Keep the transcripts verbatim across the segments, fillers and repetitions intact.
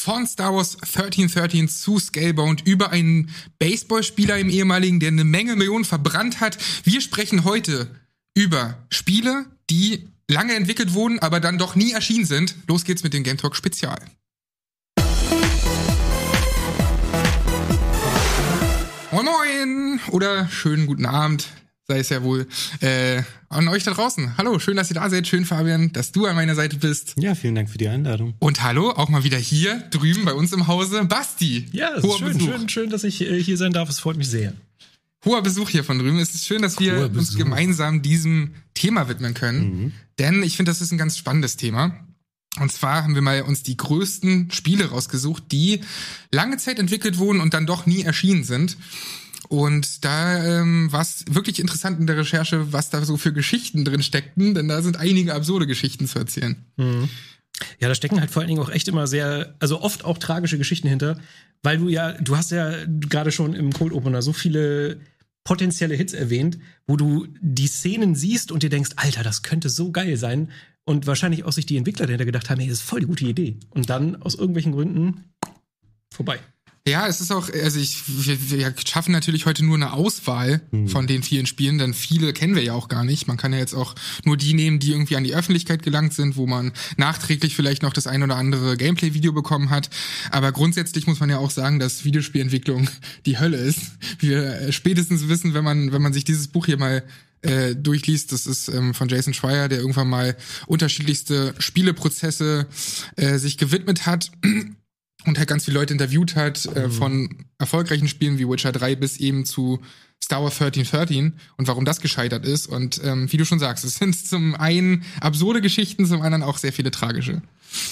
von Star Wars dreizehn dreizehn zu Scalebound über einen Baseballspieler im ehemaligen, der eine Menge Millionen verbrannt hat. Wir sprechen heute über Spiele, die lange entwickelt wurden, aber dann doch nie erschienen sind. Los geht's mit dem Game Talk Spezial. Moin Moin oder schönen guten Abend, sei es ja wohl, äh, an euch da draußen. Hallo, schön, dass ihr da seid. Schön, Fabian, dass du an meiner Seite bist. Ja, vielen Dank für die Einladung. Und hallo, auch mal wieder hier drüben bei uns im Hause, Basti. Ja, es ist schön, schön, schön, dass ich äh, hier sein darf. Es freut mich sehr. Hoher Besuch hier von drüben. Es ist schön, dass wir Hoher uns Besuch. gemeinsam diesem Thema widmen können. Mhm. Denn ich finde, das ist ein ganz spannendes Thema. Und zwar haben wir mal uns die größten Spiele rausgesucht, die lange Zeit entwickelt wurden und dann doch nie erschienen sind. Und da ähm, war es wirklich interessant in der Recherche, was da so für Geschichten drin steckten, denn da sind einige absurde Geschichten zu erzählen. Mhm. Ja, da stecken halt vor allen Dingen auch echt immer sehr, also oft auch tragische Geschichten hinter, weil du ja, du hast ja gerade schon im Cold Opener so viele potenzielle Hits erwähnt, wo du die Szenen siehst und dir denkst, Alter, das könnte so geil sein. Und wahrscheinlich auch sich die Entwickler dahinter gedacht haben, hey, das ist voll die gute Idee. Und dann aus irgendwelchen Gründen vorbei. Ja, es ist auch, also ich, wir, wir schaffen natürlich heute nur eine Auswahl hm. von den vielen Spielen, denn viele kennen wir ja auch gar nicht. Man kann ja jetzt auch nur die nehmen, die irgendwie an die Öffentlichkeit gelangt sind, wo man nachträglich vielleicht noch das ein oder andere Gameplay-Video bekommen hat. Aber grundsätzlich muss man ja auch sagen, dass Videospielentwicklung die Hölle ist. Wie wir spätestens wissen, wenn man, wenn man sich dieses Buch hier mal äh, durchliest. Das ist ähm, von Jason Schreier, der irgendwann mal unterschiedlichste Spieleprozesse äh, sich gewidmet hat. Und halt ganz viele Leute interviewt hat, äh, mhm. von erfolgreichen Spielen wie Witcher drei bis eben zu Star Wars dreizehn dreizehn und warum das gescheitert ist. Und ähm, wie du schon sagst, es sind zum einen absurde Geschichten, zum anderen auch sehr viele tragische.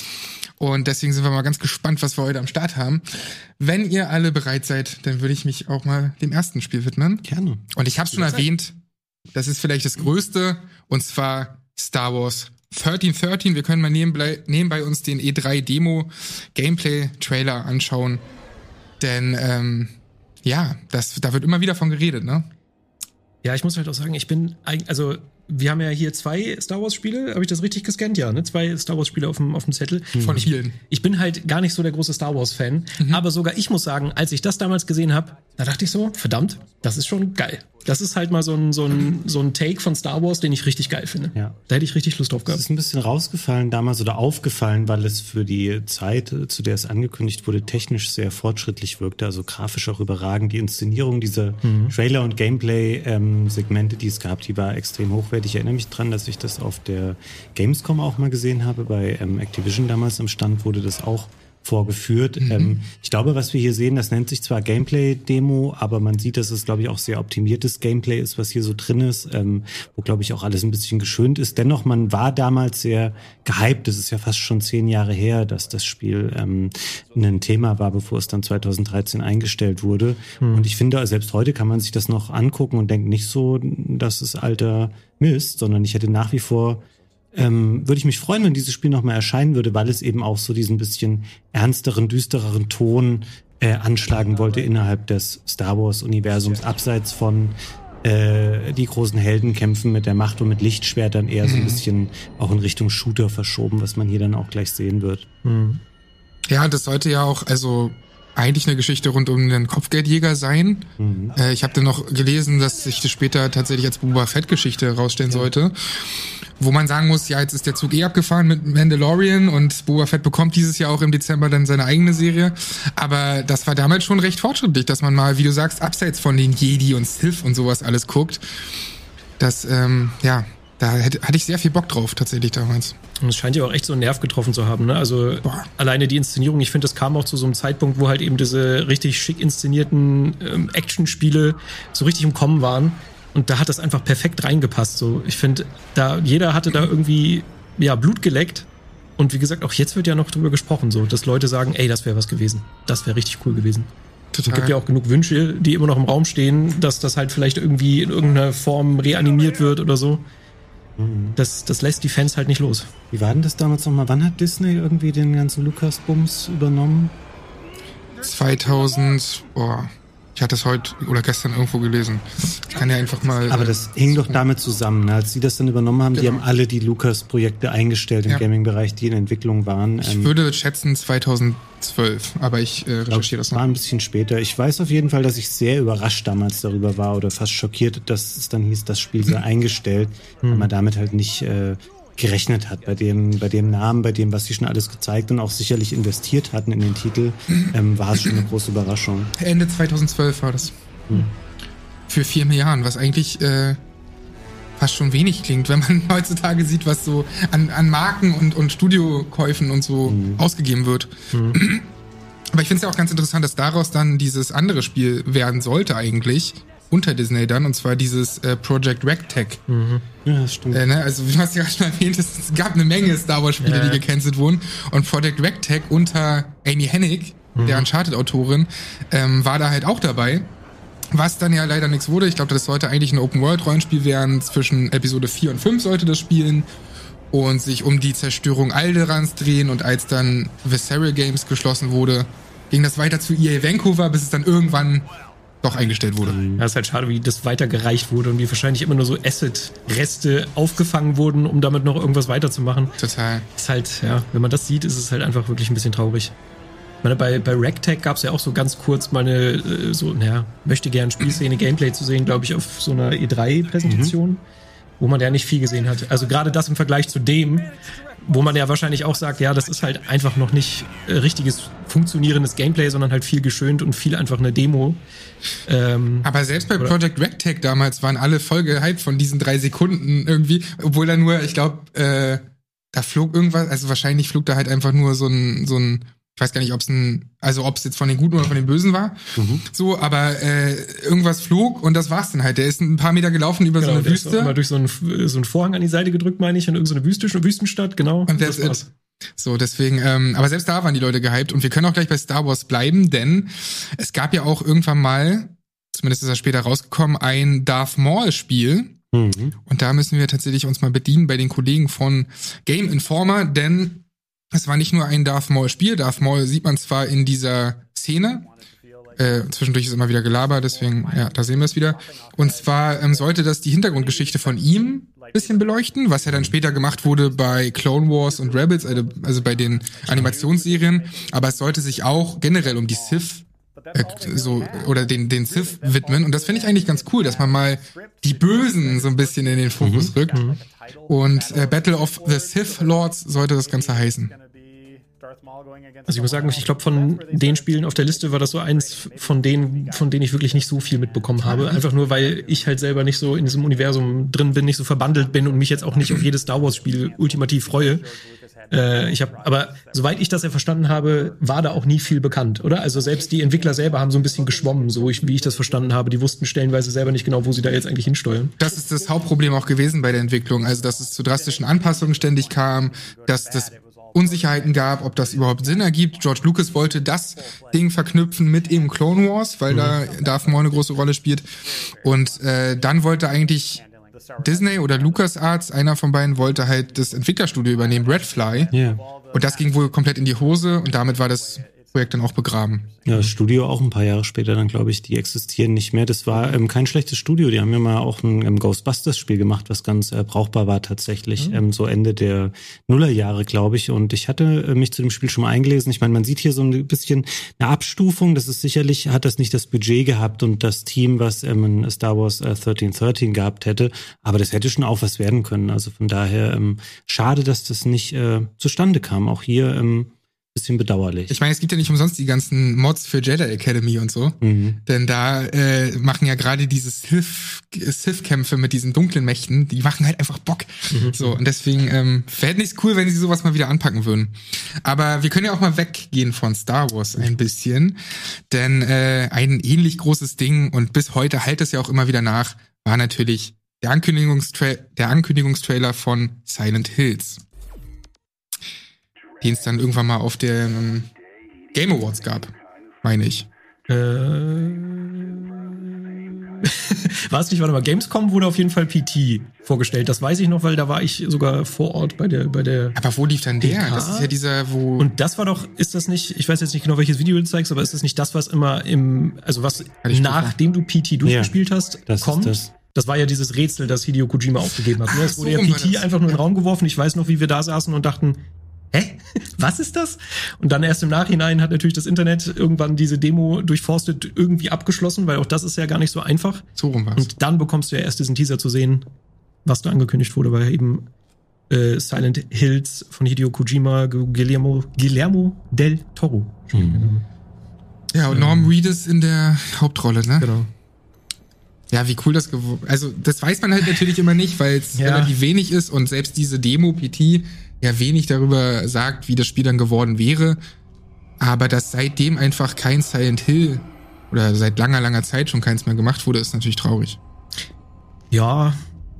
Und deswegen sind wir mal ganz gespannt, was wir heute am Start haben. Wenn ihr alle bereit seid, dann würde ich mich auch mal dem ersten Spiel widmen. Gerne. Und ich habe schon erwähnt, das ist vielleicht das Größte, und zwar Star Wars dreizehn dreizehn, wir können mal nebenbei, nebenbei uns den E drei Demo Gameplay Trailer anschauen, denn ähm, ja, das, da wird immer wieder von geredet, ne? Ja, ich muss halt auch sagen, ich bin, also wir haben ja hier zwei Star Wars Spiele, habe ich das richtig gescannt? Ja, ne? Zwei Star Wars Spiele auf dem, auf dem Zettel. Von vielen. Ich bin halt gar nicht so der große Star Wars Fan, mhm. aber sogar ich muss sagen, als ich das damals gesehen habe, da dachte ich so, verdammt, das ist schon geil. Das ist halt mal so ein, so ein, so ein Take von Star Wars, den ich richtig geil finde. Ja. Da hätte ich richtig Lust drauf gehabt. Es ist ein bisschen rausgefallen damals oder aufgefallen, weil es für die Zeit, zu der es angekündigt wurde, technisch sehr fortschrittlich wirkte, also grafisch auch überragend. Die Inszenierung dieser mhm. Trailer- und Gameplay-Segmente, ähm, die es gab, die war extrem hochwertig. Ich erinnere mich dran, dass ich das auf der Gamescom auch mal gesehen habe. Bei ähm, Activision damals am Stand wurde das auch vorgeführt. Mhm. Ähm, ich glaube, was wir hier sehen, das nennt sich zwar Gameplay-Demo, aber man sieht, dass es, glaube ich, auch sehr optimiertes Gameplay ist, was hier so drin ist, ähm, wo, glaube ich, auch alles ein bisschen geschönt ist. Dennoch, man war damals sehr gehypt. Das ist ja fast schon zehn Jahre her, dass das Spiel ähm, ein Thema war, bevor es dann zwanzig dreizehn eingestellt wurde. Mhm. Und ich finde, selbst heute kann man sich das noch angucken und denkt nicht so, dass es alter Mist, sondern ich hätte nach wie vor Ähm, würde ich mich freuen, wenn dieses Spiel nochmal erscheinen würde, weil es eben auch so diesen bisschen ernsteren, düstereren Ton äh, anschlagen wollte innerhalb des Star Wars-Universums, abseits von äh, die großen Helden kämpfen mit der Macht und mit Lichtschwertern, eher so ein bisschen auch in Richtung Shooter verschoben, was man hier dann auch gleich sehen wird. Mhm. Ja, das sollte ja auch, also eigentlich eine Geschichte rund um den Kopfgeldjäger sein. Mhm. Äh, ich habe dann noch gelesen, dass sich das später tatsächlich als Boba Fett-Geschichte herausstellen ja. sollte. Wo man sagen muss, ja, jetzt ist der Zug eh abgefahren mit Mandalorian und Boba Fett bekommt dieses Jahr auch im Dezember dann seine eigene Serie. Aber das war damals schon recht fortschrittlich, dass man mal, wie du sagst, abseits von den Jedi und Sith und sowas alles guckt. Das, ähm, ja, da hätte, hatte ich sehr viel Bock drauf tatsächlich damals. Und es scheint ja auch echt so einen Nerv getroffen zu haben, ne? Also Boah. alleine die Inszenierung, ich finde, das kam auch zu so einem Zeitpunkt, wo halt eben diese richtig schick inszenierten ähm, Actionspiele so richtig im Kommen waren. Und da hat das einfach perfekt reingepasst. So, ich finde, da jeder hatte da irgendwie ja Blut geleckt. Und wie gesagt, auch jetzt wird ja noch drüber gesprochen, so, dass Leute sagen, ey, das wäre was gewesen. Das wäre richtig cool gewesen. Total. Es gibt ja auch genug Wünsche, die immer noch im Raum stehen, dass das halt vielleicht irgendwie in irgendeiner Form reanimiert wird oder so. Mhm. Das, das lässt die Fans halt nicht los. Wie war denn das damals nochmal? Wann hat Disney irgendwie den ganzen Lucas-Bums übernommen? zweitausend, boah. Ich hatte es heute oder gestern irgendwo gelesen. Ich kann ja einfach mal... Aber das hing doch damit zusammen, ne? Als sie das dann übernommen haben, genau. Die haben alle die Lucas-Projekte eingestellt im ja. Gaming-Bereich, die in Entwicklung waren. Ich ähm, würde schätzen zweitausendzwölf, aber ich äh, recherchiere das noch. War ein bisschen später. Ich weiß auf jeden Fall, dass ich sehr überrascht damals darüber war oder fast schockiert, dass es dann hieß, das Spiel sei mhm. eingestellt, mhm. weil man damit halt nicht... Äh, gerechnet hat, bei dem, bei dem Namen, bei dem, was sie schon alles gezeigt und auch sicherlich investiert hatten in den Titel, ähm, war es schon eine große Überraschung. Ende zweitausendzwölf war das. Hm. Für vier Milliarden, was eigentlich äh, fast schon wenig klingt, wenn man heutzutage sieht, was so an, an Marken und, und Studiokäufen und so hm. ausgegeben wird. Hm. Aber ich finde es ja auch ganz interessant, dass daraus dann dieses andere Spiel werden sollte eigentlich, unter Disney dann, und zwar dieses äh, Project Rectech. Mhm. Ja, das stimmt. Äh, ne? Also wie du hast ja schon erwähnt, es gab eine Menge Star Wars Spiele, ja. die gecancelt wurden, und Project Rectech unter Amy Hennig, mhm. der Uncharted-Autorin, ähm, war da halt auch dabei. Was dann ja leider nichts wurde. Ich glaube, das sollte eigentlich ein Open-World-Rollenspiel werden. Zwischen Episode vier und fünf sollte das spielen und sich um die Zerstörung Alderans drehen, und als dann Visceral Games geschlossen wurde, ging das weiter zu E A Vancouver, bis es dann irgendwann doch eingestellt wurde. Ja, ist halt schade, wie das weitergereicht wurde und wie wahrscheinlich immer nur so Asset-Reste aufgefangen wurden, um damit noch irgendwas weiterzumachen. Total. Ist halt, ja, wenn man das sieht, ist es halt einfach wirklich ein bisschen traurig. Ich meine, bei, bei Rectech gab es ja auch so ganz kurz mal eine, so, naja, möchte gern Spielszene, Gameplay zu sehen, glaube ich, auf so einer E drei Präsentation, mhm. wo man ja nicht viel gesehen hat. Also gerade das im Vergleich zu dem, wo man ja wahrscheinlich auch sagt, ja, das ist halt einfach noch nicht äh, richtiges, funktionierendes Gameplay, sondern halt viel geschönt und viel einfach eine Demo. Ähm, Aber selbst bei Project Rectech damals waren alle voll gehypt von diesen drei Sekunden irgendwie, obwohl da nur, ich glaube, äh, da flog irgendwas, also wahrscheinlich flog da halt einfach nur so ein, so ein, ich weiß gar nicht, ob es ein, also ob es jetzt von den Guten oder von den Bösen war, mhm. so, aber äh, irgendwas flog und das war's dann halt. Der ist ein paar Meter gelaufen über genau, so eine der Wüste. Ist immer durch so einen, so einen Vorhang an die Seite gedrückt, meine ich, in irgendeine Wüste, Wüstenstadt, genau. Und das war's. So, deswegen, ähm, aber selbst da waren die Leute gehypt, und wir können auch gleich bei Star Wars bleiben, denn es gab ja auch irgendwann mal, zumindest ist er später rausgekommen, ein Darth Maul-Spiel. Mhm. Und da müssen wir tatsächlich uns mal bedienen bei den Kollegen von Game Informer, denn es war nicht nur ein Darth Maul-Spiel. Darth Maul sieht man zwar in dieser Szene, äh, zwischendurch ist immer wieder Gelabert, deswegen, ja, da sehen wir es wieder. Und zwar ähm, sollte das die Hintergrundgeschichte von ihm ein bisschen beleuchten, was ja dann später gemacht wurde bei Clone Wars und Rebels, also, also bei den Animationsserien. Aber es sollte sich auch generell um die Sith äh, so oder den den Sith widmen. Und das finde ich eigentlich ganz cool, dass man mal die Bösen so ein bisschen in den Fokus rückt. Mhm. Und äh, Battle of the Sith Lords sollte das Ganze heißen. Also ich muss sagen, ich glaube, von den Spielen auf der Liste war das so eins von denen, von denen ich wirklich nicht so viel mitbekommen habe. Einfach nur, weil ich halt selber nicht so in diesem Universum drin bin, nicht so verbandelt bin und mich jetzt auch nicht auf jedes Star Wars Spiel ultimativ freue. Äh, ich habe, aber soweit ich das ja verstanden habe, war da auch nie viel bekannt, oder? Also selbst die Entwickler selber haben so ein bisschen geschwommen, so ich, wie ich das verstanden habe. Die wussten stellenweise selber nicht genau, wo sie da jetzt eigentlich hinsteuern. Das ist das Hauptproblem auch gewesen bei der Entwicklung. Also dass es zu drastischen Anpassungen ständig kam, dass das Unsicherheiten gab, ob das überhaupt Sinn ergibt. George Lucas wollte das Ding verknüpfen mit eben Clone Wars, weil mhm. da Darth Maul eine große Rolle spielt. Und äh, dann wollte eigentlich Disney oder LucasArts, einer von beiden, wollte halt das Entwicklerstudio übernehmen, Redfly. Yeah. Und das ging wohl komplett in die Hose, und damit war das Projekt dann auch begraben. Ja, das Studio auch ein paar Jahre später dann, glaube ich, die existieren nicht mehr. Das war ähm, kein schlechtes Studio. Die haben ja mal auch ein ähm, Ghostbusters-Spiel gemacht, was ganz äh, brauchbar war tatsächlich. Mhm. Ähm, so Ende der Nullerjahre, glaube ich. Und ich hatte äh, mich zu dem Spiel schon mal eingelesen. Ich meine, man sieht hier so ein bisschen eine Abstufung. Das ist sicherlich, hat das nicht das Budget gehabt und das Team, was ähm, in Star Wars äh, dreizehn dreizehn gehabt hätte. Aber das hätte schon auch was werden können. Also von daher ähm, schade, dass das nicht äh, zustande kam. Auch hier ähm, bisschen bedauerlich. Ich meine, es gibt ja nicht umsonst die ganzen Mods für Jedi Academy und so, mhm. denn da äh, machen ja gerade diese Sith, Sith-Kämpfe mit diesen dunklen Mächten, die machen halt einfach Bock. Mhm. So, und deswegen ähm, wäre nicht cool, wenn sie sowas mal wieder anpacken würden. Aber wir können ja auch mal weggehen von Star Wars ein bisschen, denn äh, ein ähnlich großes Ding, und bis heute halt es ja auch immer wieder nach, war natürlich der, Ankündigungstra- der Ankündigungstrailer von Silent Hills, den es dann irgendwann mal auf den um, Game Awards gab, meine ich. Äh, war es nicht, warte mal, Gamescom wurde auf jeden Fall P T vorgestellt. Das weiß ich noch, weil da war ich sogar vor Ort bei der, bei der. Aber wo lief dann der? D K? Das ist ja dieser, wo. Und das war doch, ist das nicht, ich weiß jetzt nicht genau, welches Video du zeigst, aber ist das nicht das, was immer im, also was nachdem du P T durchgespielt ja, hast, das kommt? Das. das war ja dieses Rätsel, das Hideo Kojima aufgegeben hat. Ne? Es wurde so, ja P T einfach nur in den Raum geworfen. Ich weiß noch, wie wir da saßen und dachten, hä? Was ist das? Und dann erst im Nachhinein hat natürlich das Internet irgendwann diese Demo durchforstet irgendwie abgeschlossen, weil auch das ist ja gar nicht so einfach. So rum war's. Und dann bekommst du ja erst diesen Teaser zu sehen, was da angekündigt wurde, weil eben äh, Silent Hills von Hideo Kojima, Guillermo, Guillermo del Toro. Mhm. Ja, und Norm Reedus in der Hauptrolle, ne? Genau. Ja, wie cool das geworden ist. Also, das weiß man halt natürlich immer nicht, weil es Ja. relativ wenig ist und selbst diese Demo P T ja wenig darüber sagt, wie das Spiel dann geworden wäre. Aber dass seitdem einfach kein Silent Hill oder seit langer, langer Zeit schon keins mehr gemacht wurde, ist natürlich traurig. Ja,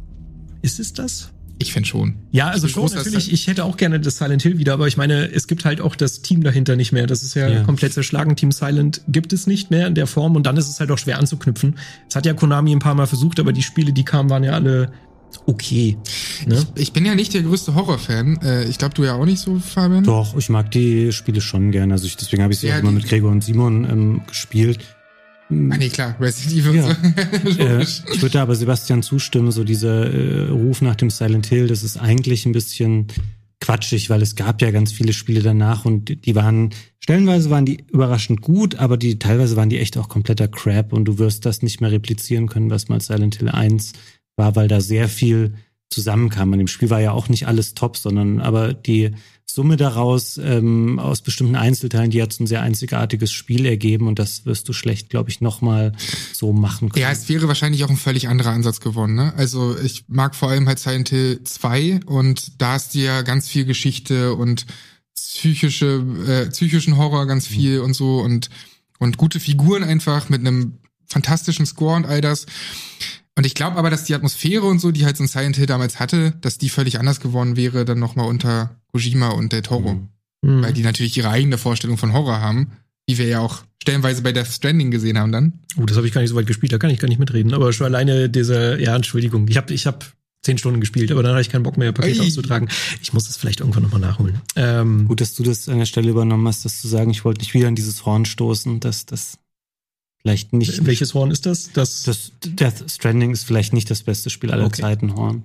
ist es das? Ich fände schon. Ja, also Ich bin schon, großer natürlich. Sil- Ich hätte auch gerne das Silent Hill wieder, aber ich meine, es gibt halt auch das Team dahinter nicht mehr. Das ist ja, Ja. komplett zerschlagen. Team Silent gibt es nicht mehr in der Form und dann ist es halt auch schwer anzuknüpfen. Es hat ja Konami ein paar Mal versucht, aber die Spiele, die kamen, waren ja alle okay. Ne? Ich bin ja nicht der größte Horrorfan. Äh, Ich glaube, du ja auch nicht so, Fabian. Doch, ich mag die Spiele schon gerne. Also ich, deswegen habe ich sie Ja, auch immer die- mit Gregor und Simon ähm, gespielt. Ah, nee, klar, Resident Evil. Ja. und so. Äh, Logisch. ich würde aber Sebastian zustimmen, so dieser äh, Ruf nach dem Silent Hill, das ist eigentlich ein bisschen quatschig, weil es gab ja ganz viele Spiele danach und die waren, stellenweise waren die überraschend gut, aber die teilweise waren die echt auch kompletter Crap und du wirst das nicht mehr replizieren können, was mal Silent Hill eins war, weil da sehr viel zusammenkam. An dem Spiel war ja auch nicht alles top, sondern aber die Summe daraus ähm, aus bestimmten Einzelteilen, die hat so ein sehr einzigartiges Spiel ergeben und das wirst du schlecht, glaube ich, nochmal so machen können. Ja, es wäre wahrscheinlich auch ein völlig anderer Ansatz geworden, ne? Also ich mag vor allem halt Silent Hill zwei und da ist ja ganz viel Geschichte und psychische, äh, psychischen Horror ganz viel mhm. und so und und gute Figuren einfach mit einem fantastischen Score und all das. Und ich glaube aber, dass die Atmosphäre und so, die halt so ein Silent Hill damals hatte, dass die völlig anders geworden wäre, dann nochmal unter Kojima und Del Toro. Mhm. Mhm. Weil die natürlich ihre eigene Vorstellung von Horror haben, wie wir ja auch stellenweise bei Death Stranding gesehen haben dann. Oh, das habe ich gar nicht so weit gespielt, da kann ich gar nicht mitreden. Aber schon alleine diese, ja, Entschuldigung, ich habe ich hab zehn Stunden gespielt, aber dann habe ich keinen Bock mehr, Pakete Ui. auszutragen. Ich muss das vielleicht irgendwann nochmal nachholen. Ähm, Gut, dass du das an der Stelle übernommen hast, das zu sagen, ich wollte nicht wieder an dieses Horn stoßen, dass das vielleicht nicht... Welches Horn ist das? Das, Das Death Stranding ist vielleicht nicht das beste Spiel aller Okay. Zeiten, Horn.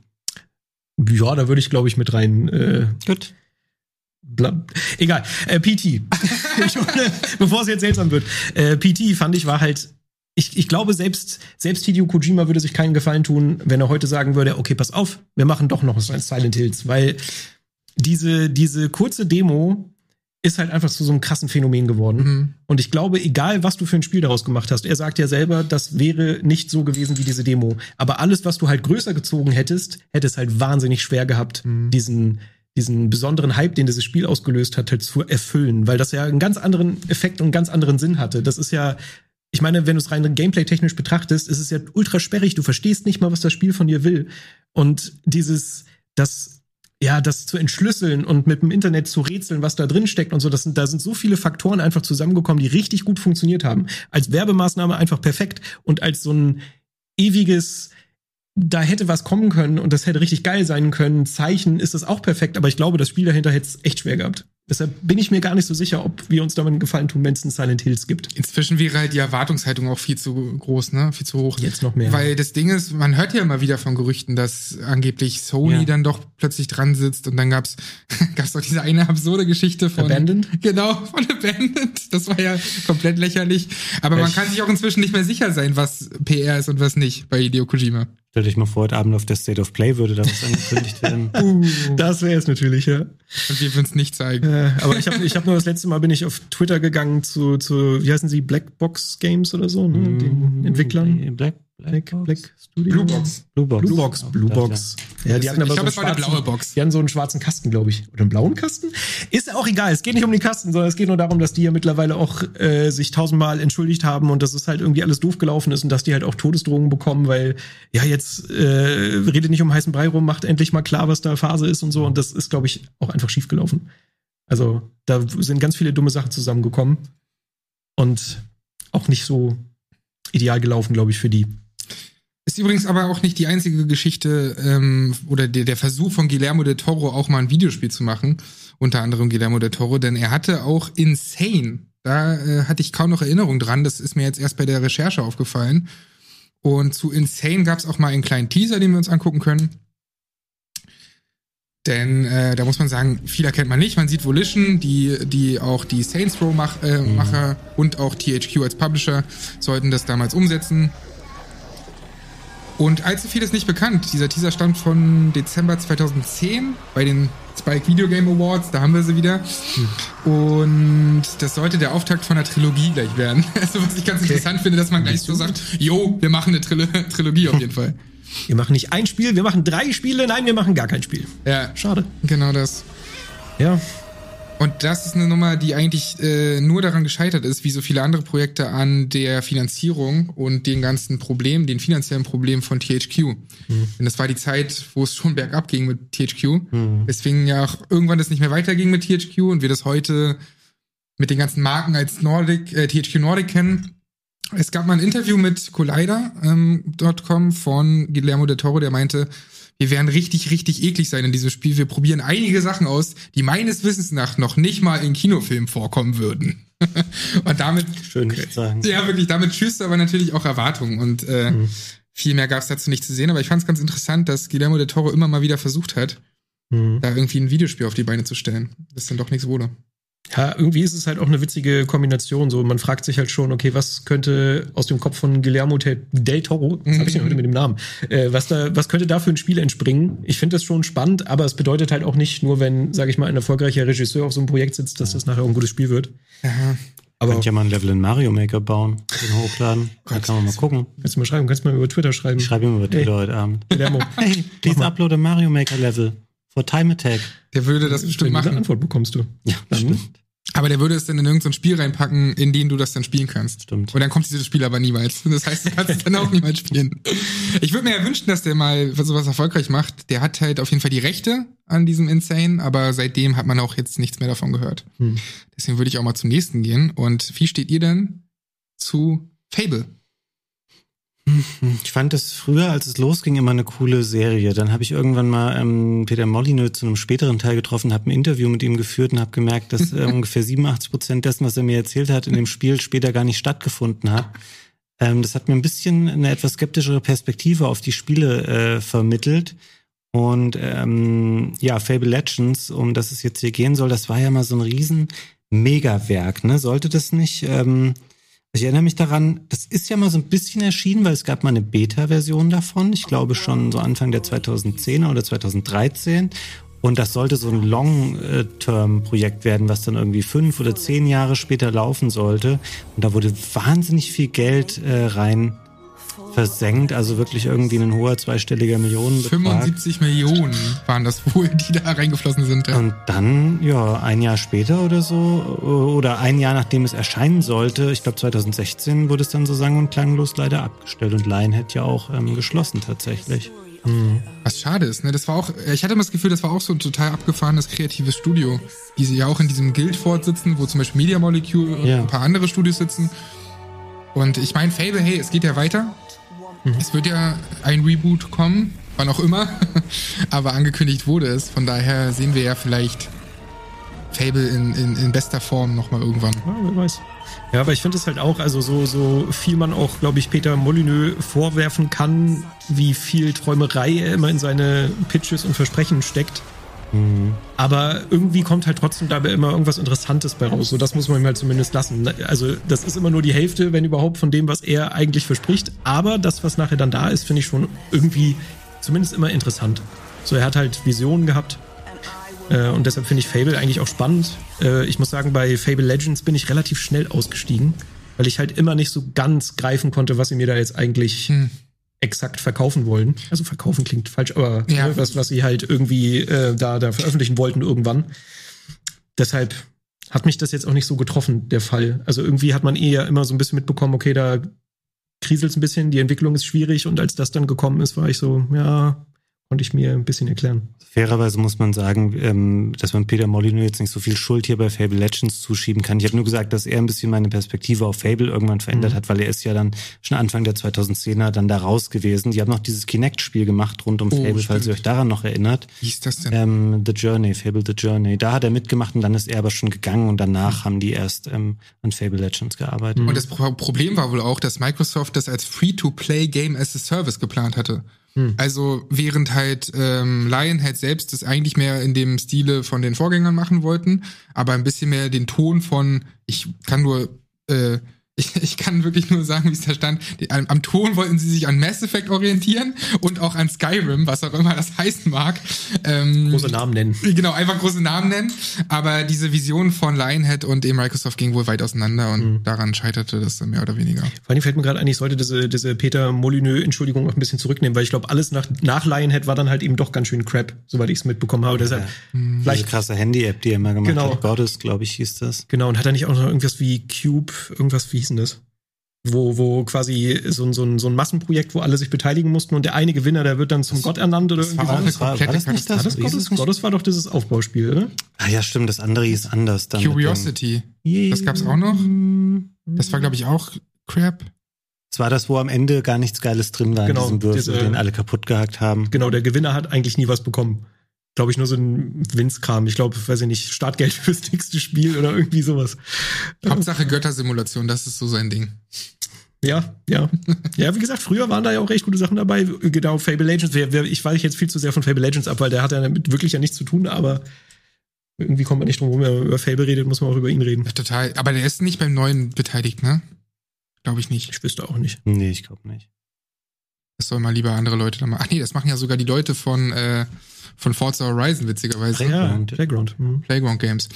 ja, da würde ich, glaube ich, mit rein... Äh, Gut. Bla, egal. Äh, P T. Ich meine, bevor es jetzt seltsam wird. Äh, P T fand ich war halt. Ich, ich glaube, selbst, selbst Hideo Kojima würde sich keinen Gefallen tun, wenn er heute sagen würde, okay, pass auf, wir machen doch noch Silent Hills, weil diese, diese kurze Demo ist halt einfach zu so einem krassen Phänomen geworden. Mhm. Und ich glaube, egal was du für ein Spiel daraus gemacht hast, er sagt ja selber, das wäre nicht so gewesen wie diese Demo. Aber alles, was du halt größer gezogen hättest, hätte es halt wahnsinnig schwer gehabt, Mhm. diesen diesen besonderen Hype, den dieses Spiel ausgelöst hat, halt zu erfüllen, weil das ja einen ganz anderen Effekt und einen ganz anderen Sinn hatte. Das ist ja, ich meine, wenn du es rein gameplay-technisch betrachtest, ist es ja ultra sperrig, du verstehst nicht mal, was das Spiel von dir will. Und dieses, das, ja, das zu entschlüsseln und mit dem Internet zu rätseln, was da drin steckt und so, das sind, da sind so viele Faktoren einfach zusammengekommen, die richtig gut funktioniert haben. Als Werbemaßnahme einfach perfekt und als so ein ewiges, da hätte was kommen können und das hätte richtig geil sein können. Zeichen ist das auch perfekt, aber ich glaube, das Spiel dahinter hätte es echt schwer gehabt. Deshalb bin ich mir gar nicht so sicher, ob wir uns damit einen Gefallen tun, wenn es einen Silent Hills gibt. Inzwischen wäre halt die Erwartungshaltung auch viel zu groß, ne? Viel zu hoch. Jetzt noch mehr. Weil das Ding ist, man hört ja immer wieder von Gerüchten, dass angeblich Sony Ja. dann doch plötzlich dran sitzt und dann gab's gab's doch diese eine absurde Geschichte von Abandoned? Genau, von Abandoned. Das war ja komplett lächerlich. Aber man Echt? kann sich auch inzwischen nicht mehr sicher sein, was P R ist und was nicht bei Hideo Kojima. Stell dich mal vor, heute Abend auf der State of Play würde da was angekündigt werden. Das wäre es natürlich, ja. Und wir würden es nicht zeigen. Äh, aber ich habe ich hab nur das letzte Mal bin ich auf Twitter gegangen zu, zu wie heißen sie, Blackbox Games oder so, ne? Den Entwicklern. Black, Black, Box? Black Studio. Bluebox. Bluebox. Bluebox, Bluebox. Ja, die hatten aber Ich glaube, so es einen war eine schwarzen, blaue Box. Die hatten so einen schwarzen Kasten, glaube ich. Oder einen blauen Kasten? Ist ja auch egal. Es geht nicht um den Kasten, sondern es geht nur darum, dass die ja mittlerweile auch äh, sich tausendmal entschuldigt haben und dass es halt irgendwie alles doof gelaufen ist und dass die halt auch Todesdrohungen bekommen, weil ja jetzt äh, redet nicht um heißen Brei rum, macht endlich mal klar, was da Phase ist und so. Und das ist, glaube ich, auch einfach schief gelaufen. Also da sind ganz viele dumme Sachen zusammengekommen und auch nicht so ideal gelaufen, glaube ich, für die. Ist übrigens aber auch nicht die einzige Geschichte ähm, oder der, der Versuch von Guillermo del Toro, auch mal ein Videospiel zu machen. Unter anderem Guillermo del Toro, denn er hatte auch Insane. Da äh, hatte ich kaum noch Erinnerung dran. Das ist mir jetzt erst bei der Recherche aufgefallen. Und zu Insane gab es auch mal einen kleinen Teaser, den wir uns angucken können. Denn äh, da muss man sagen, viel erkennt man nicht. Man sieht Volition, die die auch die Saints Row Mach, äh, mhm. Macher und auch T H Q als Publisher sollten das damals umsetzen. Und allzu viel ist nicht bekannt. Dieser Teaser stammt von Dezember zweitausendzehn bei den Spike Video Game Awards. Da haben wir sie wieder. Mhm. Und das sollte der Auftakt von einer Trilogie gleich werden. Also was ich ganz okay. interessant finde, dass man gleich so sagt, jo, wir machen eine Tril- Trilogie auf jeden Fall. Wir machen nicht ein Spiel, wir machen drei Spiele, nein, wir machen gar kein Spiel. Ja, schade. Genau das. Ja. Und das ist eine Nummer, die eigentlich äh, nur daran gescheitert ist, wie so viele andere Projekte, an der Finanzierung und den ganzen Problemen, den finanziellen Problemen von T H Q. Mhm. Denn das war die Zeit, wo es schon bergab ging mit T H Q. Mhm. Deswegen ja auch irgendwann das nicht mehr weiterging mit T H Q und wir das heute mit den ganzen Marken als Nordic, äh, T H Q Nordic kennen. Es gab mal ein Interview mit Collider Punkt com ähm, von Guillermo del Toro, der meinte, wir werden richtig, richtig eklig sein in diesem Spiel. Wir probieren einige Sachen aus, die meines Wissens nach noch nicht mal in Kinofilmen vorkommen würden. Und damit... Schön nicht sagen. Ja, wirklich, damit schüßt aber natürlich auch Erwartungen. Und äh, mhm. viel mehr gab es dazu nicht zu sehen. Aber ich fand es ganz interessant, dass Guillermo del Toro immer mal wieder versucht hat, mhm. da irgendwie ein Videospiel auf die Beine zu stellen. Das dann doch nichts wurde. Ja, irgendwie ist es halt auch eine witzige Kombination. So, man fragt sich halt schon, okay, was könnte aus dem Kopf von Guillermo del Toro, was habe ich denn heute mit dem Namen, äh, was da, was könnte da für ein Spiel entspringen? Ich finde das schon spannend, aber es bedeutet halt auch nicht nur, wenn, sage ich mal, ein erfolgreicher Regisseur auf so einem Projekt sitzt, dass das nachher auch ein gutes Spiel wird. Ja. Aber könnt ja mal ein Level in Mario Maker bauen, den hochladen. Da kann man mal gucken. Kannst du mal schreiben, kannst du mal über Twitter schreiben. Ich schreibe ihm über Twitter hey. heute Abend. Guillermo. Hey, please upload a Mario Maker Level for Time Attack. Der würde das bestimmt machen. Eine Antwort bekommst du. Ja, stimmt. Aber der würde es dann in irgendein Spiel reinpacken, in dem du das dann spielen kannst. Stimmt. Und dann kommt dieses Spiel aber niemals. Das heißt, du kannst es dann auch niemals spielen. Ich würde mir ja wünschen, dass der mal sowas erfolgreich macht. Der hat halt auf jeden Fall die Rechte an diesem Insane, aber seitdem hat man auch jetzt nichts mehr davon gehört. Hm. Deswegen würde ich auch mal zum nächsten gehen. Und wie steht ihr denn zu Fable? Ich fand das früher, als es losging, immer eine coole Serie. Dann habe ich irgendwann mal ähm, Peter Molyneux zu einem späteren Teil getroffen, habe ein Interview mit ihm geführt und habe gemerkt, dass äh, ungefähr siebenundachtzig Prozent dessen, was er mir erzählt hat, in dem Spiel später gar nicht stattgefunden hat. Ähm, das hat mir ein bisschen eine etwas skeptischere Perspektive auf die Spiele äh, vermittelt. Und ähm, ja, Fable Legends, um das es jetzt hier gehen soll, das war ja mal so ein riesen Megawerk, ne? Sollte das nicht... Ähm, Ich erinnere mich daran, das ist ja mal so ein bisschen erschienen, weil es gab mal eine Beta-Version davon. Ich glaube schon so Anfang der zweitausendzehner oder zweitausenddreizehn. Und das sollte so ein Long-Term-Projekt werden, was dann irgendwie fünf oder zehn Jahre später laufen sollte. Und da wurde wahnsinnig viel Geld äh, rein versenkt, also wirklich irgendwie ein hoher zweistelliger Millionenbetrag. fünfundsiebzig Millionen waren das wohl, die da reingeflossen sind. Ja. Und dann, ja, ein Jahr später oder so, oder ein Jahr nachdem es erscheinen sollte, ich glaube zweitausendsechzehn, wurde es dann so sang- und klanglos leider abgestellt. Und Lionhead ja auch ähm, geschlossen tatsächlich. Mhm. Was schade ist, ne? Das war auch, ich hatte immer das Gefühl, das war auch so ein total abgefahrenes kreatives Studio, die sie ja auch in diesem Guildford sitzen, wo zum Beispiel Media Molecule und ja. ein paar andere Studios sitzen. Und ich meine, Fable, hey, es geht ja weiter. Mhm. Es wird ja ein Reboot kommen, wann auch immer, aber angekündigt wurde es. Von daher sehen wir ja vielleicht Fable in, in, in bester Form nochmal irgendwann. Ja, wer weiß. Ja, aber ich finde es halt auch, also so, so viel man auch, glaube ich, Peter Molyneux vorwerfen kann, wie viel Träumerei er immer in seine Pitches und Versprechen steckt. Mhm. Aber irgendwie kommt halt trotzdem dabei immer irgendwas Interessantes bei raus. So, das muss man ihm halt zumindest lassen. Also das ist immer nur die Hälfte, wenn überhaupt, von dem, was er eigentlich verspricht. Aber das, was nachher dann da ist, finde ich schon irgendwie zumindest immer interessant. So, er hat halt Visionen gehabt. Äh, und deshalb finde ich Fable eigentlich auch spannend. Äh, ich muss sagen, bei Fable Legends bin ich relativ schnell ausgestiegen, weil ich halt immer nicht so ganz greifen konnte, was sie mir da jetzt eigentlich hm. exakt verkaufen wollen. Also verkaufen klingt falsch, aber ja. ne, was, was sie halt irgendwie äh, da, da veröffentlichen wollten irgendwann. Deshalb hat mich das jetzt auch nicht so getroffen, der Fall. Also irgendwie hat man eher immer so ein bisschen mitbekommen, okay, da kriselt's ein bisschen, die Entwicklung ist schwierig und als das dann gekommen ist, war ich so, ja, konnte ich mir ein bisschen erklären. Fairerweise muss man sagen, ähm, dass man Peter Molyneux jetzt nicht so viel Schuld hier bei Fable Legends zuschieben kann. Ich habe nur gesagt, dass er ein bisschen meine Perspektive auf Fable irgendwann verändert mhm. hat, weil er ist ja dann schon Anfang der zweitausendzehner dann da raus gewesen. Die haben noch dieses Kinect-Spiel gemacht rund um oh, Fable, stimmt. falls ihr euch daran noch erinnert. Wie ist das denn? Ähm, The Journey, Fable The Journey. Da hat er mitgemacht und dann ist er aber schon gegangen und danach mhm. haben die erst ähm, an Fable Legends gearbeitet. Mhm. Und das Pro- Problem war wohl auch, dass Microsoft das als Free-to-Play-Game as a Service geplant hatte. Hm. Also während halt ähm, Lionhead selbst das eigentlich mehr in dem Stile von den Vorgängern machen wollten, aber ein bisschen mehr den Ton von, ich kann nur, äh, ich, ich kann wirklich nur sagen, wie es da stand, die, am, am Ton wollten sie sich an Mass Effect orientieren und auch an Skyrim, was auch immer das heißen mag. Ähm, große Namen nennen. Genau, einfach große Namen nennen, aber diese Vision von Lionhead und eben Microsoft ging wohl weit auseinander und mhm. daran scheiterte das dann mehr oder weniger. Vor allem fällt mir gerade ein, ich sollte diese, diese Peter Molyneux-Entschuldigung auch ein bisschen zurücknehmen, weil ich glaube, alles nach, nach Lionhead war dann halt eben doch ganz schön crap, soweit ich es mitbekommen habe. Deshalb ja. vielleicht diese krasse Handy-App, die er mal gemacht genau. hat. Goddess, glaube ich, hieß das. Genau, und hat er nicht auch noch irgendwas wie Cube, irgendwas, wie hieß denn das? Wo, wo quasi so ein, so, ein, so ein Massenprojekt, wo alle sich beteiligen mussten und der eine Gewinner, der wird dann zum das Gott ernannt oder irgendwie war, so. War, war das nicht das? War das Gottes? Gottes war doch dieses Aufbauspiel, oder? Ah ja, stimmt, das andere hieß anders. Dann Curiosity. Das gab's auch noch. Das war, glaube ich, auch Crap. Das war das, wo am Ende gar nichts Geiles drin war, genau, in diesem Würfel, diese, den alle kaputt gehackt haben. Genau, der Gewinner hat eigentlich nie was bekommen. Glaube ich, nur so ein Winzkram. Ich glaube, weiß ich nicht, Startgeld fürs nächste Spiel oder irgendwie sowas. Hauptsache Göttersimulation, das ist so sein Ding. Ja, ja. Ja, wie gesagt, früher waren da ja auch echt gute Sachen dabei. Genau, Fable Legends. Ich weiche jetzt viel zu sehr von Fable Legends ab, weil der hat ja damit wirklich ja nichts zu tun, aber irgendwie kommt man nicht drum rum, wenn man über Fable redet, muss man auch über ihn reden. Ja, total. Aber der ist nicht beim Neuen beteiligt, ne? Glaube ich nicht. Ich wüsste auch nicht. Nee, ich glaube nicht. Das soll mal lieber andere Leute da machen. Ach nee, das machen ja sogar die Leute von, äh, von Forza Horizon, witzigerweise. Playground. Ja, Playground. Mhm. Playground Games.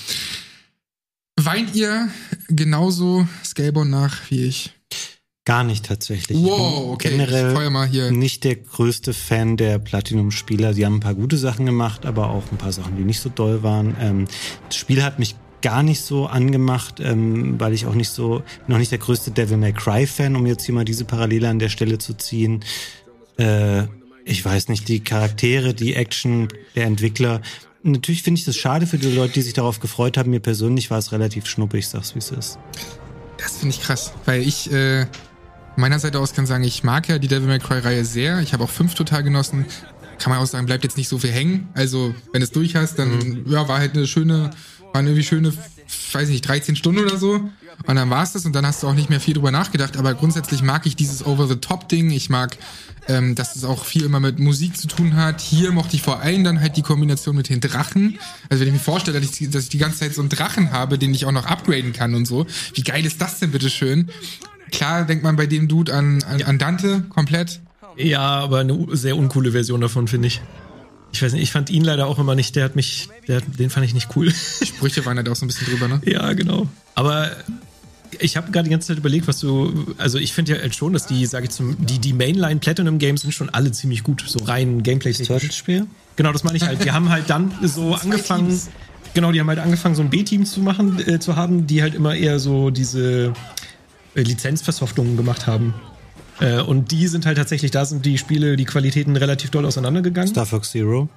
Weint ihr genauso Scalebound nach wie ich? Gar nicht tatsächlich. Wow, okay. Generell ich feuer mal hier. Nicht der größte Fan der Platinum-Spieler. Sie haben ein paar gute Sachen gemacht, aber auch ein paar Sachen, die nicht so doll waren. Ähm, das Spiel hat mich gar nicht so angemacht, ähm, weil ich auch nicht so, noch nicht der größte Devil May Cry-Fan, um jetzt hier mal diese Parallele an der Stelle zu ziehen. Äh, ich weiß nicht, die Charaktere, die Action der Entwickler. Natürlich finde ich das schade für die Leute, die sich darauf gefreut haben. Mir persönlich war es relativ schnuppig, ich sag's wie es ist. Das finde ich krass, weil ich äh, meiner Seite aus kann sagen, ich mag ja die Devil May Cry-Reihe sehr. Ich habe auch fünf total genossen. Kann man auch sagen, bleibt jetzt nicht so viel hängen. Also, wenn du es durch hast, dann mhm. ja, war halt eine schöne, waren irgendwie schöne, weiß nicht, dreizehn Stunden oder so. Und dann war's das und dann hast du auch nicht mehr viel drüber nachgedacht. Aber grundsätzlich mag ich dieses Over-the-Top-Ding. Ich mag, ähm, dass es auch viel immer mit Musik zu tun hat. Hier mochte ich vor allem dann halt die Kombination mit den Drachen. Also wenn ich mir vorstelle, dass ich, dass ich die ganze Zeit so einen Drachen habe, den ich auch noch upgraden kann und so. Wie geil ist das denn, bitteschön? Klar denkt man bei dem Dude an, an, an Dante komplett. Ja, aber eine sehr uncoole Version davon, finde ich. Ich weiß nicht, ich fand ihn leider auch immer nicht, der hat mich, der, den fand ich nicht cool. Sprüche waren halt auch so ein bisschen drüber, ne? Ja, genau. Aber ich habe gerade die ganze Zeit überlegt, was du, also ich finde ja halt schon, dass die, sage ich zum, die, die Mainline Platinum Games sind schon alle ziemlich gut, so rein Gameplay-technisch. Spiel? Genau, das meine ich halt. Die haben halt dann so angefangen, Teams. Genau, die haben halt angefangen, so ein B-Team zu machen, äh, zu haben, die halt immer eher so diese äh, Lizenzversoftungen gemacht haben. Äh, und die sind halt tatsächlich, da sind die Spiele, die Qualitäten relativ doll auseinandergegangen. Star Fox Zero?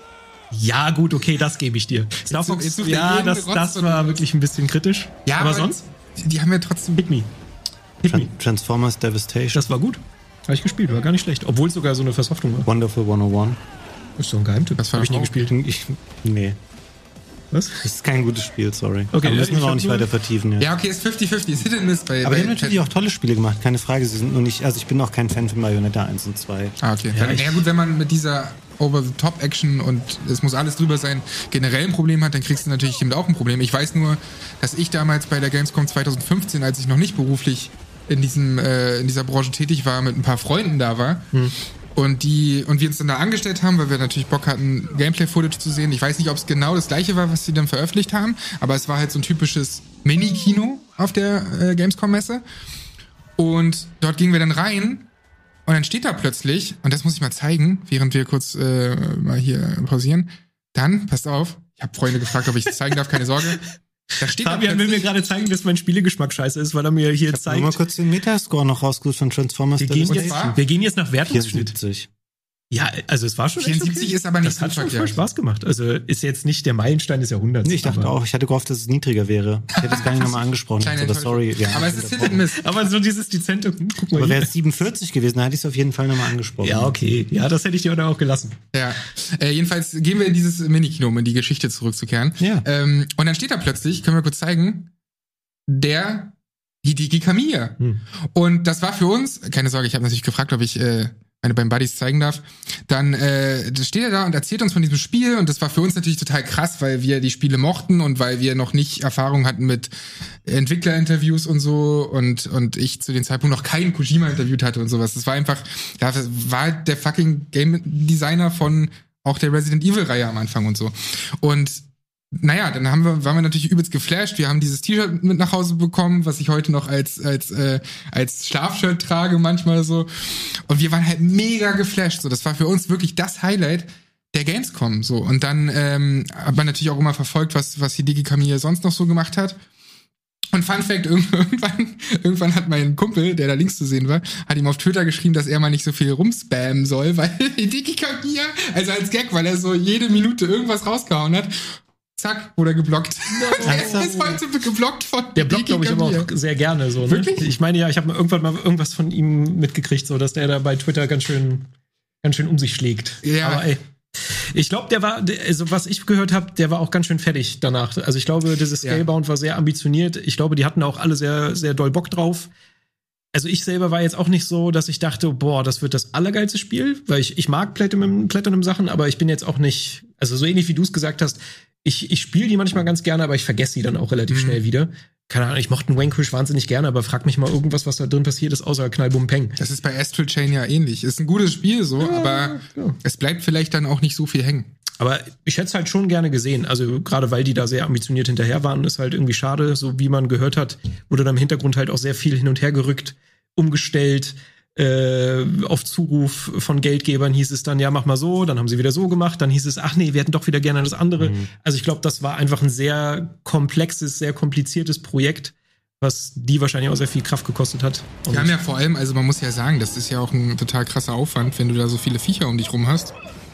Ja, gut, okay, das gebe ich dir. Star Fox, jetzt, jetzt ja, das, das war wirklich ein bisschen kritisch. Ja, aber, aber sonst? Die haben ja trotzdem... Hit Me. Hit Tran- Me. Transformers Devastation. Das war gut. Habe ich gespielt, war gar nicht schlecht. Obwohl es sogar so eine Versoftung war. Wonderful hundertundeins. Ist so ein Geheimtipp. Das habe ich nie gespielt. Ich, nee. Was? Das ist kein gutes Spiel, sorry. Okay, aber müssen wir ich auch nicht weiter vertieven. Ja, ja okay, ist fifty fifty, ist Hit and Miss bei... aber bei die haben natürlich auch tolle Spiele gemacht, keine Frage. Sie sind nur nicht, also ich bin auch kein Fan von Bayonetta eins und zwei. Ah, okay. Ja, Ja, ja gut, wenn man mit dieser Over-the-Top-Action und es muss alles drüber sein, generell ein Problem hat, dann kriegst du natürlich eben auch ein Problem. Ich weiß nur, dass ich damals bei der Gamescom zwanzig fünfzehn, als ich noch nicht beruflich in diesem äh, in dieser Branche tätig war, mit ein paar Freunden da war. Hm. Und die und wir uns dann da angestellt haben, weil wir natürlich Bock hatten, Gameplay-Footage zu sehen. Ich weiß nicht, ob es genau das gleiche war, was sie dann veröffentlicht haben, aber es war halt so ein typisches Mini-Kino auf der äh, Gamescom-Messe. Und dort gingen wir dann rein und dann steht da plötzlich, und das muss ich mal zeigen, während wir kurz äh, mal hier pausieren, dann, passt auf, ich habe Freunde gefragt, ob ich das zeigen darf, keine Sorge. Da steht Fabian da will mir gerade zeigen, dass mein Spielegeschmack scheiße ist, weil er mir hier ich zeigt. Nur mal kurz den Metascore noch rausgesucht von Transformers. Wir gehen, jetzt, wir gehen jetzt nach Wertungsschnitt. vierundsiebzig. Ja, also es war schon vierundsiebzig echt okay. ist aber nicht das hat so schon verkehrt. voll Spaß gemacht. Also ist jetzt nicht der Meilenstein des Jahrhunderts. Nee, ich dachte auch, ich hatte gehofft, dass es niedriger wäre. Ich hätte es gar nicht nochmal angesprochen. Kleine Aber sorry. Ja, aber es ist Hit and Miss. Aber so dieses dezente, guck mal aber hier. wäre es siebenundvierzig gewesen, dann hätte ich es auf jeden Fall nochmal angesprochen. Ja, okay. Ja, das hätte ich dir dann auch gelassen. Ja, äh, jedenfalls gehen wir in dieses Minikino, um in die Geschichte zurückzukehren. Ja. Ähm, und dann steht da plötzlich, können wir kurz zeigen, der Hideki Kamiya. Hm. Und das war für uns, keine Sorge, ich habe natürlich gefragt, ob ich äh, meine beiden Buddies zeigen darf. Dann äh, steht er da und erzählt uns von diesem Spiel und das war für uns natürlich total krass, weil wir die Spiele mochten und weil wir noch nicht Erfahrung hatten mit Entwicklerinterviews und so und und ich zu dem Zeitpunkt noch keinen Kojima interviewt hatte und sowas. Das war einfach, das war der fucking Game Designer von auch der Resident Evil Reihe am Anfang und so. Und naja, dann haben wir, waren wir natürlich übelst geflasht. Wir haben dieses T-Shirt mit nach Hause bekommen, was ich heute noch als als äh, als Schlafshirt trage manchmal so. Und wir waren halt mega geflasht. So, das war für uns wirklich das Highlight der Gamescom. So und dann ähm, hat man natürlich auch immer verfolgt, was was Hideki Kamiya sonst noch so gemacht hat. Und Fun Fact, irgendwann, irgendwann hat mein Kumpel, der da links zu sehen war, hat ihm auf Twitter geschrieben, dass er mal nicht so viel rumspammen soll, weil Hideki Kamiya, also als Gag, weil er so jede Minute irgendwas rausgehauen hat. Zack, wurde er geblockt. No. Er ist heute geblockt von Der blockt, glaube ich, aber auch sehr gerne. So, ne? Wirklich? Ich meine ja, ich habe irgendwann mal irgendwas von ihm mitgekriegt, so dass der da bei Twitter ganz schön, ganz schön um sich schlägt. Ja. Aber ey, ich glaube, der war, also was ich gehört habe, der war auch ganz schön fertig danach. Also ich glaube, dieses Scalebound ja. war sehr ambitioniert. Ich glaube, die hatten auch alle sehr, sehr doll Bock drauf. Also ich selber war jetzt auch nicht so, dass ich dachte, boah, das wird das allergeilste Spiel, weil ich, ich mag Platinum, Platinum Sachen, aber ich bin jetzt auch nicht, also so ähnlich wie du es gesagt hast, ich, ich spiele die manchmal ganz gerne, aber ich vergesse sie dann auch relativ mhm. schnell wieder. Keine Ahnung, ich mochte Vanquish wahnsinnig gerne, aber frag mich mal irgendwas, was da drin passiert ist, außer Knallbum Peng. Das ist bei Astral Chain ja ähnlich. Ist ein gutes Spiel so, ja, aber ja. es bleibt vielleicht dann auch nicht so viel hängen. Aber ich hätte es halt schon gerne gesehen. Also gerade weil die da sehr ambitioniert hinterher waren, ist halt irgendwie schade. So wie man gehört hat, wurde da im Hintergrund halt auch sehr viel hin und her gerückt, umgestellt. Äh, auf Zuruf von Geldgebern hieß es dann, ja, mach mal so, dann haben sie wieder so gemacht, dann hieß es, ach nee, wir hätten doch wieder gerne das andere. Mhm. Also ich glaube, das war einfach ein sehr komplexes, sehr kompliziertes Projekt, was die wahrscheinlich auch sehr viel Kraft gekostet hat. Und wir haben ja vor allem, also man muss ja sagen, das ist ja auch ein total krasser Aufwand, wenn du da so viele Viecher um dich rum hast.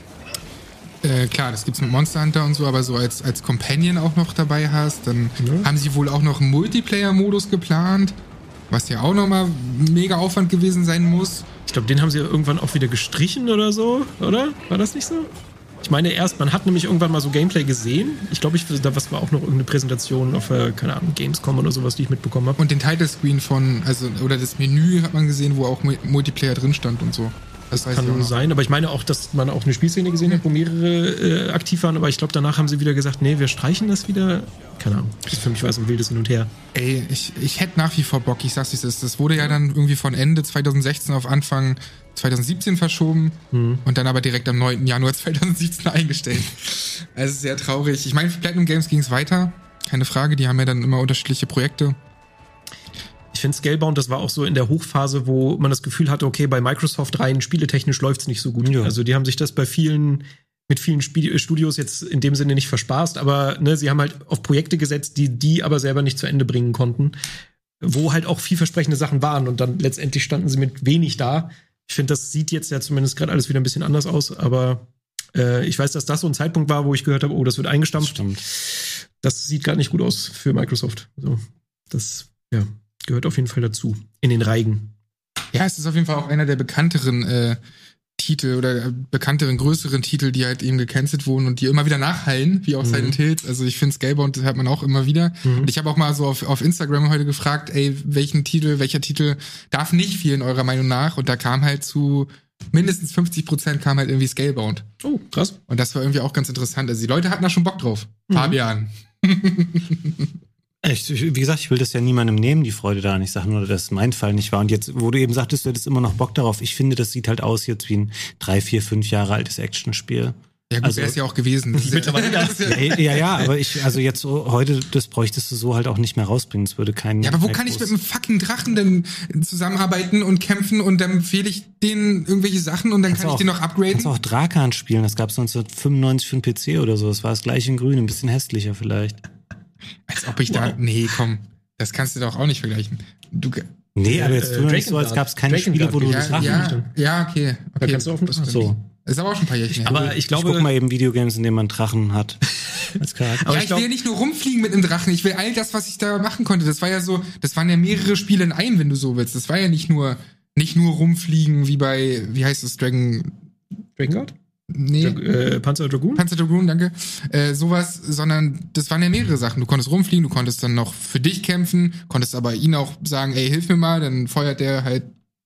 Äh, klar, das gibt's mit Monster Hunter und so, aber so als, als Companion auch noch dabei hast, dann mhm. haben sie wohl auch noch einen Multiplayer-Modus geplant. Was ja auch nochmal mega Aufwand gewesen sein muss. Ich glaube, den haben sie irgendwann auch wieder gestrichen oder so, oder? War das nicht so? Ich meine erst, man hat nämlich irgendwann mal so Gameplay gesehen. Ich glaube, ich, da was war auch noch irgendeine Präsentation auf, äh, keine Ahnung, Gamescom oder sowas, die ich mitbekommen habe. Und den Title-Screen von, also, oder das Menü hat man gesehen, wo auch Multiplayer drin stand und so. Das, das kann sein, aber ich meine auch, dass man auch eine Spielszene gesehen hat, wo mehrere äh, aktiv waren, aber ich glaube, danach haben sie wieder gesagt, nee, wir streichen das wieder. Keine Ahnung. Das für mich war es ein wildes Hin und Her. Ey, ich, ich hätte nach wie vor Bock, ich sag's wie es ist. Das wurde ja dann irgendwie von Ende zwanzig sechzehn auf Anfang zwanzig siebzehn verschoben hm. und dann aber direkt am neunten Januar zwanzig siebzehn eingestellt. Also sehr traurig. Ich meine, für Platinum Games ging's weiter, keine Frage, die haben ja dann immer unterschiedliche Projekte. Ich finde Scalebound, das war auch so in der Hochphase, wo man das Gefühl hatte, okay, bei Microsoft rein spieletechnisch läuft's nicht so gut. Ja. Also die haben sich das bei vielen, mit vielen Spiel- Studios jetzt in dem Sinne nicht verspaßt, aber ne, sie haben halt auf Projekte gesetzt, die die aber selber nicht zu Ende bringen konnten, wo halt auch vielversprechende Sachen waren und dann letztendlich standen sie mit wenig da. Ich finde, das sieht jetzt ja zumindest gerade alles wieder ein bisschen anders aus, aber äh, ich weiß, dass das so ein Zeitpunkt war, wo ich gehört habe, oh, das wird eingestampft. Stimmt. Das sieht gerade nicht gut aus für Microsoft. Also, das, ja. Gehört auf jeden Fall dazu. In den Reigen. Ja, es ist auf jeden Fall auch einer der bekannteren äh, Titel oder äh, bekannteren, größeren Titel, die halt eben gecancelt wurden und die immer wieder nachhallen, wie auch mhm. Silent Hills. Also ich finde Scalebound, das hört man auch immer wieder. Mhm. Und ich habe auch mal so auf, auf Instagram heute gefragt, ey, welchen Titel, welcher Titel darf nicht fehlen, eurer Meinung nach? Und da kam halt zu mindestens fünfzig Prozent kam halt irgendwie Scalebound. Oh, krass. Und das war irgendwie auch ganz interessant. Also die Leute hatten da schon Bock drauf. Mhm. Fabian. Ich, wie gesagt, ich will das ja niemandem nehmen, die Freude da nicht sagen, oder dass mein Fall nicht war. Und jetzt, wo du eben sagtest, du hättest immer noch Bock darauf. Ich finde, das sieht halt aus jetzt wie ein drei, vier, fünf Jahre altes Actionspiel. Ja gut, also, wäre es ja auch gewesen. ja, ja, ja, aber ich, also jetzt so, heute, das bräuchtest du so halt auch nicht mehr rausbringen. Es würde keinen. Ja, aber wo kann ich mit einem fucking Drachen denn zusammenarbeiten und kämpfen und dann empfehle ich denen irgendwelche Sachen und dann kannst kann ich auch, den noch upgraden? Du kannst auch Drakan spielen, das gab es neunzehnhundertfünfundneunzig für den P C oder so. Das war das gleiche in grün, ein bisschen hässlicher vielleicht. Als ob ich wow. da, nee, komm, das kannst du doch auch nicht vergleichen. Du, nee, aber jetzt äh, tun wir nicht so, als gab es keine Spiele, wo du ja, das Drachen ja, ja, okay. okay. Da kannst du offen, so. Ist aber auch schon ein paar Jährchen her. Aber ich glaube, ich guck mal eben Videogames, in denen man Drachen hat. Als Charakter. Aber ja, ich, ich glaub, will ja nicht nur rumfliegen mit einem Drachen, ich will all das, was ich da machen konnte. Das war ja so, das waren ja mehrere Spiele in einem, wenn du so willst. Das war ja nicht nur, nicht nur rumfliegen wie bei, wie heißt es, Dragon... Dragon God? Nee. Dra- äh, Panzer Dragoon? Panzer Dragoon, danke. Äh, sowas, sondern das waren ja mehrere Sachen. Du konntest rumfliegen, du konntest dann noch für dich kämpfen, konntest aber ihn auch sagen, ey, hilf mir mal, dann feuert der halt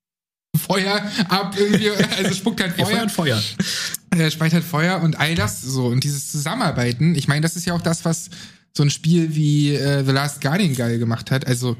Feuer ab irgendwie, also spuckt halt Er Feuer. feuert Feuer. Er speit halt Feuer und all das so. Und dieses Zusammenarbeiten, ich meine, das ist ja auch das, was so ein Spiel wie äh, The Last Guardian geil gemacht hat. Also,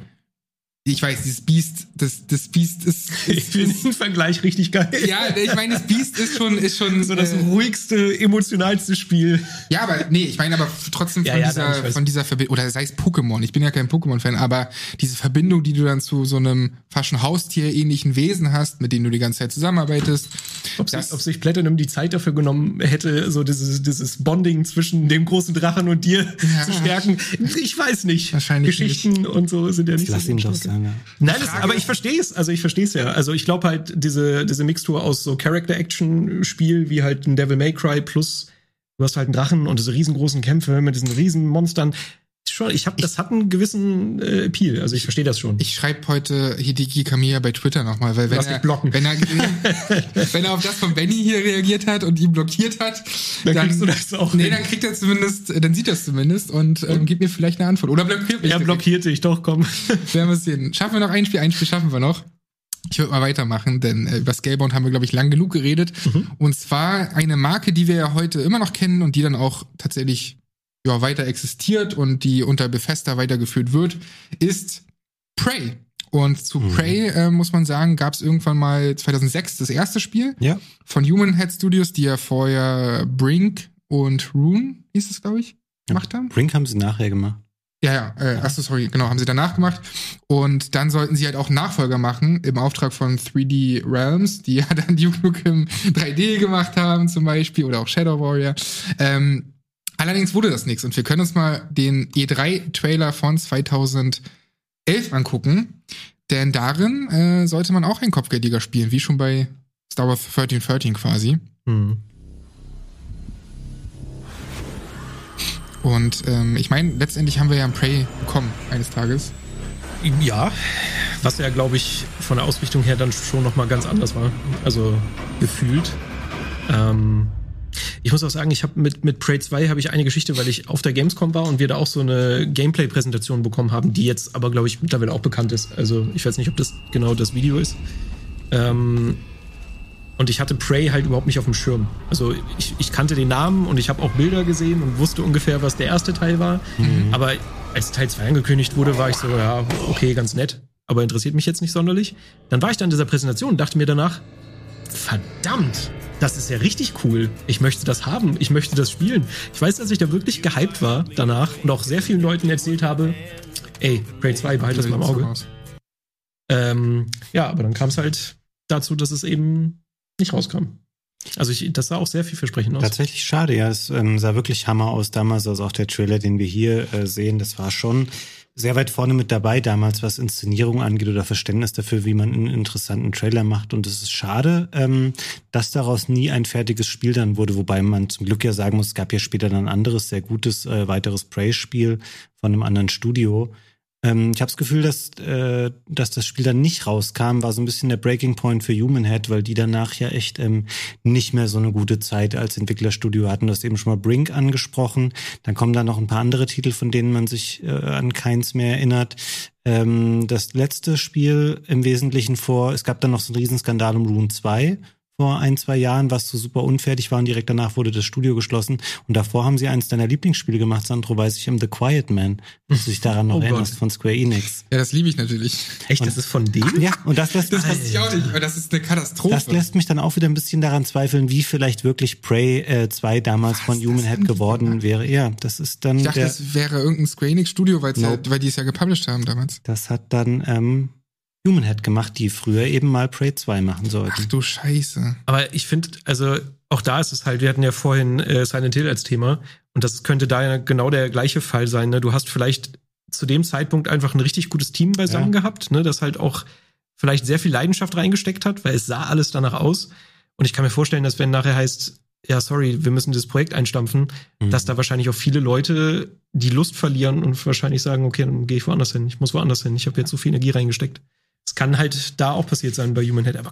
ich weiß, dieses Beast, das, das Beast ist, Ich ist, finde ist den Vergleich richtig geil. ja, ich meine, das Beast ist schon, ist schon So das äh, ruhigste, emotionalste Spiel. ja, aber nee, ich meine aber trotzdem von Ja, ja, dieser, nein, ich weiß. von dieser Verbindung, oder sei es Pokémon, ich bin ja kein Pokémon-Fan, aber diese Verbindung, die du dann zu so einem fast schon Haustier-ähnlichen Wesen hast, mit dem du die ganze Zeit zusammenarbeitest. Ob, das, sich, ob sich Platinum die Zeit dafür genommen hätte, so dieses, dieses Bonding zwischen dem großen Drachen und dir Ja. zu stärken. Ich weiß nicht. Wahrscheinlich Geschichten und so sind ja nicht Lass so. ihn doch sagen. Nein, das, aber ich verstehe es. Also ich verstehe es ja. Also ich glaube halt, diese, diese Mixtur aus so Character-Action-Spiel, wie halt ein Devil May Cry plus du hast halt einen Drachen und diese riesengroßen Kämpfe mit diesen riesen Monstern. Schon, ich habe, das hat einen gewissen äh, Appeal. Also ich verstehe das schon. Ich schreibe heute Hideki Kamiya bei Twitter nochmal, weil wenn Lass er, dich blocken. wenn er, wenn er auf das von Benny hier reagiert hat und ihn blockiert hat, Dann kriegst du das auch Nee, hin. dann kriegt er zumindest, dann sieht er es zumindest und ähm, gibt mir vielleicht eine Antwort. Oder blockiert mich. Er blockiert dich, doch, komm. Werden wir sehen. Schaffen wir noch ein Spiel? Ein Spiel schaffen wir noch. Ich würde mal weitermachen, denn äh, über Scalebound haben wir, glaube ich, lang genug geredet. Mhm. Und zwar eine Marke, die wir ja heute immer noch kennen und die dann auch tatsächlich ja, weiter existiert und die unter Bethesda weitergeführt wird, ist Prey. Und zu Mhm. Prey, äh, muss man sagen, gab es irgendwann mal zweitausendsechs das erste Spiel Ja. von Human Head Studios, die ja vorher Brink und Rune, hieß es, glaube ich, gemacht haben. Brink haben sie nachher gemacht. Ja, ja, äh, achso, sorry, genau, haben sie danach gemacht. Und dann sollten sie halt auch einen Nachfolger machen, im Auftrag von drei D Realms, die ja dann Duke Nukem drei D gemacht haben zum Beispiel, oder auch Shadow Warrior. Ähm, allerdings wurde das nichts. Und wir können uns mal den E drei Trailer von zweitausendelf angucken, denn darin äh, sollte man auch einen Kopfgeldjäger spielen, wie schon bei Star Wars dreizehn dreizehn quasi. Hm. Und ähm, ich meine, letztendlich haben wir ja ein Prey bekommen eines Tages. Ja, was ja, glaube ich, von der Ausrichtung her dann schon nochmal ganz anders war. Also gefühlt. Ähm, ich muss auch sagen, ich habe mit, mit Prey zwei habe ich eine Geschichte, weil ich auf der Gamescom war und wir da auch so eine Gameplay-Präsentation bekommen haben, die jetzt aber, glaube ich, mittlerweile auch bekannt ist. Also ich weiß nicht, ob das genau das Video ist. Ähm, Und ich hatte Prey halt überhaupt nicht auf dem Schirm. Also ich, ich kannte den Namen und ich habe auch Bilder gesehen und wusste ungefähr, was der erste Teil war. Mhm. Aber als Teil zwei angekündigt wurde, war ich so, ja, okay, ganz nett. Aber interessiert mich jetzt nicht sonderlich. Dann war ich dann in dieser Präsentation und dachte mir danach, verdammt, das ist ja richtig cool. Ich möchte das haben. Ich möchte das spielen. Ich weiß, dass ich da wirklich gehypt war danach und auch sehr vielen Leuten erzählt habe, ey, Prey zwei, behalt das mal im Auge. Ähm, ja, aber dann kam es halt dazu, dass es eben nicht rauskam. Also ich, das sah auch sehr vielversprechend aus. Tatsächlich schade, ja. Es ähm, sah wirklich Hammer aus damals. Also auch der Trailer, den wir hier äh, sehen, das war schon sehr weit vorne mit dabei damals, was Inszenierung angeht oder Verständnis dafür, wie man einen interessanten Trailer macht. Und es ist schade, ähm, dass daraus nie ein fertiges Spiel dann wurde. Wobei man zum Glück ja sagen muss, es gab ja später dann ein anderes, sehr gutes, äh, weiteres Prey-Spiel von einem anderen Studio. Ähm, ich habe das Gefühl, dass, äh, dass das Spiel dann nicht rauskam, war so ein bisschen der Breaking Point für Human Head, weil die danach ja echt ähm, nicht mehr so eine gute Zeit als Entwicklerstudio hatten. Du hast eben schon mal Brink angesprochen. Dann kommen da noch ein paar andere Titel, von denen man sich äh, an keins mehr erinnert. Ähm, das letzte Spiel im Wesentlichen vor, es gab dann noch so einen Riesenskandal um Rune zwei vor ein, zwei Jahren, was so super unfertig war und direkt danach wurde das Studio geschlossen. Und davor haben sie eins deiner Lieblingsspiele gemacht, Sandro, weiß ich, im The Quiet Man, dass du dich daran noch Oh erinnerst, Gott. von Square Enix. Ja, das liebe ich natürlich. Echt, Und- das ist von dem? Ja, und das lässt, Das das, wusste ich auch nicht, aber das ist eine Katastrophe. das lässt mich dann auch wieder ein bisschen daran zweifeln, wie vielleicht wirklich Prey äh, zwei damals Was, von Human das Head haben die geworden gemacht? wäre. Ja, das ist dann Ich dachte, der, das wäre irgendein Square Enix Studio, weil's Nope. halt, weil die es ja gepublished haben damals. das hat dann ähm, Human Head gemacht, die früher eben mal Prey zwei machen Ach sollten. du Scheiße. Aber ich finde, also auch da ist es halt, wir hatten ja vorhin äh, Silent Hill als Thema und das könnte da ja genau der gleiche Fall sein. Ne? Du hast vielleicht zu dem Zeitpunkt einfach ein richtig gutes Team beisammen Ja. gehabt, ne? Das halt auch vielleicht sehr viel Leidenschaft reingesteckt hat, weil es sah alles danach aus. Und ich kann mir vorstellen, dass wenn nachher heißt, ja, sorry, wir müssen das Projekt einstampfen, mhm. dass da wahrscheinlich auch viele Leute die Lust verlieren und wahrscheinlich sagen, okay, dann gehe ich woanders hin. Ich muss woanders hin. Ich habe jetzt so viel Energie reingesteckt. Es kann halt da auch passiert sein bei Human Head, aber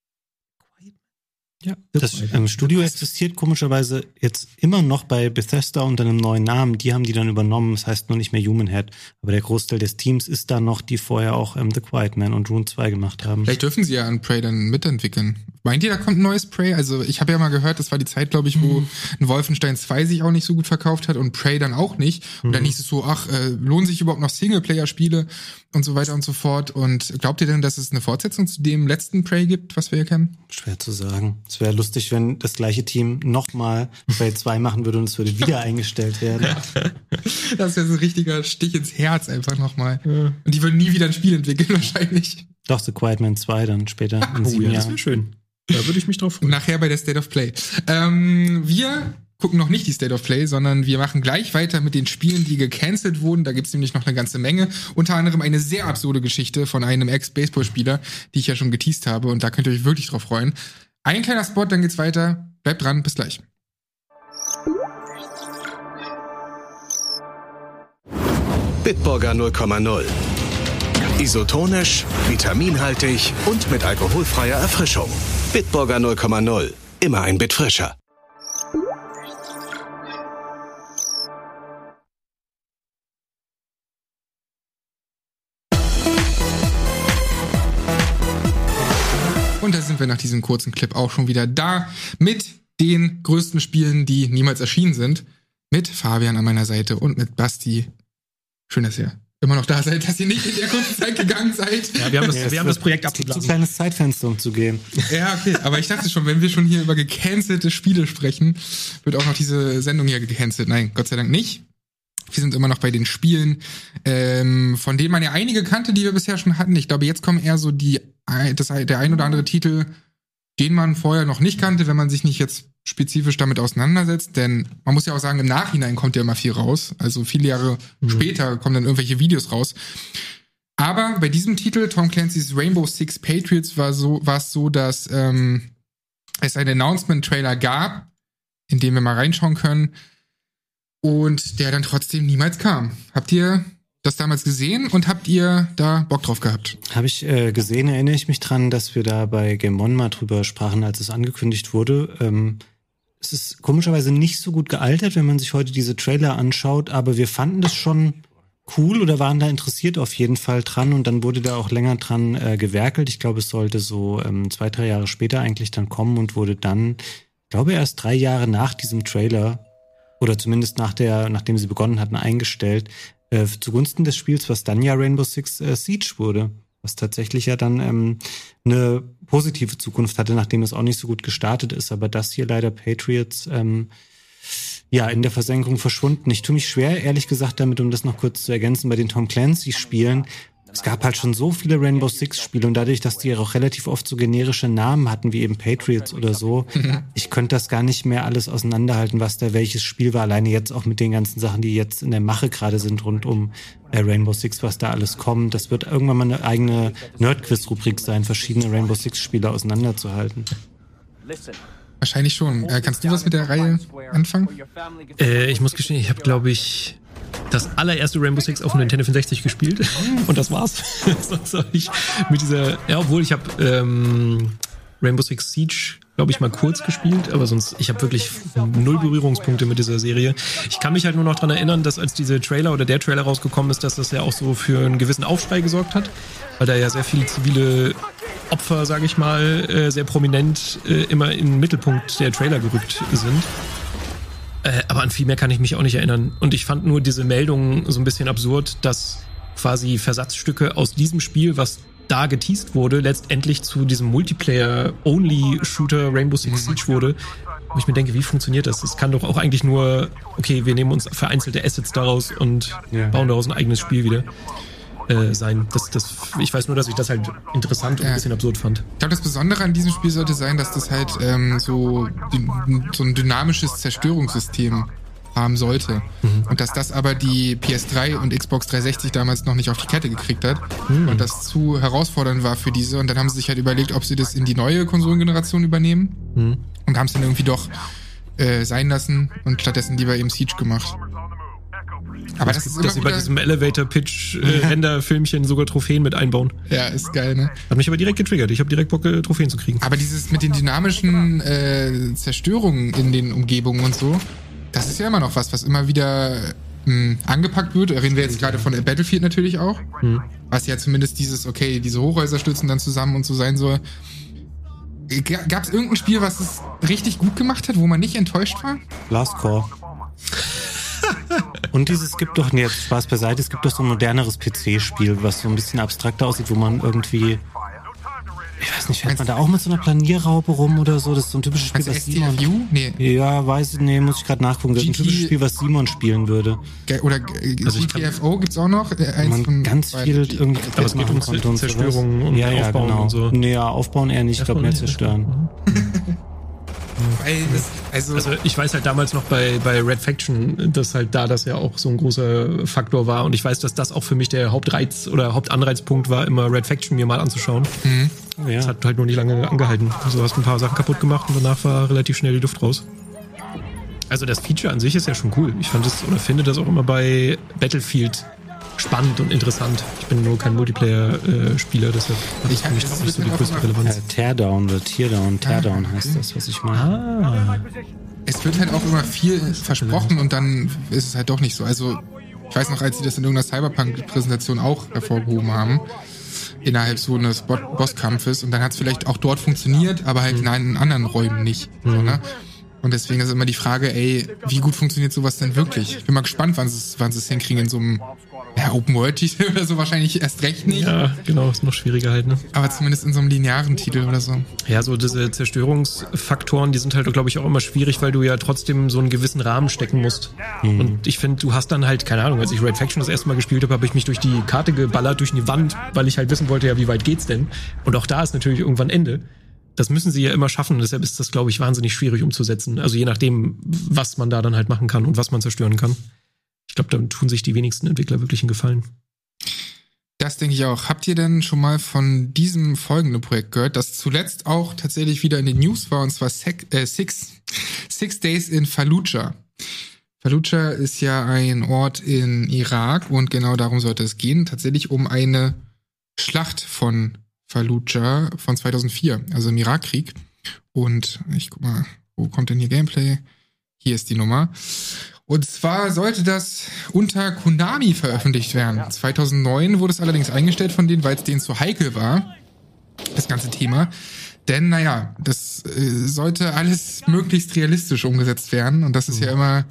ja, das ähm, Studio existiert komischerweise jetzt immer noch bei Bethesda unter einem neuen Namen. Die haben die dann übernommen. Das heißt nur nicht mehr Human Head. Aber der Großteil des Teams ist da noch, die vorher auch ähm, The Quiet Man und Rune zwei gemacht haben. Vielleicht dürfen sie ja an Prey dann mitentwickeln. Meint ihr, da kommt ein neues Prey? Also ich habe ja mal gehört, das war die Zeit, glaube ich, wo mhm. ein Wolfenstein zwei sich auch nicht so gut verkauft hat und Prey dann auch nicht. Und mhm. dann hieß es so, ach, äh, lohnen sich überhaupt noch Singleplayer-Spiele und so weiter und so fort. Und glaubt ihr denn, dass es eine Fortsetzung zu dem letzten Prey gibt, was wir hier kennen? Schwer zu sagen. Es wäre lustig, wenn das gleiche Team nochmal Prey zwei machen würde und es würde wieder eingestellt werden. Das wäre so ein richtiger Stich ins Herz einfach nochmal. Ja. Und die würden nie wieder ein Spiel entwickeln wahrscheinlich. Doch, The Quiet Man zwei dann später in oh, sieben ja, Jahren. Das wäre schön. Da würde ich mich drauf freuen. Nachher bei der State of Play. Ähm, wir gucken noch nicht die State of Play, sondern wir machen gleich weiter mit den Spielen, die gecancelt wurden. Da gibt's nämlich noch eine ganze Menge. Unter anderem eine sehr absurde Geschichte von einem Ex-Baseballspieler, die ich ja schon geteased habe. Und da könnt ihr euch wirklich drauf freuen. Ein kleiner Spot, dann geht's weiter. Bleibt dran, bis gleich. Bitburger null Komma null. Isotonisch, vitaminhaltig und mit alkoholfreier Erfrischung. Bitburger null Komma null. Immer ein Bit frischer. Und da sind wir nach diesem kurzen Clip auch schon wieder da mit den größten Spielen, die niemals erschienen sind. Mit Fabian an meiner Seite und mit Basti. Schön, dass ihr immer noch da seid, dass ihr nicht in der kurzen Zeit gegangen seid. Ja, wir haben das, ja, wir haben das Projekt abgeblasen. Ein kleines Zeitfenster, um zu gehen. Ja, okay. Aber ich dachte schon, wenn wir schon hier über gecancelte Spiele sprechen, wird auch noch diese Sendung hier gecancelt. Nein, Gott sei Dank nicht. Wir sind immer noch bei den Spielen, ähm, von denen man ja einige kannte, die wir bisher schon hatten. Ich glaube, jetzt kommen eher so die, das, der ein oder andere Titel, den man vorher noch nicht kannte, wenn man sich nicht jetzt spezifisch damit auseinandersetzt. Denn man muss ja auch sagen, im Nachhinein kommt ja immer viel raus. Also viele Jahre mhm. später kommen dann irgendwelche Videos raus. Aber bei diesem Titel, Tom Clancy's Rainbow Six Patriots, war so, war es so, dass ähm, es einen Announcement-Trailer gab, in den wir mal reinschauen können. Und der dann trotzdem niemals kam. Habt ihr das damals gesehen und habt ihr da Bock drauf gehabt? Habe ich äh, gesehen, erinnere ich mich dran, dass wir da bei Game On mal drüber sprachen, als es angekündigt wurde. Ähm, es ist komischerweise nicht so gut gealtert, wenn man sich heute diese Trailer anschaut, aber wir fanden das schon cool oder waren da interessiert auf jeden Fall dran und dann wurde da auch länger dran äh, gewerkelt. Ich glaube, es sollte so ähm, zwei, drei Jahre später eigentlich dann kommen und wurde dann, ich glaube, erst drei Jahre nach diesem Trailer oder zumindest nach der, nachdem sie begonnen hatten, eingestellt, äh, zugunsten des Spiels, was dann ja Rainbow Six äh, Siege wurde, was tatsächlich ja dann ähm, eine positive Zukunft hatte, nachdem es auch nicht so gut gestartet ist, aber das hier leider Patriots ähm, ja in der Versenkung verschwunden. Ich tue mich schwer, ehrlich gesagt, damit, um das noch kurz zu ergänzen, bei den Tom Clancy-Spielen. Es gab halt schon so viele Rainbow Six-Spiele und dadurch, dass die auch relativ oft so generische Namen hatten, wie eben Patriots oder so, ich könnte das gar nicht mehr alles auseinanderhalten, was da welches Spiel war. Alleine jetzt auch mit den ganzen Sachen, die jetzt in der Mache gerade sind rund um äh, Rainbow Six, was da alles kommt. Das wird irgendwann mal eine eigene Nerd-Quiz-Rubrik sein, verschiedene Rainbow Six-Spiele auseinanderzuhalten. Wahrscheinlich schon. Äh, kannst du was mit der Reihe anfangen? Äh, ich muss gestehen, ich habe, glaube ich, das allererste Rainbow Six auf dem Nintendo vierundsechzig gespielt und das war's. Sonst habe ich mit dieser, ja, obwohl ich habe ähm, Rainbow Six Siege, glaube ich, mal kurz gespielt, aber sonst, ich habe wirklich null Berührungspunkte mit dieser Serie. Ich kann mich halt nur noch dran erinnern, dass als diese Trailer oder der Trailer rausgekommen ist, dass das ja auch so für einen gewissen Aufschrei gesorgt hat, weil da ja sehr viele zivile Opfer, sage ich mal, äh, sehr prominent äh, immer in den Mittelpunkt der Trailer gerückt sind. Äh, aber an viel mehr kann ich mich auch nicht erinnern. Und ich fand nur diese Meldung so ein bisschen absurd, dass quasi Versatzstücke aus diesem Spiel, was da geteased wurde, letztendlich zu diesem Multiplayer-Only-Shooter Rainbow Six Siege wurde. Wo ich mir denke, wie funktioniert das? Das kann doch auch eigentlich nur, okay, wir nehmen uns vereinzelte Assets daraus und ja. bauen daraus ein eigenes Spiel wieder. Äh, sein. Das, das, ich weiß nur, dass ich das halt interessant und ja. ein bisschen absurd fand. Ich glaube, das Besondere an diesem Spiel sollte sein, dass das halt ähm, so, so ein dynamisches Zerstörungssystem haben sollte. Mhm. Und dass das aber die P S drei und Xbox dreihundertsechzig damals noch nicht auf die Kette gekriegt hat mhm. und das zu herausfordernd war für diese. Und dann haben sie sich halt überlegt, ob sie das in die neue Konsolengeneration übernehmen mhm. und haben es dann irgendwie doch äh, sein lassen und stattdessen lieber eben Siege gemacht. Aber das, das ist immer dass sie bei diesem Elevator-Pitch-Render-Filmchen äh, sogar Trophäen mit einbauen. Ja, ist geil, ne? Hat mich aber direkt getriggert. Ich habe direkt Bock, äh, Trophäen zu kriegen. Aber dieses mit den dynamischen äh, Zerstörungen in den Umgebungen und so, das ist ja immer noch was, was immer wieder mh, angepackt wird. Da reden wir jetzt gerade von Battlefield natürlich auch. Hm. Was ja zumindest dieses, okay, diese Hochhäuser stürzen dann zusammen und so sein soll. Gab es irgendein Spiel, was es richtig gut gemacht hat, wo man nicht enttäuscht war? Last Core. Und dieses gibt doch, nee, jetzt Spaß beiseite, es gibt doch so ein moderneres P C-Spiel, was so ein bisschen abstrakter aussieht, wo man irgendwie, ich weiß nicht, fährt man da auch mit so einer Planierraupe rum oder so? Das ist so ein typisches Spiel, was Simon... Nee. Ja, weiß ich, nee, muss ich gerade nachgucken. Das ist ein typisches Spiel, was Simon spielen würde. Oder also G T F O gibt's auch noch. Eins man von ganz viel irgendwie... Aber es geht um Z- Zerstörung und ja, ja, Aufbauen genau. und so. Nee, ja, aufbauen eher nicht, ich glaube mehr zerstören. Weil das, also, also ich weiß halt damals noch bei, bei Red Faction, dass halt da das ja auch so ein großer Faktor war und ich weiß, dass das auch für mich der Hauptreiz oder Hauptanreizpunkt war, immer Red Faction mir mal anzuschauen. Mhm. Ja. Das hat halt nur nicht lange angehalten. Also du hast ein paar Sachen kaputt gemacht und danach war relativ schnell die Luft raus. Also das Feature an sich ist ja schon cool. Ich fand es oder finde das auch immer bei Battlefield spannend und interessant. Ich bin nur kein Multiplayer-Spieler, äh, deshalb habe ich nicht, nicht so die größte Relevanz. Ja, Teardown oder Teardown, Teardown ah, heißt okay. das, was ich meine. Ah. Es wird halt auch immer viel versprochen und dann ist es halt doch nicht so. Also ich weiß noch, als sie das in irgendeiner Cyberpunk-Präsentation auch hervorgehoben haben, innerhalb so eines Bosskampfes und dann hat es vielleicht auch dort funktioniert, aber halt mhm. in in anderen Räumen nicht. Mhm. So, ne? Und deswegen ist immer die Frage, ey, wie gut funktioniert sowas denn wirklich? Ich bin mal gespannt, wann sie es wann sie es hinkriegen in so einem ja, Open-World-Titel oder so wahrscheinlich erst recht nicht. Ja, genau, ist noch schwieriger halt, ne? Aber zumindest in so einem linearen Titel oder so. Ja, so diese Zerstörungsfaktoren, die sind halt, glaube ich, auch immer schwierig, weil du ja trotzdem so einen gewissen Rahmen stecken musst. Mhm. Und ich finde, du hast dann halt, keine Ahnung, als ich Red Faction das erste Mal gespielt habe, habe ich mich durch die Karte geballert, durch die Wand, weil ich halt wissen wollte, ja, wie weit geht's denn? Und auch da ist natürlich irgendwann Ende. Das müssen sie ja immer schaffen, deshalb ist das, glaube ich, wahnsinnig schwierig umzusetzen. Also je nachdem, was man da dann halt machen kann und was man zerstören kann. Ich glaube, da tun sich die wenigsten Entwickler wirklich einen Gefallen. Das denke ich auch. Habt ihr denn schon mal von diesem folgenden Projekt gehört, das zuletzt auch tatsächlich wieder in den News war, und zwar Six, äh, Six, Six Days in Fallujah. Fallujah ist ja ein Ort in Irak und genau darum sollte es gehen. Tatsächlich um eine Schlacht von Fallujah von zweitausendvier, also im Irakkrieg. Und ich guck mal, wo kommt denn hier Gameplay? Hier ist die Nummer. Und zwar sollte das unter Konami veröffentlicht werden. zweitausendneun wurde es allerdings eingestellt von denen, weil es denen zu heikel war, das ganze Thema. Denn, naja, das äh, sollte alles möglichst realistisch umgesetzt werden. Und das ist ja immer,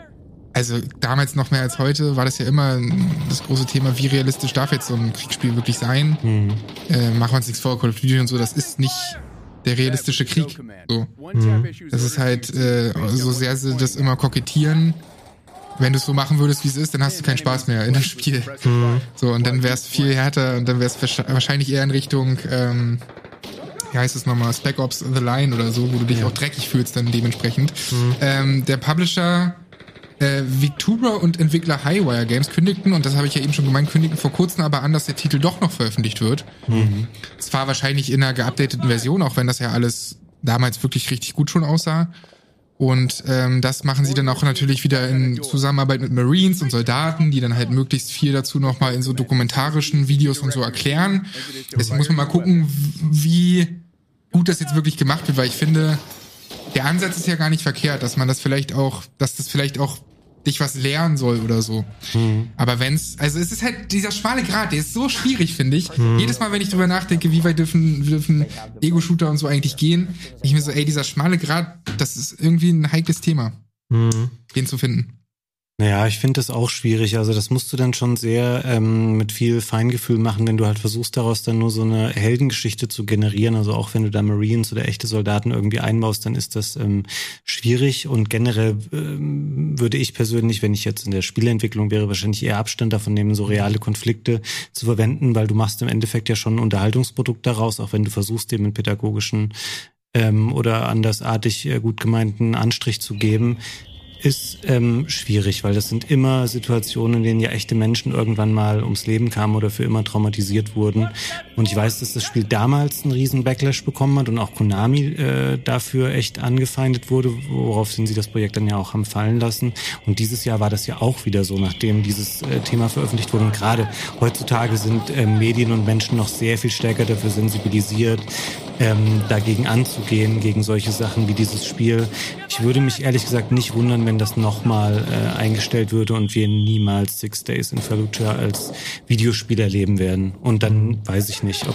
also damals noch mehr als heute, war das ja immer das große Thema, wie realistisch darf jetzt so ein Kriegsspiel wirklich sein. Mhm. Äh, machen wir uns nichts vor, Call of Duty und so, das ist nicht der realistische Krieg. So. Mhm. Das ist halt äh, so sehr sie das immer kokettieren. Wenn du es so machen würdest, wie es ist, dann hast du keinen Spaß mehr in dem Spiel. Mhm. So, und dann wäre es viel härter und dann wäre es wahrscheinlich eher in Richtung, ähm, wie heißt es nochmal, Spec Ops The Line oder so, wo du dich ja. auch dreckig fühlst dann dementsprechend. Mhm. Ähm, der Publisher äh, Victura und Entwickler Highwire Games kündigten, und das habe ich ja eben schon gemeint, kündigten vor kurzem aber an, dass der Titel doch noch veröffentlicht wird. Mhm. Zwar wahrscheinlich in einer geupdateten Version, auch wenn das ja alles damals wirklich richtig gut schon aussah. Und ähm, das machen sie dann auch natürlich wieder in Zusammenarbeit mit Marines und Soldaten, die dann halt möglichst viel dazu nochmal in so dokumentarischen Videos und so erklären. Deswegen muss man mal gucken, wie gut das jetzt wirklich gemacht wird, weil ich finde, der Ansatz ist ja gar nicht verkehrt, dass man das vielleicht auch, dass das vielleicht auch dich was lernen soll oder so. Mhm. Aber wenn's, also es ist halt dieser schmale Grat, der ist so schwierig, finde ich. Mhm. Jedes Mal, wenn ich drüber nachdenke, wie weit dürfen, dürfen Ego-Shooter und so eigentlich gehen, denke ich mir so, ey, dieser schmale Grat, das ist irgendwie ein heikles Thema, mhm. den zu finden. Naja, ich finde das auch schwierig. Also das musst du dann schon sehr ähm, mit viel Feingefühl machen, wenn du halt versuchst, daraus dann nur so eine Heldengeschichte zu generieren. Also auch wenn du da Marines oder echte Soldaten irgendwie einbaust, dann ist das ähm, schwierig. Und generell ähm, würde ich persönlich, wenn ich jetzt in der Spieleentwicklung wäre, wahrscheinlich eher Abstand davon nehmen, so reale Konflikte zu verwenden, weil du machst im Endeffekt ja schon ein Unterhaltungsprodukt daraus, auch wenn du versuchst, dem einen pädagogischen ähm, oder andersartig äh, gut gemeinten Anstrich zu geben. ist ähm, schwierig, weil das sind immer Situationen, in denen ja echte Menschen irgendwann mal ums Leben kamen oder für immer traumatisiert wurden. Und ich weiß, dass das Spiel damals einen riesen Backlash bekommen hat und auch Konami äh, dafür echt angefeindet wurde, woraufhin sie das Projekt dann ja auch haben fallen lassen. Und dieses Jahr war das ja auch wieder so, nachdem dieses äh, Thema veröffentlicht wurde. Und gerade heutzutage sind äh, Medien und Menschen noch sehr viel stärker dafür sensibilisiert, ähm, dagegen anzugehen, gegen solche Sachen wie dieses Spiel. Ich würde mich ehrlich gesagt nicht wundern, wenn das nochmal äh, eingestellt würde und wir niemals Six Days in Fallujah als Videospiel erleben werden. Und dann weiß ich nicht, ob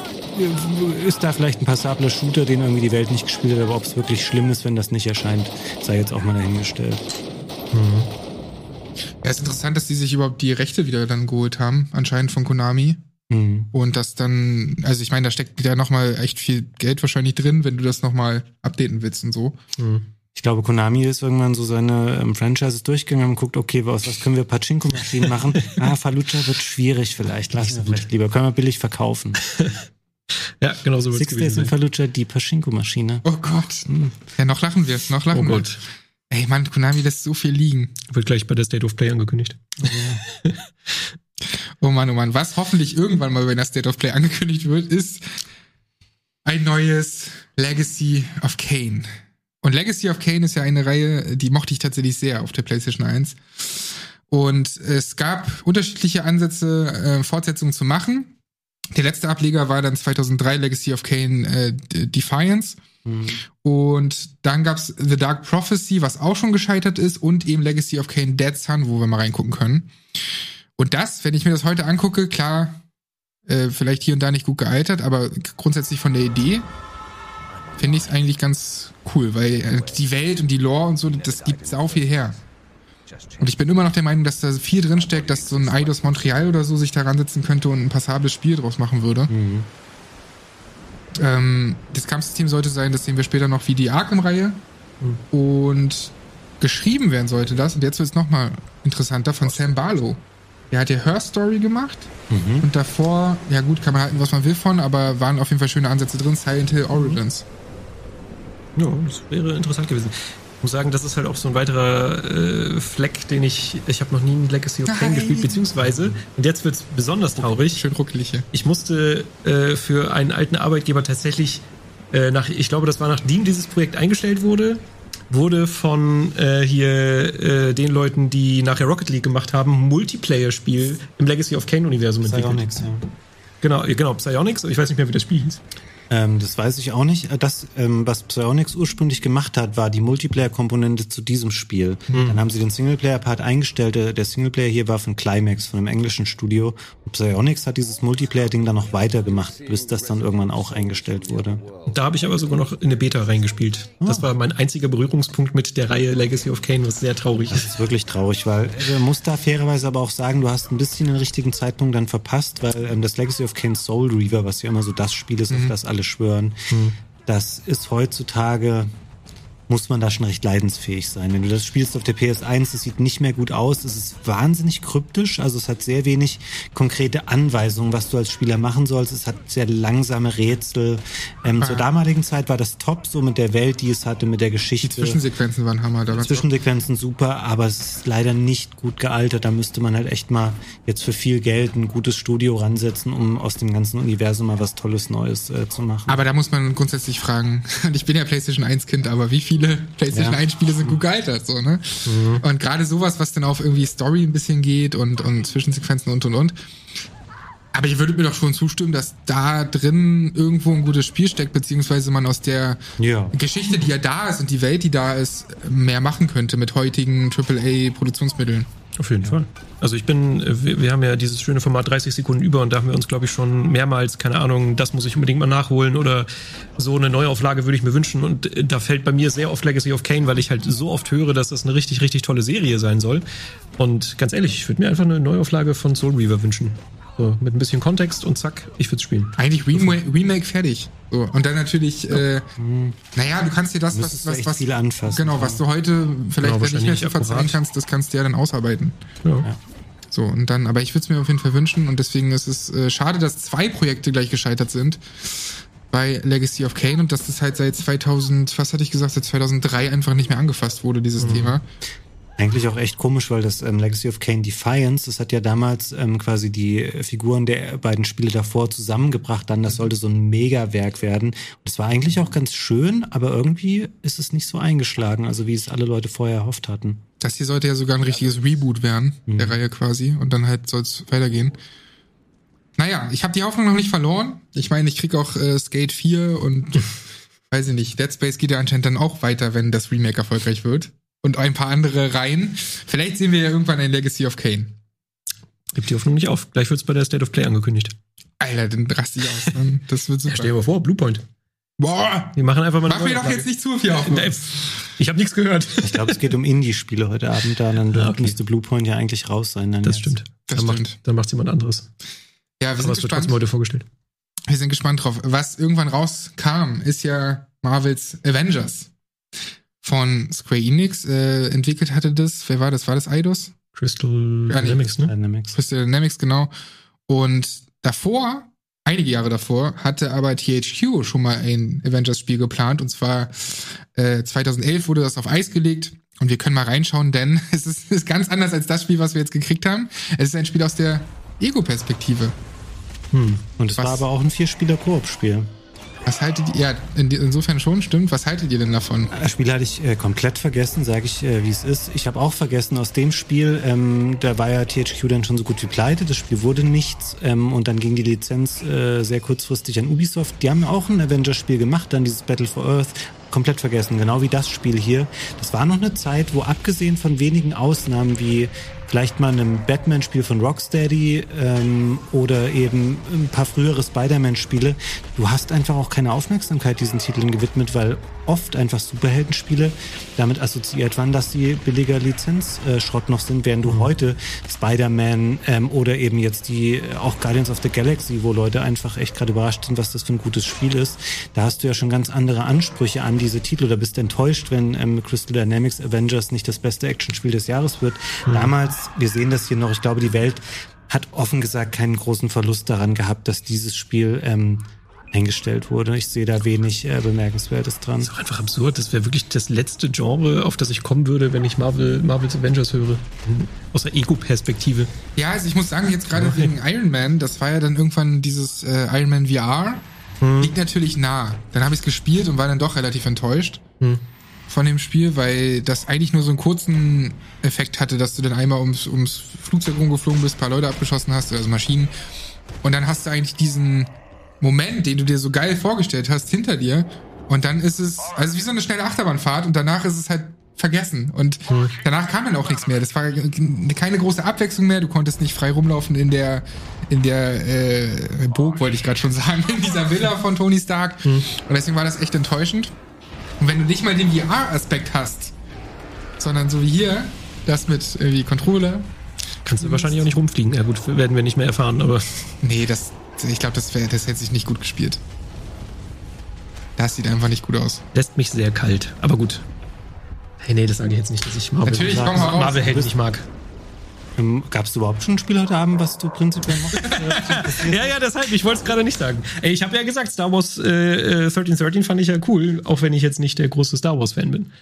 ist da vielleicht ein passabler Shooter, den irgendwie die Welt nicht gespielt hat, aber ob es wirklich schlimm ist, wenn das nicht erscheint, sei jetzt auch mal dahingestellt. Mhm. Ja, ist interessant, dass die sich überhaupt die Rechte wieder dann geholt haben, anscheinend von Konami. Mhm. Und das dann, also ich meine, da steckt wieder nochmal echt viel Geld wahrscheinlich drin, wenn du das nochmal updaten willst und so. Mhm. Ich glaube, Konami ist irgendwann so seine ähm, Franchises durchgegangen und guckt, okay, aus was können wir Pachinko-Maschinen machen? Ah, Fallujah wird schwierig vielleicht. Lassen wir vielleicht lieber. Können wir billig verkaufen. Ja, genau so wird es gewesen sein. Six Days in Fallujah, die Pachinko-Maschine. Oh Gott. Hm. Ja, noch lachen wir, noch lachen wir. Oh Gott. Ey, Mann, Konami lässt so viel liegen. Wird gleich bei der State of Play angekündigt. Ja. Oh Mann, oh Mann. Was hoffentlich irgendwann mal bei der State of Play angekündigt wird, ist ein neues Legacy of Kain. Und Legacy of Kain ist ja eine Reihe, die mochte ich tatsächlich sehr auf der PlayStation eins. Und es gab unterschiedliche Ansätze, äh, Fortsetzungen zu machen. Der letzte Ableger war dann zweitausenddrei Legacy of Kain äh, Defiance. Mhm. Und dann gab's The Dark Prophecy, was auch schon gescheitert ist, und eben Legacy of Kain Dead Sun, wo wir mal reingucken können. Und das, wenn ich mir das heute angucke, klar, äh, vielleicht hier und da nicht gut gealtert, aber grundsätzlich von der Idee finde ich es eigentlich ganz cool, weil äh, die Welt und die Lore und so, das gibt sau viel her. Und ich bin immer noch der Meinung, dass da viel drinsteckt, dass so ein Eidos Montreal oder so sich daran setzen könnte und ein passables Spiel draus machen würde. Mhm. Ähm, das Kampfsystem sollte sein, das sehen wir später noch wie die Arkham-Reihe. Mhm. Und geschrieben werden sollte das, und jetzt wird es nochmal interessanter, von Sam Barlow. Der hat ja Her Story gemacht. Mhm. Und davor, ja gut, kann man halten, was man will von, aber waren auf jeden Fall schöne Ansätze drin. Silent Hill Origins. Ja, das wäre interessant gewesen. Ich muss sagen, das ist halt auch so ein weiterer äh, Fleck, den ich, ich habe noch nie ein Legacy of Kain gespielt, beziehungsweise, und jetzt wird's besonders traurig. Schön ruckelig hier. Ich musste äh, für einen alten Arbeitgeber tatsächlich, äh, nach, ich glaube, das war nachdem dieses Projekt eingestellt wurde, wurde von äh, hier äh, den Leuten, die nachher Rocket League gemacht haben, ein Multiplayer-Spiel im Legacy of Kain-Universum entwickelt. Psyonix, ja. Genau, genau, Psyonix, ich weiß nicht mehr, wie das Spiel hieß. Ähm, das weiß ich auch nicht. Das, ähm, was Psyonix ursprünglich gemacht hat, war die Multiplayer-Komponente zu diesem Spiel. Mhm. Dann haben sie den Singleplayer-Part eingestellt. Der Singleplayer hier war von Climax, von einem englischen Studio. Und Psyonix hat dieses Multiplayer-Ding dann noch weitergemacht, bis das dann irgendwann auch eingestellt wurde. Da habe ich aber sogar noch in eine Beta reingespielt. Oh. Das war mein einziger Berührungspunkt mit der Reihe Legacy of Kain, was sehr traurig ist. Das ist wirklich traurig, weil du musst da fairerweise aber auch sagen, du hast ein bisschen den richtigen Zeitpunkt dann verpasst, weil ähm, das Legacy of Kain Soul Reaver, was ja immer so das Spiel ist, mhm. auf das alle schwören, hm. das ist heutzutage, muss man da schon recht leidensfähig sein. Wenn du das spielst auf der P S eins, das sieht nicht mehr gut aus, es ist wahnsinnig kryptisch, also es hat sehr wenig konkrete Anweisungen, was du als Spieler machen sollst, es hat sehr langsame Rätsel. Ähm, ah. Zur damaligen Zeit war das top, so mit der Welt, die es hatte, mit der Geschichte. Die Zwischensequenzen waren Hammer. Die Zwischensequenzen super, aber es ist leider nicht gut gealtert, da müsste man halt echt mal jetzt für viel Geld ein gutes Studio ransetzen, um aus dem ganzen Universum mal was Tolles Neues äh, zu machen. Aber da muss man grundsätzlich fragen, ich bin ja PlayStation eins Kind, aber wie viele PlayStation eins Spiele sind gut gealtert, so, ne? Mhm. Und gerade sowas, was dann auf irgendwie Story ein bisschen geht und, und Zwischensequenzen und und und. Aber ihr würdet mir doch schon zustimmen, dass da drin irgendwo ein gutes Spiel steckt, beziehungsweise man aus der ja. Geschichte, die ja da ist und die Welt, die da ist, mehr machen könnte mit heutigen Triple A Produktionsmitteln. Auf jeden Fall. Also ich bin, wir, wir haben ja dieses schöne Format dreißig Sekunden über und da haben wir uns, glaube ich, schon mehrmals, keine Ahnung, das muss ich unbedingt mal nachholen oder so eine Neuauflage würde ich mir wünschen und da fällt bei mir sehr oft Legacy of Kain, weil ich halt so oft höre, dass das eine richtig, richtig tolle Serie sein soll. Und ganz ehrlich, ich würde mir einfach eine Neuauflage von Soul Reaver wünschen. So, mit ein bisschen Kontext und zack, ich würde es spielen. Eigentlich Remake, Remake fertig. So, und dann natürlich, äh, mhm. naja, du kannst dir das, was, was, was, viel anfassen, genau, ja. was du heute vielleicht genau, nicht mehr so verzeihen kannst, das kannst du ja dann ausarbeiten. Ja. Ja. So, und dann, aber ich würde es mir auf jeden Fall wünschen und deswegen ist es äh, schade, dass zwei Projekte gleich gescheitert sind. bei Legacy of Kain und dass das halt seit zweitausend, was hatte ich gesagt, seit zweitausenddrei einfach nicht mehr angefasst wurde, dieses mhm. Thema. Eigentlich auch echt komisch, weil das ähm, Legacy of Kain Defiance, das hat ja damals ähm, quasi die Figuren der beiden Spiele davor zusammengebracht, dann das sollte so ein Megawerk werden. Und das war eigentlich auch ganz schön, aber irgendwie ist es nicht so eingeschlagen, also wie es alle Leute vorher erhofft hatten. Das hier sollte ja sogar ein richtiges Reboot werden, mhm. der Reihe quasi, und dann halt soll es weitergehen. Naja, ich habe die Hoffnung noch nicht verloren. Ich meine, ich krieg auch äh, Skate vier und weiß ich nicht, Dead Space geht ja anscheinend dann auch weiter, wenn das Remake erfolgreich wird. Und ein paar andere Reihen. Vielleicht sehen wir ja irgendwann ein Legacy of Kain. Gib die Hoffnung nicht auf. Gleich wird's bei der State of Play angekündigt. Alter, dann raste ich aus. Dann. Das wird super. Ja, stell dir mal vor, Bluepoint. Boah! Die machen einfach mal eine Mach mir doch jetzt nicht zu viel auf. Ich habe nichts gehört. Ich glaube, es geht um Indie-Spiele heute Abend. Da dann ah, okay. müsste Bluepoint ja eigentlich raus sein. Dann das jetzt. stimmt. Das dann, stimmt. Macht, dann macht's jemand anderes. Ja, wir Aber sind es wird gespannt. trotzdem heute vorgestellt. Wir sind gespannt drauf. Was irgendwann rauskam, ist ja Marvels Avengers. Von Square Enix äh, entwickelt hatte das. Wer war das? War das Eidos? Crystal ja, nee. Dynamics, ne? Dynamics. Crystal Dynamics, genau. Und davor, einige Jahre davor, hatte aber T H Q schon mal ein Avengers-Spiel geplant. Und zwar äh, zweitausendelf wurde das auf Eis gelegt. Und wir können mal reinschauen, denn es ist, ist ganz anders als das Spiel, was wir jetzt gekriegt haben. Es ist ein Spiel aus der Ego-Perspektive. Hm. Und es war aber auch ein Vier-Spieler-Koop-Spiel. Was haltet ihr, ja, in, insofern schon, stimmt, was haltet ihr denn davon? Das Spiel hatte ich äh, komplett vergessen, sage ich, äh, wie es ist. Ich habe auch vergessen, aus dem Spiel, ähm, da war ja T H Q dann schon so gut wie pleite, das Spiel wurde nichts ähm, und dann ging die Lizenz äh, sehr kurzfristig an Ubisoft. Die haben ja auch ein Avengers-Spiel gemacht, dann dieses Battle for Earth, komplett vergessen, genau wie das Spiel hier. Das war noch eine Zeit, wo abgesehen von wenigen Ausnahmen wie vielleicht mal einem Batman-Spiel von Rocksteady ähm, oder eben ein paar frühere Spider-Man-Spiele. Du hast einfach auch keine Aufmerksamkeit diesen Titeln gewidmet, weil oft einfach Superheldenspiele damit assoziiert waren, dass sie billiger Lizenzschrott äh, noch sind, während du heute Spider-Man ähm, oder eben jetzt die äh, auch Guardians of the Galaxy, wo Leute einfach echt gerade überrascht sind, was das für ein gutes Spiel ist. Da hast du ja schon ganz andere Ansprüche an diese Titel oder bist enttäuscht, wenn ähm, Crystal Dynamics Avengers nicht das beste Actionspiel des Jahres wird. Mhm. Damals, wir sehen das hier noch, ich glaube, die Welt hat offen gesagt keinen großen Verlust daran gehabt, dass dieses Spiel ähm, eingestellt wurde. Ich sehe da wenig äh, Bemerkenswertes dran. Das ist auch einfach absurd. Das wäre wirklich das letzte Genre, auf das ich kommen würde, wenn ich Marvel, Marvel's Avengers höre. Aus der Ego-Perspektive. Ja, also ich muss sagen, jetzt gerade wegen Iron Man, das war ja dann irgendwann dieses äh, Iron Man V R, hm. liegt natürlich nah. Dann habe ich es gespielt und war dann doch relativ enttäuscht hm. von dem Spiel, weil das eigentlich nur so einen kurzen Effekt hatte, dass du dann einmal ums, ums Flugzeug rumgeflogen bist, ein paar Leute abgeschossen hast, also Maschinen. Und dann hast du eigentlich diesen Moment, den du dir so geil vorgestellt hast, hinter dir. Und dann ist es, also wie so eine schnelle Achterbahnfahrt und danach ist es halt vergessen. Und hm. danach kam dann auch nichts mehr. Das war keine große Abwechslung mehr. Du konntest nicht frei rumlaufen in der, in der äh, Burg, wollte ich gerade schon sagen, in dieser Villa von Tony Stark. Hm. Und deswegen war das echt enttäuschend. Und wenn du nicht mal den V R-Aspekt hast, sondern so wie hier, das mit irgendwie Controller. Kannst du wahrscheinlich auch nicht rumfliegen. Ja gut, werden wir nicht mehr erfahren, aber... Nee, das... Ich glaube, das, das hätte sich nicht gut gespielt. Das sieht einfach nicht gut aus. Lässt mich sehr kalt, aber gut. Hey, nee, das sage ich jetzt nicht, dass ich Marvel, Natürlich, komm mal raus. Marvel Helden nicht mag. Ähm, Gab es überhaupt schon ein Spiel heute Abend, was du prinzipiell machst? ja, ja, deshalb, ich wollte es gerade nicht sagen. Ey, ich habe ja gesagt, Star Wars äh, dreizehn dreizehn fand ich ja cool, auch wenn ich jetzt nicht der große Star Wars-Fan bin.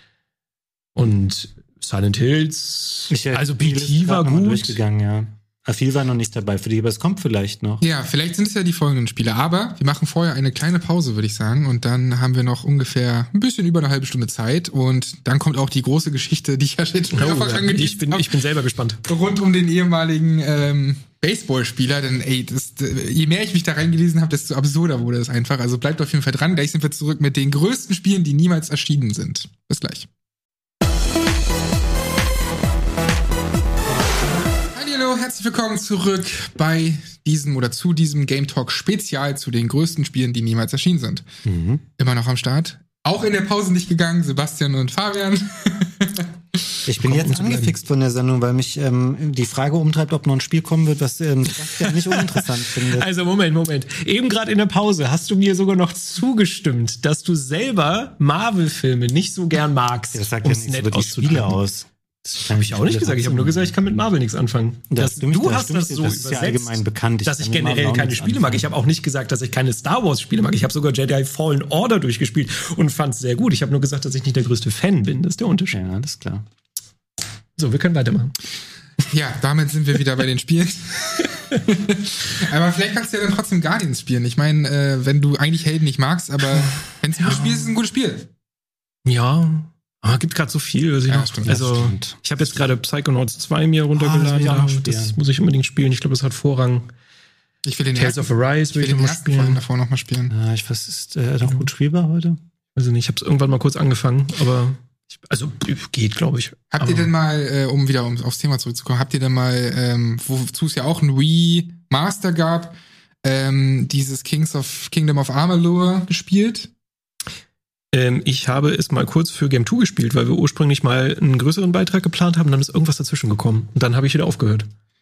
Und Silent Hills, ich, also B T war gut. Durchgegangen, ja. Viel war noch nicht dabei für dich, aber es kommt vielleicht noch. Ja, vielleicht sind es ja die folgenden Spiele. Aber wir machen vorher eine kleine Pause, würde ich sagen. Und dann haben wir noch ungefähr ein bisschen über eine halbe Stunde Zeit. Und dann kommt auch die große Geschichte, die ich ja jetzt schon mehrfach oh, ja. angekündigt ich bin, ich bin selber gespannt. Rund um den ehemaligen ähm, Baseballspieler. Denn ey, das, je mehr ich mich da reingelesen habe, desto absurder wurde es einfach. Also bleibt auf jeden Fall dran. Gleich sind wir zurück mit den größten Spielen, die niemals erschienen sind. Bis gleich. Hallo, herzlich willkommen zurück bei diesem oder zu diesem Game Talk Spezial zu den größten Spielen, die niemals erschienen sind. Mhm. Immer noch am Start. Auch in der Pause nicht gegangen, Sebastian und Fabian. Ich bin jetzt angefixt von der Sendung, weil mich ähm, die Frage umtreibt, ob noch ein Spiel kommen wird, was ähm, Sebastian nicht uninteressant findet. Also Moment, Moment. Eben gerade in der Pause hast du mir sogar noch zugestimmt, dass du selber Marvel-Filme nicht so gern magst. Ja, das sagt ja nichts über die Spiele aus. Das habe ich auch nicht gesagt. Ich habe nur gesagt, ich kann mit Marvel nichts anfangen. Das, das, du hast das so das übersetzt, ist ja allgemein bekannt. Ich dass ich generell keine Spiele anfangen. mag. Ich habe auch nicht gesagt, dass ich keine Star Wars Spiele mag. Ich habe sogar Jedi Fallen Order durchgespielt und fand es sehr gut. Ich habe nur gesagt, dass ich nicht der größte Fan bin. Das ist der Unterschied. Ja, alles klar. So, wir können weitermachen. Ja, damit sind wir wieder bei den Spielen. Aber vielleicht kannst du ja dann trotzdem Guardians spielen. Ich meine, äh, wenn du eigentlich Helden nicht magst, aber wenn es ein gutes Spiel ist, ist es ein gutes Spiel. Ja, aber es gibt gerade so viel. Was ich ja, noch, stimmt, also, stimmt. ich habe jetzt gerade Psychonauts zwei mir runtergeladen. Ah, das, das muss ich unbedingt spielen. Ich glaube, es hat Vorrang. Ich will den Tales ersten, of Arise will ich, ich will noch den mal ersten Folgen spielen. davor noch mal spielen. Ja, ich weiß, ist äh, noch gut spielbar heute? Also nicht, ich habe es irgendwann mal kurz angefangen, aber ich, also geht, glaube ich. Habt aber ihr denn mal, äh, um wieder um, aufs Thema zurückzukommen, habt ihr denn mal, ähm, wozu es ja auch ein Wii Master gab, ähm, dieses Kings of Kingdom of Amalur gespielt? Ähm, ich habe es mal kurz für Game zwei gespielt, weil wir ursprünglich mal einen größeren Beitrag geplant haben, dann ist irgendwas dazwischen gekommen. Und dann habe ich wieder aufgehört.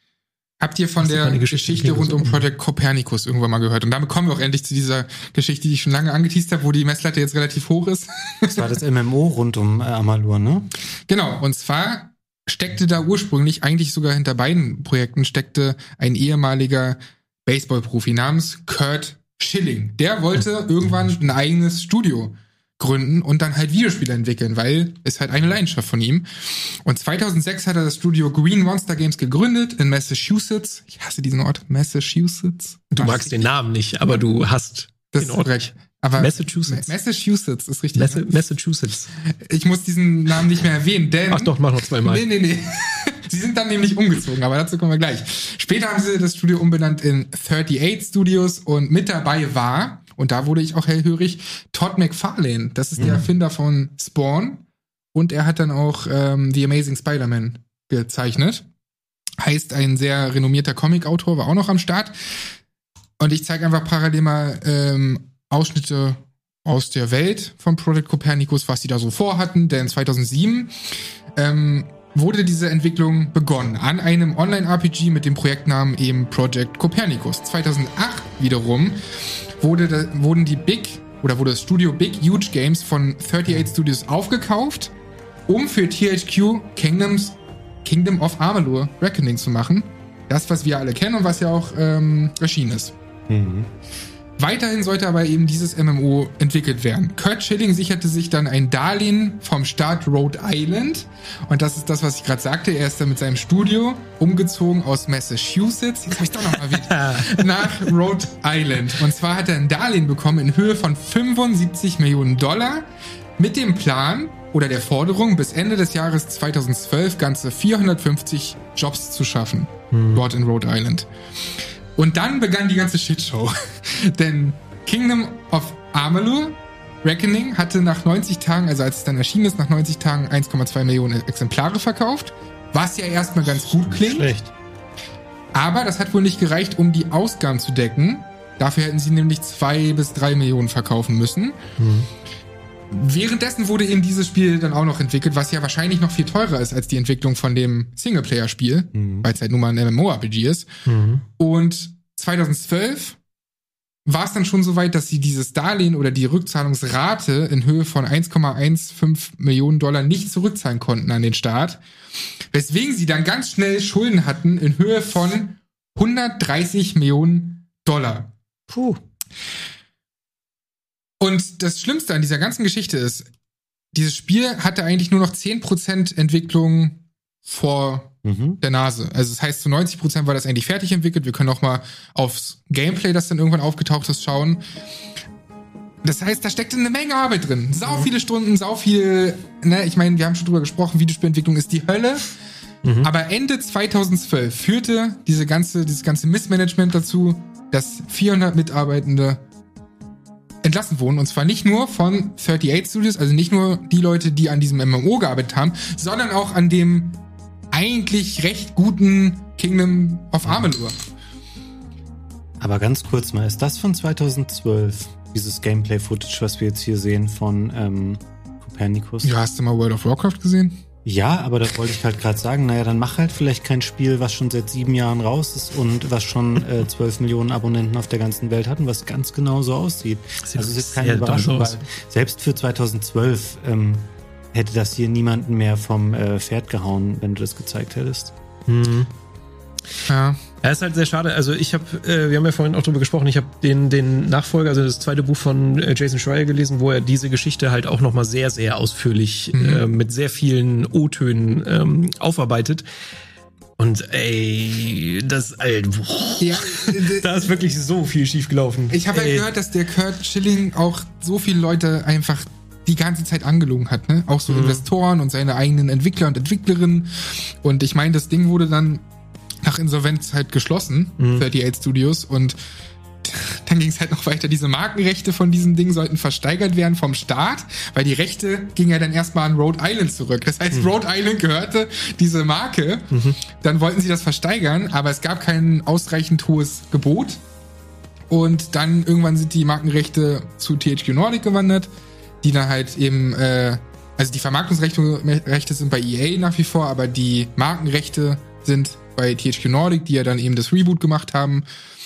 Habt ihr von Hast der Geschichte, Geschichte rund um so? Project Copernicus irgendwann mal gehört? Und damit kommen wir auch endlich zu dieser Geschichte, die ich schon lange angeteased habe, wo die Messlatte jetzt relativ hoch ist. Das war das M M O rund um äh, Amalur, ne? Genau, und zwar steckte da ursprünglich, eigentlich sogar hinter beiden Projekten, steckte ein ehemaliger Baseballprofi namens Kurt Schilling. Der wollte irgendwann ein eigenes Studio gründen und dann halt Videospiele entwickeln, weil es halt eine Leidenschaft von ihm. Und zweitausendsechs hat er das Studio Green Monster Games gegründet in Massachusetts. Ich hasse diesen Ort. Massachusetts. Du Was? magst den Namen nicht, aber du hast das den Ort. recht. Aber Massachusetts. Massachusetts ist richtig. Massa- Massachusetts. Ich muss diesen Namen nicht mehr erwähnen, denn... Ach doch, mach noch zweimal. Nee, nee, nee. Sie sind dann nämlich umgezogen, aber dazu kommen wir gleich. Später haben sie das Studio umbenannt in achtundvierzig Studios und mit dabei war, und da wurde ich auch hellhörig, Todd McFarlane. Das ist der mhm. Erfinder von Spawn und er hat dann auch ähm, The Amazing Spider-Man gezeichnet. Heißt, ein sehr renommierter Comic-Autor war auch noch am Start. Und ich zeige einfach parallel mal ähm, Ausschnitte aus der Welt von Project Copernicus, was sie da so vorhatten, denn zweitausendsieben ähm, wurde diese Entwicklung begonnen an einem Online-R P G mit dem Projektnamen eben Project Copernicus. zweitausendacht wiederum wurde da, wurden die Big oder wurde das Studio Big Huge Games von achtundvierzig Studios aufgekauft, um für T H Q Kingdoms, Kingdom of Amalur Reckoning zu machen. Das, was wir alle kennen und was ja auch ähm, erschienen ist. Mhm. Weiterhin sollte aber eben dieses M M O entwickelt werden. Kurt Schilling sicherte sich dann ein Darlehen vom Staat Rhode Island. Und das ist das, was ich gerade sagte. Er ist dann mit seinem Studio umgezogen aus Massachusetts, jetzt hab ich doch noch mal wieder, nach Rhode Island. Und zwar hat er ein Darlehen bekommen in Höhe von fünfundsiebzig Millionen Dollar mit dem Plan oder der Forderung, bis Ende des Jahres zweitausendzwölf ganze vierhundertfünfzig Jobs zu schaffen. Hm. Dort in Rhode Island. Und dann begann die ganze Shitshow. Denn Kingdom of Amalur Reckoning hatte nach neunzig Tagen, also als es dann erschienen ist, nach neunzig Tagen eins Komma zwei Millionen Exemplare verkauft. Was ja erstmal ganz gut klingt. Schlecht. Aber das hat wohl nicht gereicht, um die Ausgaben zu decken. Dafür hätten sie nämlich zwei bis drei Millionen verkaufen müssen. Hm. Währenddessen wurde eben dieses Spiel dann auch noch entwickelt, was ja wahrscheinlich noch viel teurer ist als die Entwicklung von dem Singleplayer-Spiel, mhm. weil es halt nun mal ein M M O R P G ist. Mhm. Und zweitausendzwölf war es dann schon so weit, dass sie dieses Darlehen oder die Rückzahlungsrate in Höhe von eins Komma fünfzehn Millionen Dollar nicht zurückzahlen konnten an den Staat, weswegen sie dann ganz schnell Schulden hatten in Höhe von hundertdreißig Millionen Dollar. Puh. Und das Schlimmste an dieser ganzen Geschichte ist, dieses Spiel hatte eigentlich nur noch zehn Prozent Entwicklung vor mhm. der Nase. Also das heißt, zu neunzig Prozent war das eigentlich fertig entwickelt. Wir können auch mal aufs Gameplay, das dann irgendwann aufgetaucht ist, schauen. Das heißt, da steckte eine Menge Arbeit drin. Sau viele Stunden, sau viel, ne, ich meine, wir haben schon drüber gesprochen, Videospielentwicklung ist die Hölle. Mhm. Aber Ende zweitausendzwölf führte diese ganze, dieses ganze Missmanagement dazu, dass vierhundert Mitarbeitende entlassen wurden. Und zwar nicht nur von achtundvierzig Studios, also nicht nur die Leute, die an diesem M M O gearbeitet haben, sondern auch an dem eigentlich recht guten Kingdom of Amalur. Aber ganz kurz mal, ist das von zweitausendzwölf, dieses Gameplay-Footage, was wir jetzt hier sehen von ähm, Copernicus? Ja, hast du mal World of Warcraft gesehen? Ja, aber da wollte ich halt gerade sagen, naja, dann mach halt vielleicht kein Spiel, was schon seit sieben Jahren raus ist und was schon äh, zwölf Millionen Abonnenten auf der ganzen Welt hat und was ganz genau so aussieht. Sieht also es ist keine Überraschung, weil selbst für zweitausendzwölf ähm, hätte das hier niemanden mehr vom äh, Pferd gehauen, wenn du das gezeigt hättest. Mhm. Ja. Ja, ist halt sehr schade. Also ich habe, äh, wir haben ja vorhin auch drüber gesprochen, ich habe den, den Nachfolger, also das zweite Buch von äh, Jason Schreier gelesen, wo er diese Geschichte halt auch nochmal sehr, sehr ausführlich mhm. äh, mit sehr vielen O-Tönen ähm, aufarbeitet. Und ey, das, ey, boah, ja, da ist wirklich so viel schiefgelaufen. Ich habe ja gehört, dass der Curt Schilling auch so viele Leute einfach die ganze Zeit angelogen hat, ne? Auch so mhm. Investoren und seine eigenen Entwickler und Entwicklerinnen. Und ich meine, das Ding wurde dann nach Insolvenz halt geschlossen, mhm. thirty-eight Studios, und dann ging es halt noch weiter. Diese Markenrechte von diesem Ding sollten versteigert werden vom Staat, weil die Rechte gingen ja dann erstmal an Rhode Island zurück. Das heißt, mhm. Rhode Island gehörte diese Marke. Mhm. Dann wollten sie das versteigern, aber es gab kein ausreichend hohes Gebot. Und dann irgendwann sind die Markenrechte zu T H Q Nordic gewandert, die dann halt eben, äh, also die Vermarktungsrechte Rechte sind bei E A nach wie vor, aber die Markenrechte sind bei T H Q Nordic, die ja dann eben das Reboot gemacht haben.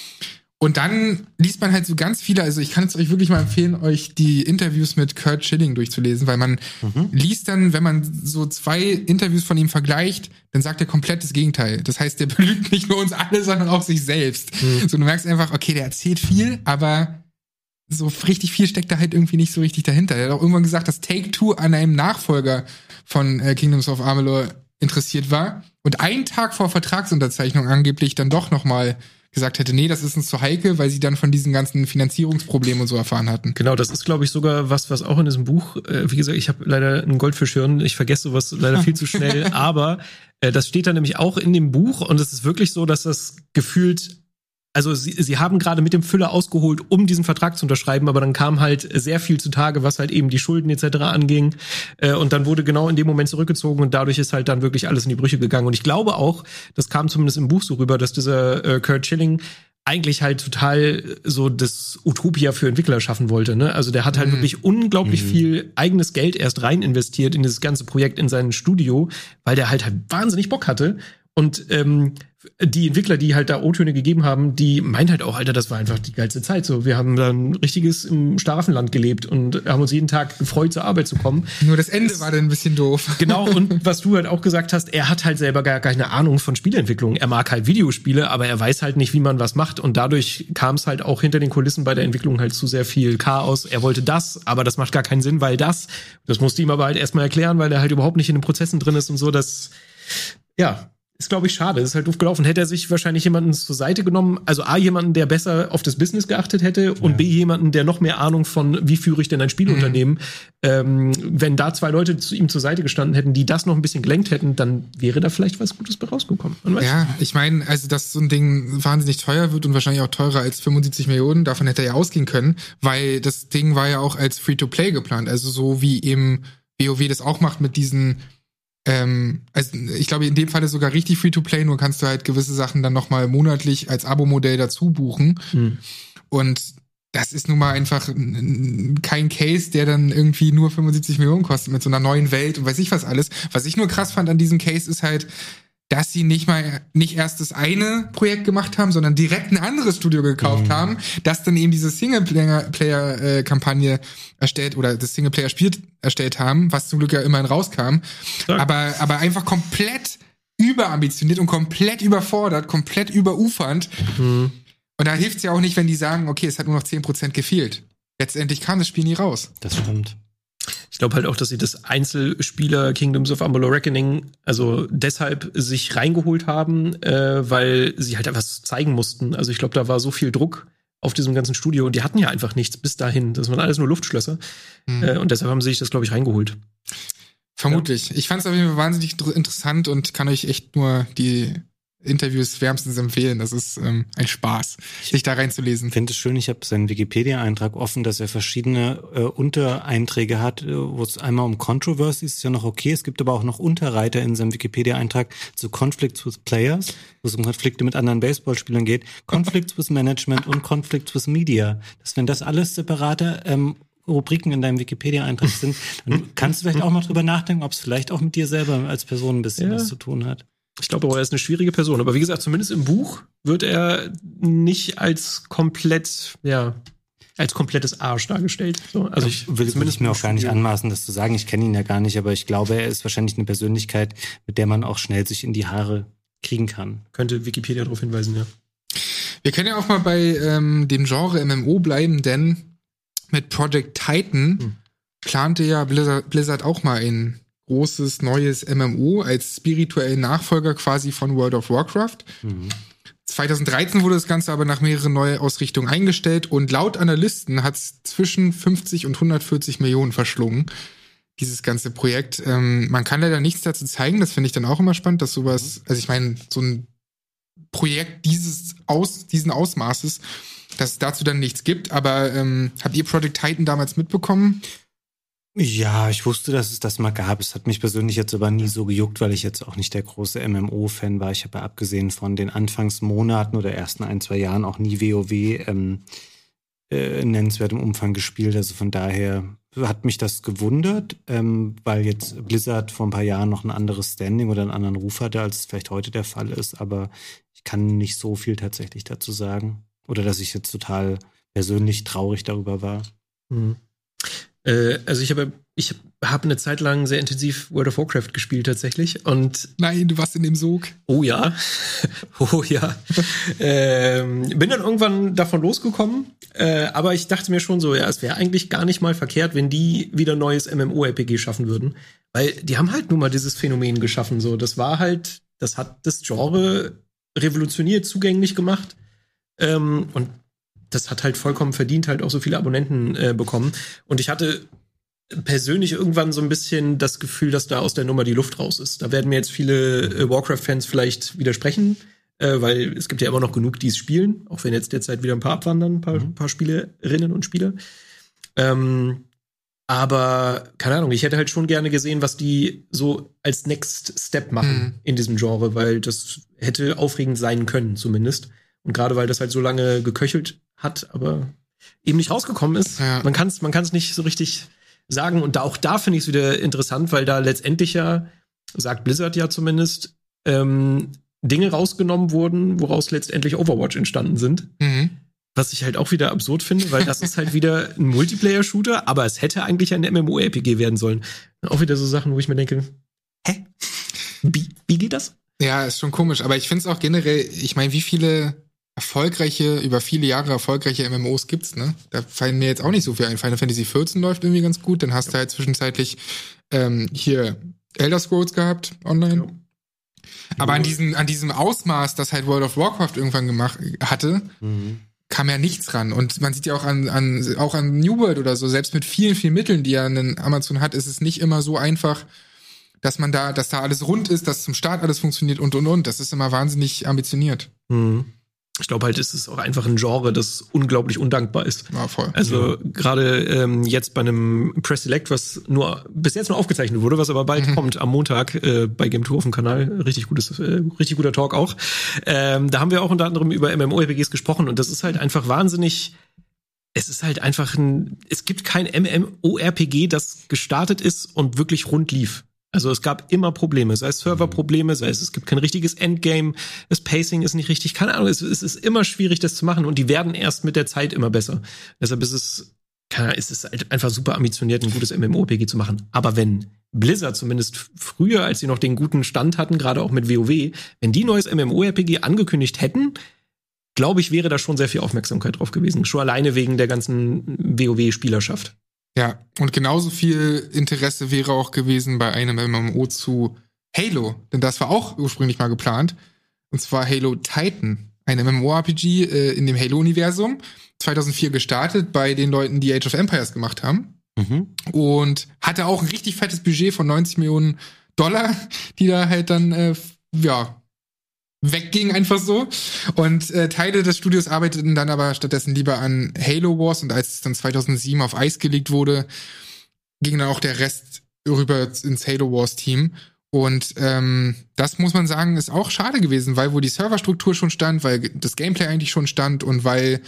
Und dann liest man halt so ganz viele, also ich kann es euch wirklich mal empfehlen, euch die Interviews mit Curt Schilling durchzulesen, weil man mhm. liest dann, wenn man so zwei Interviews von ihm vergleicht, dann sagt er komplett das Gegenteil. Das heißt, der belügt nicht nur uns alle, sondern auch sich selbst. Mhm. So, du merkst einfach, okay, der erzählt viel, aber so richtig viel steckt da halt irgendwie nicht so richtig dahinter. Er hat auch irgendwann gesagt, dass Take-Two an einem Nachfolger von äh, Kingdoms of Amalur interessiert war und einen Tag vor Vertragsunterzeichnung angeblich dann doch nochmal gesagt hätte, nee, das ist uns zu heikel, weil sie dann von diesen ganzen Finanzierungsproblemen und so erfahren hatten. Genau, das ist, glaube ich, sogar was, was auch in diesem Buch, äh, wie gesagt, ich habe leider einen Goldfischhirn, ich vergesse sowas leider viel zu schnell, aber äh, das steht da nämlich auch in dem Buch und es ist wirklich so, dass das gefühlt, also sie, sie haben gerade mit dem Füller ausgeholt, um diesen Vertrag zu unterschreiben, aber dann kam halt sehr viel zutage, was halt eben die Schulden et cetera anging. Äh, und dann wurde genau in dem Moment zurückgezogen und dadurch ist halt dann wirklich alles in die Brüche gegangen. Und ich glaube auch, das kam zumindest im Buch so rüber, dass dieser äh, Curt Schilling eigentlich halt total so das Utopia für Entwickler schaffen wollte. Ne? Also der hat halt mhm. wirklich unglaublich mhm. viel eigenes Geld erst rein investiert in dieses ganze Projekt in sein Studio, weil der halt halt wahnsinnig Bock hatte. Und ähm, die Entwickler, die halt da O-Töne gegeben haben, die meinen halt auch, Alter, das war einfach die geilste Zeit. So, wir haben dann richtiges im Schlaraffenland gelebt und haben uns jeden Tag gefreut, zur Arbeit zu kommen. Nur das Ende das, war dann ein bisschen doof. Genau, und was du halt auch gesagt hast, er hat halt selber gar keine Ahnung von Spieleentwicklung. Er mag halt Videospiele, aber er weiß halt nicht, wie man was macht. Und dadurch kam es halt auch hinter den Kulissen bei der Entwicklung halt zu sehr viel Chaos. Er wollte das, aber das macht gar keinen Sinn, weil das, das musste ihm aber halt erstmal erklären, weil er halt überhaupt nicht in den Prozessen drin ist und so, dass, ja, ist, glaube ich, schade. Das ist halt doof gelaufen. Hätte er sich wahrscheinlich jemanden zur Seite genommen, also A, jemanden, der besser auf das Business geachtet hätte und ja. B, jemanden, der noch mehr Ahnung von, wie führe ich denn ein Spielunternehmen. Mhm. Ähm, wenn da zwei Leute zu ihm zur Seite gestanden hätten, die das noch ein bisschen gelenkt hätten, dann wäre da vielleicht was Gutes bei rausgekommen. Man weiß ja, ich meine, also, dass so ein Ding wahnsinnig teuer wird und wahrscheinlich auch teurer als fünfundsiebzig Millionen, davon hätte er ja ausgehen können, weil das Ding war ja auch als Free-to-Play geplant. Also so wie eben WoW das auch macht mit diesen Ähm, also ich glaube, in dem Fall ist sogar richtig Free-to-Play, nur kannst du halt gewisse Sachen dann nochmal monatlich als Abo-Modell dazu buchen. Mhm. Und das ist nun mal einfach kein Case, der dann irgendwie nur fünfundsiebzig Millionen kostet mit so einer neuen Welt und weiß ich was alles. Was ich nur krass fand an diesem Case ist halt, dass sie nicht mal, nicht erst das eine Projekt gemacht haben, sondern direkt ein anderes Studio gekauft mhm. haben, das dann eben diese Singleplayer-Kampagne erstellt oder das Singleplayer-Spiel erstellt haben, was zum Glück ja immerhin rauskam. Sorry. Aber, aber einfach komplett überambitioniert und komplett überfordert, komplett überufernd. Mhm. Und da hilft's ja auch nicht, wenn die sagen, okay, es hat nur noch zehn Prozent gefehlt. Letztendlich kam das Spiel nie raus. Das stimmt. Ich glaube halt auch, dass sie das Einzelspieler Kingdoms of Amalur Reckoning also deshalb sich reingeholt haben, äh, weil sie halt etwas zeigen mussten. Also ich glaube, da war so viel Druck auf diesem ganzen Studio und die hatten ja einfach nichts bis dahin. Das waren alles nur Luftschlösser. Mhm. Äh, und deshalb haben sie sich das, glaube ich, reingeholt. Vermutlich. Ja. Ich fand es auf jeden Fall wahnsinnig interessant und kann euch echt nur die Interviews wärmstens empfehlen. Das ist ähm, ein Spaß, sich da reinzulesen. Ich finde es schön, ich habe seinen Wikipedia-Eintrag offen, dass er verschiedene äh, Untereinträge hat, äh, wo es einmal um Controversies ist ja noch okay, es gibt aber auch noch Unterreiter in seinem Wikipedia-Eintrag zu Conflicts with Players, wo es um Konflikte mit anderen Baseballspielern geht, Conflicts with Management und Conflicts with Media. Das, wenn das alles separate ähm, Rubriken in deinem Wikipedia-Eintrag sind, dann kannst du vielleicht auch mal drüber nachdenken, ob es vielleicht auch mit dir selber als Person ein bisschen ja. was zu tun hat. Ich glaube, er ist eine schwierige Person. Aber wie gesagt, zumindest im Buch wird er nicht als komplett, ja, als komplettes Arsch dargestellt. So, also ich will zumindest mir auch gar nicht anmaßen, das zu sagen. Ich kenne ihn ja gar nicht, aber ich glaube, er ist wahrscheinlich eine Persönlichkeit, mit der man auch schnell sich in die Haare kriegen kann. Könnte Wikipedia darauf hinweisen, ja. Wir können ja auch mal bei ähm, dem Genre M M O bleiben, denn mit Project Titan hm. plante ja Blizzard, Blizzard auch mal ein großes, neues M M O als spirituellen Nachfolger quasi von World of Warcraft. Mhm. zwanzig dreizehn wurde das Ganze aber nach mehreren Neuausrichtungen eingestellt und laut Analysten hat es zwischen fünfzig und hundertvierzig Millionen verschlungen, dieses ganze Projekt. Ähm, man kann leider nichts dazu zeigen, das finde ich dann auch immer spannend, dass sowas, also ich meine, so ein Projekt dieses Aus, diesen Ausmaßes, dass es dazu dann nichts gibt, aber ähm, habt ihr Project Titan damals mitbekommen? Ja, ich wusste, dass es das mal gab. Es hat mich persönlich jetzt aber nie so gejuckt, weil ich jetzt auch nicht der große M M O-Fan war. Ich habe ja abgesehen von den Anfangsmonaten oder ersten ein, zwei Jahren auch nie WoW ähm, äh, in nennenswertem Umfang gespielt. Also von daher hat mich das gewundert, ähm, weil jetzt Blizzard vor ein paar Jahren noch ein anderes Standing oder einen anderen Ruf hatte, als es vielleicht heute der Fall ist. Aber ich kann nicht so viel tatsächlich dazu sagen. Oder dass ich jetzt total persönlich traurig darüber war. Mhm. Also ich habe ich habe eine Zeit lang sehr intensiv World of Warcraft gespielt tatsächlich und nein, du warst in dem Sog. Oh ja, oh ja. ähm, bin dann irgendwann davon losgekommen, äh, aber ich dachte mir schon so, ja, es wäre eigentlich gar nicht mal verkehrt, wenn die wieder neues MMORPG schaffen würden, weil die haben halt nun mal dieses Phänomen geschaffen. So, das war halt, das hat das Genre revolutioniert, zugänglich gemacht ähm, und das hat halt vollkommen verdient, halt auch so viele Abonnenten äh, bekommen. Und ich hatte persönlich irgendwann so ein bisschen das Gefühl, dass da aus der Nummer die Luft raus ist. Da werden mir jetzt viele äh, Warcraft-Fans vielleicht widersprechen, äh, weil es gibt ja immer noch genug, die es spielen, auch wenn jetzt derzeit wieder ein paar abwandern, ein paar, mhm. paar Spielerinnen und Spieler. Ähm, aber, keine Ahnung, ich hätte halt schon gerne gesehen, was die so als Next Step machen mhm. in diesem Genre, weil das hätte aufregend sein können, zumindest. Und gerade weil das halt so lange geköchelt hat, aber eben nicht rausgekommen ist. Ja. Man kann es man kann's nicht so richtig sagen. Und da, auch da finde ich es wieder interessant, weil da letztendlich ja, sagt Blizzard ja zumindest, ähm, Dinge rausgenommen wurden, woraus letztendlich Overwatch entstanden sind. Mhm. Was ich halt auch wieder absurd finde, weil das ist halt wieder ein Multiplayer-Shooter, aber es hätte eigentlich ein MMORPG werden sollen. Auch wieder so Sachen, wo ich mir denke, hä? Wie, wie geht das? Ja, ist schon komisch. Aber ich finde es auch generell, ich meine, wie viele erfolgreiche, über viele Jahre erfolgreiche M M Os gibt's, ne? Da fallen mir jetzt auch nicht so viel ein. Final Fantasy vierzehn läuft irgendwie ganz gut. Dann hast ja. du halt zwischenzeitlich ähm, hier Elder Scrolls gehabt, online. Ja. Aber an diesem, an diesem Ausmaß, das halt World of Warcraft irgendwann gemacht hatte, mhm. kam ja nichts ran. Und man sieht ja auch an, an, auch an New World oder so, selbst mit vielen, vielen Mitteln, die ja ein Amazon hat, ist es nicht immer so einfach, dass man da, dass da alles rund ist, dass zum Start alles funktioniert und, und, und. Das ist immer wahnsinnig ambitioniert. Mhm. Ich glaube halt, es ist auch einfach ein Genre, das unglaublich undankbar ist. Ja, voll. Also ja. gerade ähm, jetzt bei einem Press Select, was nur bis jetzt nur aufgezeichnet wurde, was aber bald mhm. kommt am Montag äh, bei Game zwei auf dem Kanal. Richtig gutes, äh, richtig guter Talk auch. Ähm, da haben wir auch unter anderem über MMORPGs gesprochen und das ist halt einfach wahnsinnig. Es ist halt einfach ein. Es gibt kein MMORPG, das gestartet ist und wirklich rund lief. Also es gab immer Probleme, sei es Serverprobleme, sei es es gibt kein richtiges Endgame, das Pacing ist nicht richtig, keine Ahnung, es, es ist immer schwierig, das zu machen und die werden erst mit der Zeit immer besser. Deshalb ist es, keine Ahnung, ist es halt einfach super ambitioniert, ein gutes MMORPG zu machen. Aber wenn Blizzard zumindest früher, als sie noch den guten Stand hatten, gerade auch mit WoW, wenn die neues MMORPG angekündigt hätten, glaube ich, wäre da schon sehr viel Aufmerksamkeit drauf gewesen. Schon alleine wegen der ganzen WoW-Spielerschaft. Ja, und genauso viel Interesse wäre auch gewesen bei einem M M O zu Halo, denn das war auch ursprünglich mal geplant, und zwar Halo Titan, ein MMORPG äh, in dem Halo-Universum, zweitausendvier gestartet bei den Leuten, die Age of Empires gemacht haben mhm. und hatte auch ein richtig fettes Budget von neunzig Millionen Dollar, die da halt dann, äh, ja, wegging einfach so. Und äh, Teile des Studios arbeiteten dann aber stattdessen lieber an Halo Wars und als es dann zweitausendsieben auf Eis gelegt wurde, ging dann auch der Rest rüber ins Halo Wars Team. Und ähm, das muss man sagen, ist auch schade gewesen, weil wo die Serverstruktur schon stand, weil das Gameplay eigentlich schon stand und weil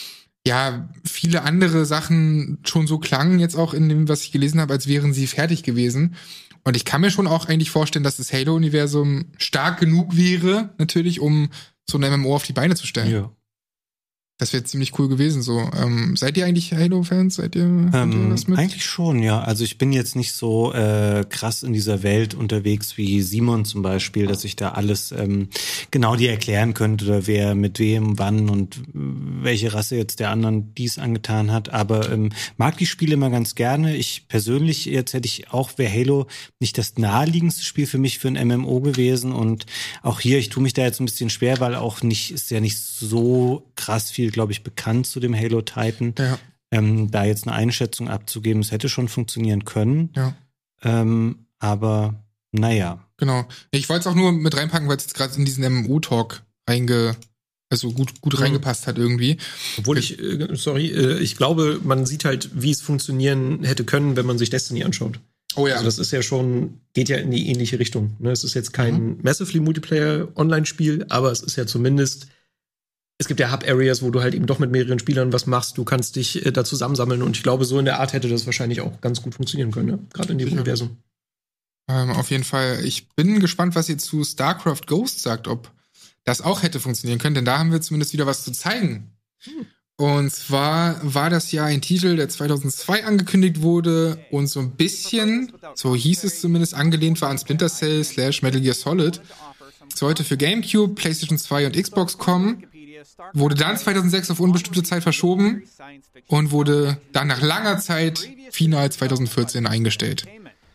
ja viele andere Sachen schon so klangen jetzt auch in dem, was ich gelesen habe, als wären sie fertig gewesen. Und ich kann mir schon auch eigentlich vorstellen, dass das Halo-Universum stark genug wäre, natürlich, um so ein M M O auf die Beine zu stellen. Ja. Das wäre ziemlich cool gewesen so. Ähm, seid ihr eigentlich Halo-Fans? Seid ihr, ähm, ihr was mit? Eigentlich schon, ja. Also ich bin jetzt nicht so äh, krass in dieser Welt unterwegs wie Simon zum Beispiel, dass ich da alles ähm, genau dir erklären könnte, oder wer mit wem, wann und welche Rasse jetzt der anderen dies angetan hat. Aber ähm, mag die Spiele immer ganz gerne. Ich persönlich, jetzt hätte ich auch, wäre Halo nicht das naheliegendste Spiel für mich für ein M M O gewesen. Und auch hier, ich tue mich da jetzt ein bisschen schwer, weil auch nicht, ist ja nicht so krass viel, glaube ich, bekannt zu dem Halo Titan. Ja. Ähm, da jetzt eine Einschätzung abzugeben, es hätte schon funktionieren können. Ja. Ähm, aber naja. Genau. Ich wollte es auch nur mit reinpacken, weil es jetzt gerade in diesen M M O-Talk reinge, also gut, gut reingepasst hat irgendwie. Obwohl ich, äh, sorry, äh, ich glaube, man sieht halt, wie es funktionieren hätte können, wenn man sich Destiny anschaut. Oh ja. Also das ist ja schon, geht ja in die ähnliche Richtung. Ne? Es ist jetzt kein mhm. Massively Multiplayer-Online-Spiel, aber es ist ja zumindest, es gibt ja Hub-Areas, wo du halt eben doch mit mehreren Spielern was machst. Du kannst dich äh, da zusammensammeln. Und ich glaube, so in der Art hätte das wahrscheinlich auch ganz gut funktionieren können, ne? Gerade in dem Sicher. Universum. Ähm, auf jeden Fall. Ich bin gespannt, was ihr zu StarCraft Ghost sagt, ob das auch hätte funktionieren können. Denn da haben wir zumindest wieder was zu zeigen. Hm. Und zwar war das ja ein Titel, der zweitausendzwei angekündigt wurde und so ein bisschen, so hieß es zumindest, angelehnt war an Splinter Cell slash Metal Gear Solid. Sollte für GameCube, PlayStation zwei und Xbox kommen. Wurde dann zweitausendsechs auf unbestimmte Zeit verschoben und wurde dann nach langer Zeit final zweitausendvierzehn eingestellt.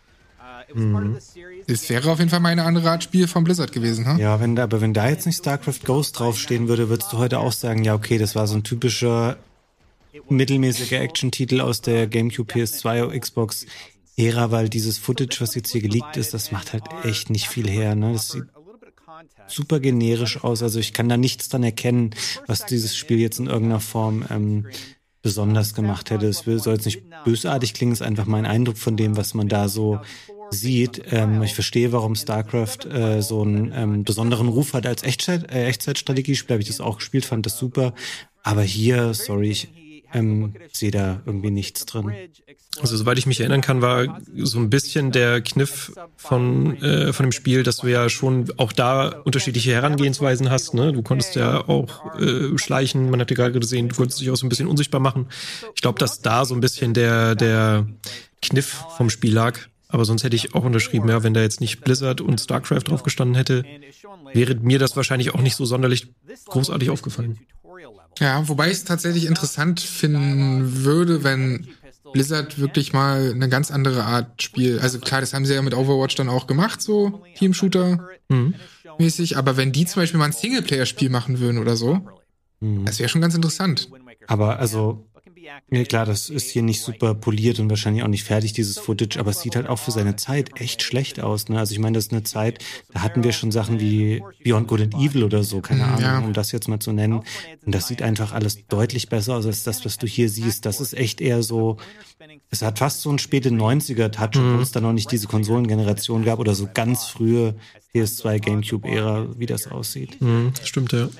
Mhm. Es wäre auf jeden Fall mal eine andere Art Spiel von Blizzard gewesen, ha? Ja, wenn da, aber wenn da jetzt nicht StarCraft Ghost draufstehen würde, würdest du heute auch sagen, ja okay, das war so ein typischer mittelmäßiger Action-Titel aus der GameCube, P S zwei, Xbox Ära, weil dieses Footage, was jetzt hier geleakt ist, das macht halt echt nicht viel her, ne? Das sieht super generisch aus, also ich kann da nichts dran erkennen, was dieses Spiel jetzt in irgendeiner Form ähm, besonders gemacht hätte. Es soll jetzt nicht bösartig klingen, ist einfach mein Eindruck von dem, was man da so sieht. Ähm, ich verstehe, warum StarCraft äh, so einen ähm, besonderen Ruf hat als Echtzeit, äh, Echtzeitstrategiespiel, habe ich das auch gespielt, fand das super, aber hier, sorry, ich ähm, sehe da irgendwie nichts drin. Also soweit ich mich erinnern kann, war so ein bisschen der Kniff von äh, von dem Spiel, dass du ja schon auch da unterschiedliche Herangehensweisen hast. Ne? Du konntest ja auch äh, schleichen, man hat ja gerade gesehen, du konntest dich auch so ein bisschen unsichtbar machen. Ich glaube, dass da so ein bisschen der der Kniff vom Spiel lag. Aber sonst hätte ich auch unterschrieben, ja, wenn da jetzt nicht Blizzard und StarCraft drauf gestanden hätte, wäre mir das wahrscheinlich auch nicht so sonderlich großartig aufgefallen. Ja, wobei ich es tatsächlich interessant finden würde, wenn Blizzard wirklich mal eine ganz andere Art Spiel, also klar, das haben sie ja mit Overwatch dann auch gemacht, so Team-Shooter-mäßig, mhm. aber wenn die zum Beispiel mal ein Singleplayer-Spiel machen würden oder so, mhm. das wäre schon ganz interessant. Aber also, ja klar, das ist hier nicht super poliert und wahrscheinlich auch nicht fertig, dieses Footage, aber es sieht halt auch für seine Zeit echt schlecht aus, ne? Also ich meine, das ist eine Zeit, da hatten wir schon Sachen wie Beyond Good and Evil oder so, keine Ahnung, ja. um das jetzt mal zu nennen. Und das sieht einfach alles deutlich besser aus als das, was du hier siehst. Das ist echt eher so, es hat fast so einen späten neunziger-Touch, mhm. wo es da noch nicht diese Konsolengeneration gab oder so ganz frühe P S zwei Gamecube-Ära, wie das aussieht. Mhm, das stimmt, ja.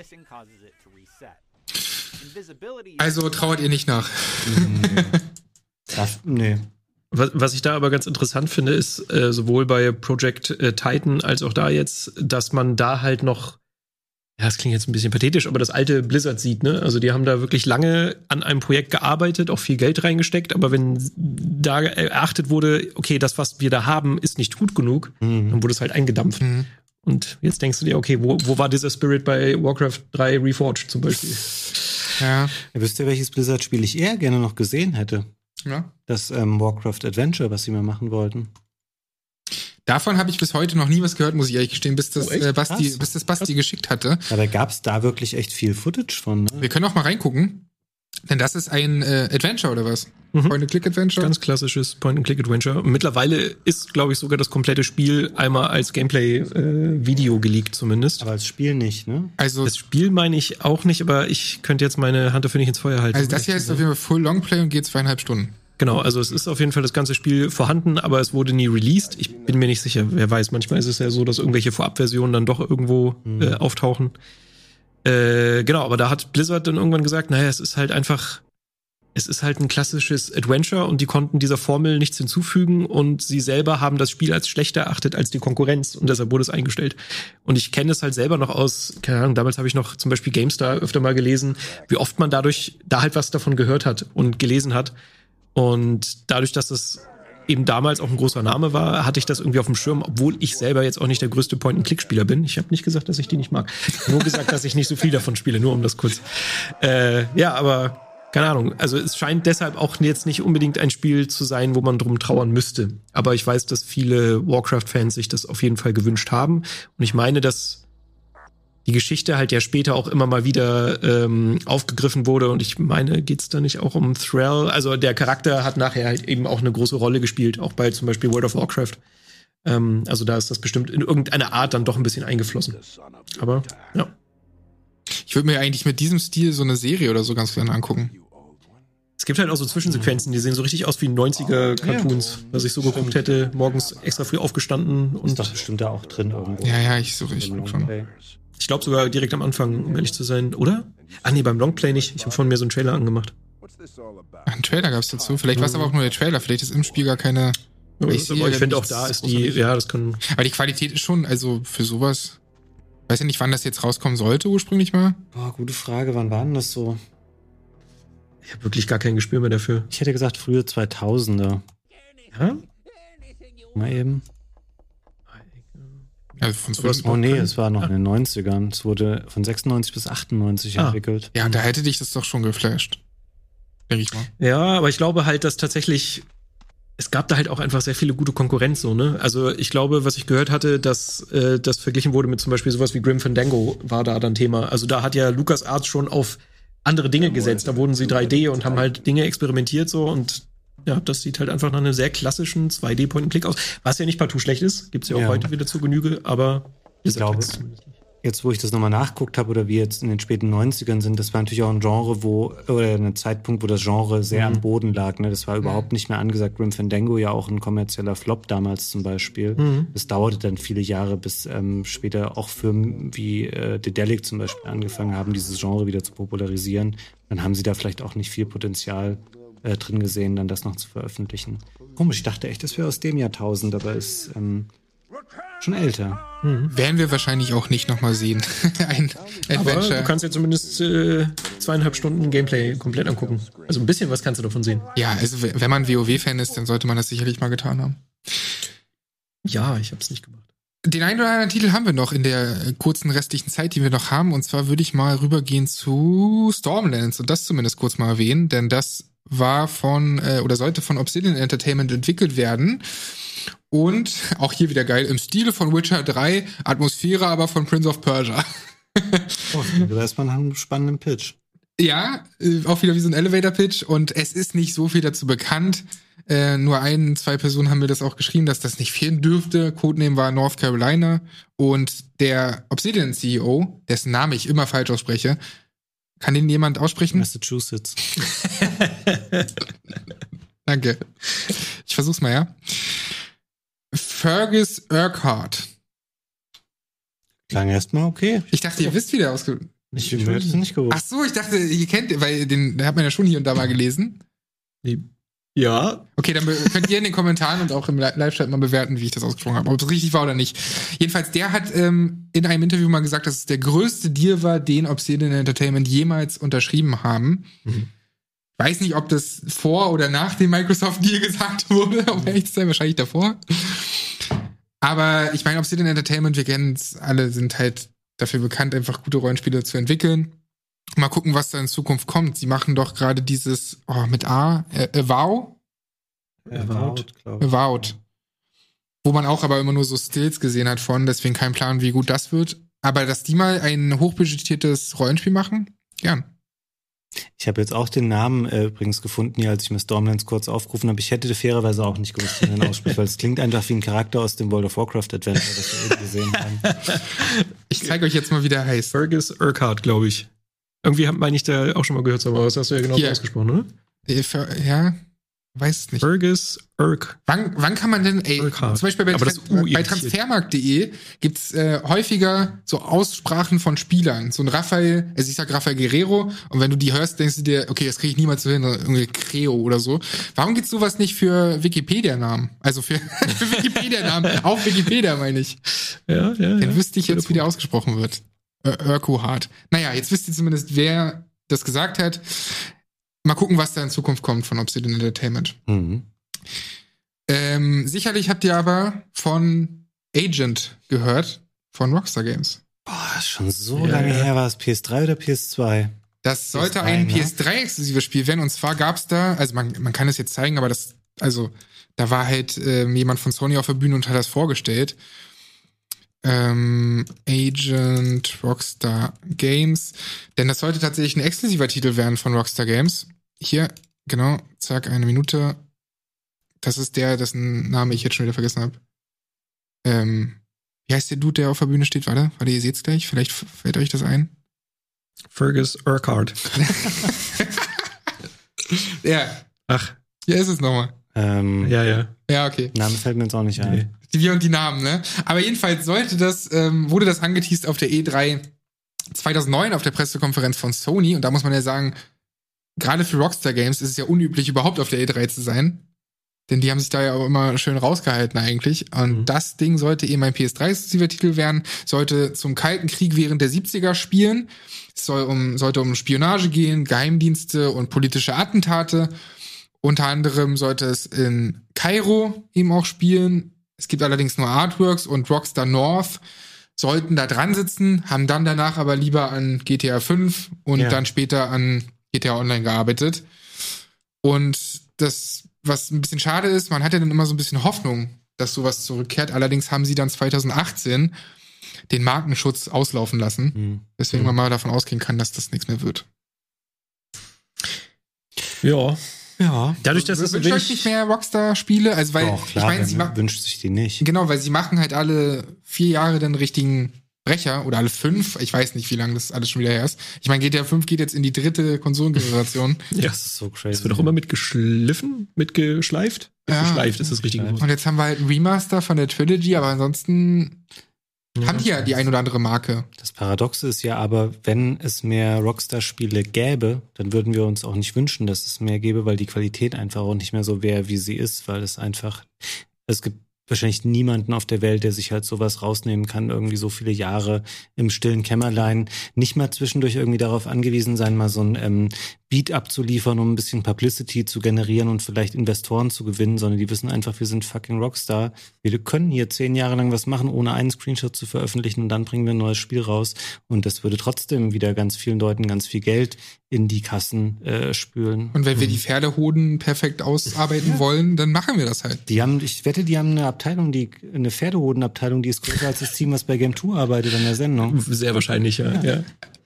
Also trauert ihr nicht nach. Das, nee. Was, was ich da aber ganz interessant finde, ist äh, sowohl bei Project äh, Titan als auch da jetzt, dass man da halt noch, ja, das klingt jetzt ein bisschen pathetisch, aber das alte Blizzard sieht, ne? Also die haben da wirklich lange an einem Projekt gearbeitet, auch viel Geld reingesteckt, aber wenn da erachtet wurde, okay, das, was wir da haben, ist nicht gut genug, mhm. dann wurde es halt eingedampft. Mhm. Und jetzt denkst du dir, okay, wo, wo war dieser Spirit bei Warcraft drei Reforged zum Beispiel? Ja. Ihr wisst ja, welches Blizzard-Spiel ich eher gerne noch gesehen hätte. Ja. Das ähm, Warcraft Adventure, was sie mal machen wollten. Davon habe ich bis heute noch nie was gehört, muss ich ehrlich gestehen, bis das, oh, äh, Basti, bis das Basti geschickt hatte. Aber gab es da wirklich echt viel Footage von? Ne? Wir können auch mal reingucken. Denn das ist ein äh, Adventure, oder was? Mhm. Point-and-Click-Adventure? Ganz klassisches Point-and-Click-Adventure. Mittlerweile ist, glaube ich, sogar das komplette Spiel einmal als Gameplay-Video äh, geleakt zumindest. Aber als Spiel nicht, ne? Also das Spiel meine ich auch nicht, aber ich könnte jetzt meine Hand dafür nicht ins Feuer halten. Also das hier ist auf jeden Fall Full Longplay und geht zweieinhalb Stunden. Genau, also es ist auf jeden Fall das ganze Spiel vorhanden, aber es wurde nie released. Ich bin mir nicht sicher, wer weiß. Manchmal ist es ja so, dass irgendwelche Vorabversionen dann doch irgendwo mhm. äh, auftauchen. Äh, genau, aber da hat Blizzard dann irgendwann gesagt, naja, es ist halt einfach es ist halt ein klassisches Adventure und die konnten dieser Formel nichts hinzufügen und sie selber haben das Spiel als schlechter erachtet als die Konkurrenz und deshalb wurde es eingestellt. Und ich kenne es halt selber noch aus, keine Ahnung, damals habe ich noch zum Beispiel GameStar öfter mal gelesen, wie oft man dadurch da halt was davon gehört hat und gelesen hat. Und dadurch, dass es eben damals auch ein großer Name war, hatte ich das irgendwie auf dem Schirm, obwohl ich selber jetzt auch nicht der größte Point-and-Click-Spieler bin. Ich habe nicht gesagt, dass ich die nicht mag. Nur gesagt, dass ich nicht so viel davon spiele, nur um das kurz. Äh, ja, aber keine Ahnung. Also es scheint deshalb auch jetzt nicht unbedingt ein Spiel zu sein, wo man drum trauern müsste. Aber ich weiß, dass viele Warcraft-Fans sich das auf jeden Fall gewünscht haben. Und ich meine, dass die Geschichte halt ja später auch immer mal wieder ähm, aufgegriffen wurde. Und ich meine, geht's da nicht auch um Thrall? Also der Charakter hat nachher halt eben auch eine große Rolle gespielt, auch bei zum Beispiel World of Warcraft. Ähm, also da ist das bestimmt in irgendeiner Art dann doch ein bisschen eingeflossen. Aber, ja. Ich würde mir eigentlich mit diesem Stil so eine Serie oder so ganz gerne angucken. Es gibt halt auch so Zwischensequenzen, die sehen so richtig aus wie neunziger-Cartoons, ja, was ich so geguckt hätte, morgens extra früh aufgestanden. Und ist doch bestimmt da auch drin irgendwo. Ja, ja, ich suche, ich guck schon. Ich glaube sogar direkt am Anfang, um ehrlich zu sein, oder? Ah nee, beim Longplay nicht. Ich habe von mir so einen Trailer angemacht. Ach, einen Trailer gab's dazu. Vielleicht war es aber auch nur der Trailer. Vielleicht ist im Spiel gar keine... Ja, ich aber ich finde auch da ist die... Ja, das kann... Aber die Qualität ist schon, also für sowas... Weiß ja nicht, wann das jetzt rauskommen sollte ursprünglich mal. Boah, gute Frage. Wann war denn das so? Ich habe wirklich gar kein Gespür mehr dafür. Ich hätte gesagt frühe zweitausender. Ja? Mal eben. Also von zwölf oh nee, es war noch in den neunzigern. Es wurde von sechsundneunzig bis achtundneunzig ah. entwickelt. Ja, und da hätte dich das doch schon geflasht. Denke ich mal. Ja, aber ich glaube halt, dass tatsächlich es gab da halt auch einfach sehr viele gute Konkurrenz, so, ne? Also ich glaube, was ich gehört hatte, dass äh, das verglichen wurde mit zum Beispiel sowas wie Grim Fandango, war da dann Thema. Also da hat ja LucasArts schon auf andere Dinge gesetzt. Da wurden sie drei D und haben halt Dinge experimentiert so und ja, das sieht halt einfach nach einem sehr klassischen zwei D Point-and-Click aus. Was ja nicht partout schlecht ist. Gibt's ja auch ja. heute wieder zu Genüge, aber ich glaube, jetzt, wo ich das nochmal nachguckt habe oder wie jetzt in den späten neunzigern sind, das war natürlich auch ein Genre, wo, oder ein Zeitpunkt, wo das Genre sehr mhm. am Boden lag. Ne? Das war mhm. überhaupt nicht mehr angesagt. Grim Fandango ja auch ein kommerzieller Flop damals zum Beispiel. Mhm. Das dauerte dann viele Jahre, bis ähm, später auch Firmen wie äh, Dedelic zum Beispiel angefangen haben, dieses Genre wieder zu popularisieren. Dann haben sie da vielleicht auch nicht viel Potenzial Äh, drin gesehen, dann das noch zu veröffentlichen. Komisch, ich dachte echt, das wäre aus dem Jahrtausend, aber ist ähm, schon älter. Mhm. Werden wir wahrscheinlich auch nicht nochmal sehen. Ein Adventure. Aber du kannst ja zumindest äh, zweieinhalb Stunden Gameplay komplett angucken. Also ein bisschen was kannst du davon sehen. Ja, also wenn man WoW-Fan ist, dann sollte man das sicherlich mal getan haben. Ja, ich hab's nicht gemacht. Den einen oder anderen Titel haben wir noch in der kurzen restlichen Zeit, die wir noch haben. Und zwar würde ich mal rübergehen zu Stormlands und das zumindest kurz mal erwähnen, denn das war von, äh, oder sollte von Obsidian Entertainment entwickelt werden. Und auch hier wieder geil, im Stile von Witcher drei, Atmosphäre aber von Prince of Persia. Oh, da ist man einen spannenden Pitch. Ja, äh, auch wieder wie so ein Elevator-Pitch und es ist nicht so viel dazu bekannt. Äh, nur ein, zwei Personen haben mir das auch geschrieben, dass das nicht fehlen dürfte. Codename war North Carolina und der Obsidian-C E O, dessen Name ich immer falsch ausspreche, kann den jemand aussprechen? Massachusetts. Danke. Ich versuch's mal, ja. Fergus Urquhart. Klang erstmal okay. Ich dachte, ihr wisst, wie der ausgesprochen wird. Ich hätte es nicht gewusst. Ach so, ich dachte, ihr kennt, weil den, den hat man ja schon hier und da mal gelesen. Ja. Okay, dann könnt ihr in den Kommentaren und auch im Live-Chat mal bewerten, wie ich das ausgesprochen habe, ob es richtig war oder nicht. Jedenfalls, der hat ähm, in einem Interview mal gesagt, dass es der größte Deal war, den Obsidian Entertainment jemals unterschrieben haben. Mhm. Weiß nicht, ob das vor oder nach dem Microsoft-Deal gesagt wurde, um ehrlich zu sein, wahrscheinlich davor. Aber ich meine, Obsidian Entertainment, wir kennen es alle, sind halt dafür bekannt, einfach gute Rollenspiele zu entwickeln. Mal gucken, was da in Zukunft kommt. Sie machen doch gerade dieses, oh, mit A, äh, Avowed? Avowed, glaube ich. Avowed. Wo man auch aber immer nur so Stills gesehen hat von, deswegen kein Plan, wie gut das wird. Aber dass die mal ein hochbudgetiertes Rollenspiel machen, gern. Ich habe jetzt auch den Namen äh, übrigens gefunden, hier, als ich mir Stormlands kurz aufgerufen habe. Ich hätte fairerweise auch nicht gewusst, wie man den ausspricht, weil es klingt einfach wie ein Charakter aus dem World of Warcraft Adventure, das wir eben gesehen haben. Ich zeige euch jetzt mal, wie der heißt. Fergus Urquhart, glaube ich. Irgendwie meine ich da auch schon mal gehört, aber das hast du ja genau so ausgesprochen, oder? Ja. Weiß es nicht. Fergus Urk. Wann, wann kann man denn, ey, Urquhart. zum Beispiel bei, Aber Trans- das U bei transfermarkt punkt de gibt's äh, häufiger so Aussprachen von Spielern. So ein Raphael, also ich sag Rafael Guerrero, und wenn du die hörst, denkst du dir, okay, das kriege ich niemals so hin, irgendwie Creo oder so. Warum gibt's sowas nicht für Wikipedia-Namen? Also für, für Wikipedia-Namen, auf Wikipedia meine ich. Ja, ja, Dann ja. wüsste ich jetzt, wie der ausgesprochen wird. Urquhart. Naja, jetzt wisst ihr zumindest, wer das gesagt hat. Mal gucken, was da in Zukunft kommt von Obsidian Entertainment. Mhm. Ähm, sicherlich habt ihr aber von Agent gehört, von Rockstar Games. Boah, ist schon so Ja, lange ja. her. War es P S drei oder P S zwei? Das sollte P S drei, ein ne? P S drei-exklusives Spiel werden. Und zwar gab's da, also man, man kann es jetzt zeigen, aber das, also da war halt ähm, jemand von Sony auf der Bühne und hat das vorgestellt. Ähm, Agent Rockstar Games. Denn das sollte tatsächlich ein exklusiver Titel werden von Rockstar Games. Hier, genau, zack, eine Minute. Das ist der, dessen Name ich jetzt schon wieder vergessen habe. Ähm, wie heißt der Dude, der auf der Bühne steht? Warte, warte, ihr seht's gleich. Vielleicht f- fällt euch das ein. Fergus Urquhart. Ja, Ach, hier ist es nochmal. Ähm, ja, ja. Ja, okay. Name fällt mir jetzt auch nicht ein. Nee. Die Wir und die Namen, ne? Aber jedenfalls sollte das, ähm, wurde das angeteast auf der E drei zweitausendneun auf der Pressekonferenz von Sony. Und da muss man ja sagen, gerade für Rockstar Games ist es ja unüblich, überhaupt auf der E drei zu sein. Denn die haben sich da ja auch immer schön rausgehalten eigentlich. Und Mhm. das Ding sollte eben ein P S drei-exklusiver Titel werden, sollte zum Kalten Krieg während der siebziger spielen. Es soll um, sollte um Spionage gehen, Geheimdienste und politische Attentate. Unter anderem sollte es in Kairo eben auch spielen. Es gibt allerdings nur Artworks und Rockstar North sollten da dran sitzen, haben dann danach aber lieber an G T A fünf und Ja. dann später an G T A Online gearbeitet. Und das, was ein bisschen schade ist, man hatte dann immer so ein bisschen Hoffnung, dass sowas zurückkehrt. Allerdings haben sie dann zweitausendachtzehn den Markenschutz auslaufen lassen. Mhm. Weswegen man mal davon ausgehen kann, dass das nichts mehr wird. Ja. Ja. Dadurch, dass es so Wünscht euch nicht wenig... mehr Rockstar-Spiele? Also, weil, Doch, ich klar, meine, sie wer machen, wünscht sich die nicht. genau, weil sie machen halt alle vier Jahre den richtigen Brecher oder alle fünf. Ich weiß nicht, wie lange das alles schon wieder her ist. Ich meine, G T A fünf geht jetzt in die dritte Konsolengeneration. Ja, Das ist so crazy. es wird auch immer mitgeschliffen, mitgeschleift. Ja. Mitgeschleift ist das richtige Wort. Und jetzt haben wir halt ein Remaster von der Trilogy, aber ansonsten haben die ja die ein oder andere Marke. Das Paradoxe ist ja aber, wenn es mehr Rockstar-Spiele gäbe, dann würden wir uns auch nicht wünschen, dass es mehr gäbe, weil die Qualität einfach auch nicht mehr so wäre, wie sie ist, weil es einfach, es gibt wahrscheinlich niemanden auf der Welt, der sich halt sowas rausnehmen kann, irgendwie so viele Jahre im stillen Kämmerlein, nicht mal zwischendurch irgendwie darauf angewiesen sein, mal so ein ähm, Beat abzuliefern, um ein bisschen Publicity zu generieren und vielleicht Investoren zu gewinnen, sondern die wissen einfach, wir sind fucking Rockstar. Wir können hier zehn Jahre lang was machen, ohne einen Screenshot zu veröffentlichen und dann bringen wir ein neues Spiel raus und das würde trotzdem wieder ganz vielen Leuten ganz viel Geld in die Kassen äh, spülen. Und wenn wir die Pferdehoden perfekt ausarbeiten wollen, dann machen wir das halt. Die haben, ich wette, die haben eine Abteilung, die eine Pferdehodenabteilung, die ist größer als das Team, was bei Game zwei arbeitet an der Sendung. Sehr wahrscheinlich, ja. ja.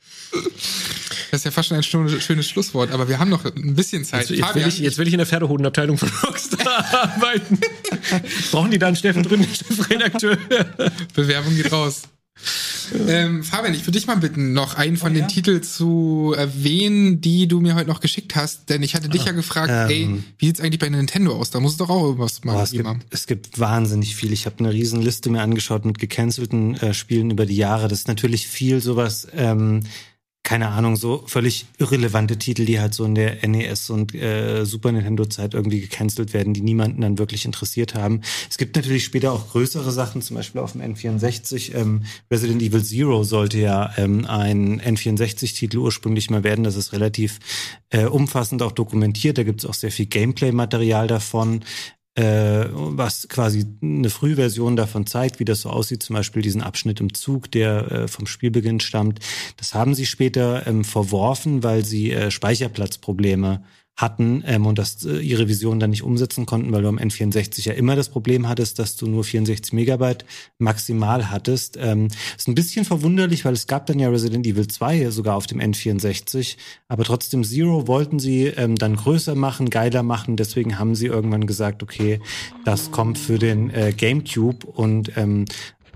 Das ist ja fast schon ein schönes, schönes Schlusswort, aber wir haben noch ein bisschen Zeit. Jetzt, jetzt, will ich, jetzt will ich in der Pferdehodenabteilung von Rockstar arbeiten. Brauchen die da einen Steffen drin, Chefredakteur? Bewerbung geht raus. Ähm, Fabian, ich würde dich mal bitten, noch einen von Oh, den ja? Titeln zu erwähnen, die du mir heute noch geschickt hast, denn ich hatte dich ja gefragt, ähm, ey, wie sieht's eigentlich bei Nintendo aus? Da muss es doch auch irgendwas mal Boah, es, gegeben haben. gibt, es gibt wahnsinnig viel. Ich habe eine riesen Liste mir angeschaut mit gecancelten äh, Spielen über die Jahre. Das ist natürlich viel sowas, ähm, keine Ahnung, so völlig irrelevante Titel, die halt so in der N E S- und äh, Super Nintendo-Zeit irgendwie gecancelt werden, die niemanden dann wirklich interessiert haben. Es gibt natürlich später auch größere Sachen, zum Beispiel auf dem N vierundsechzig. Ähm, Resident Evil Zero sollte ja ähm, ein N vierundsechzig-Titel ursprünglich mal werden. Das ist relativ äh, umfassend auch dokumentiert. Da gibt es auch sehr viel Gameplay-Material davon, äh, was quasi eine Frühversion davon zeigt, wie das so aussieht, zum Beispiel diesen Abschnitt im Zug, der äh, vom Spielbeginn stammt. Das haben sie später ähm, verworfen, weil sie äh, Speicherplatzprobleme hatten ähm, und das äh, ihre Vision dann nicht umsetzen konnten, weil du am N vierundsechzig ja immer das Problem hattest, dass du nur vierundsechzig Megabyte maximal hattest. Ähm, ist ein bisschen verwunderlich, weil es gab dann ja Resident Evil zwei sogar auf dem N vierundsechzig, aber trotzdem Zero wollten sie ähm, dann größer machen, geiler machen, deswegen haben sie irgendwann gesagt, okay, das kommt für den äh, GameCube und ähm,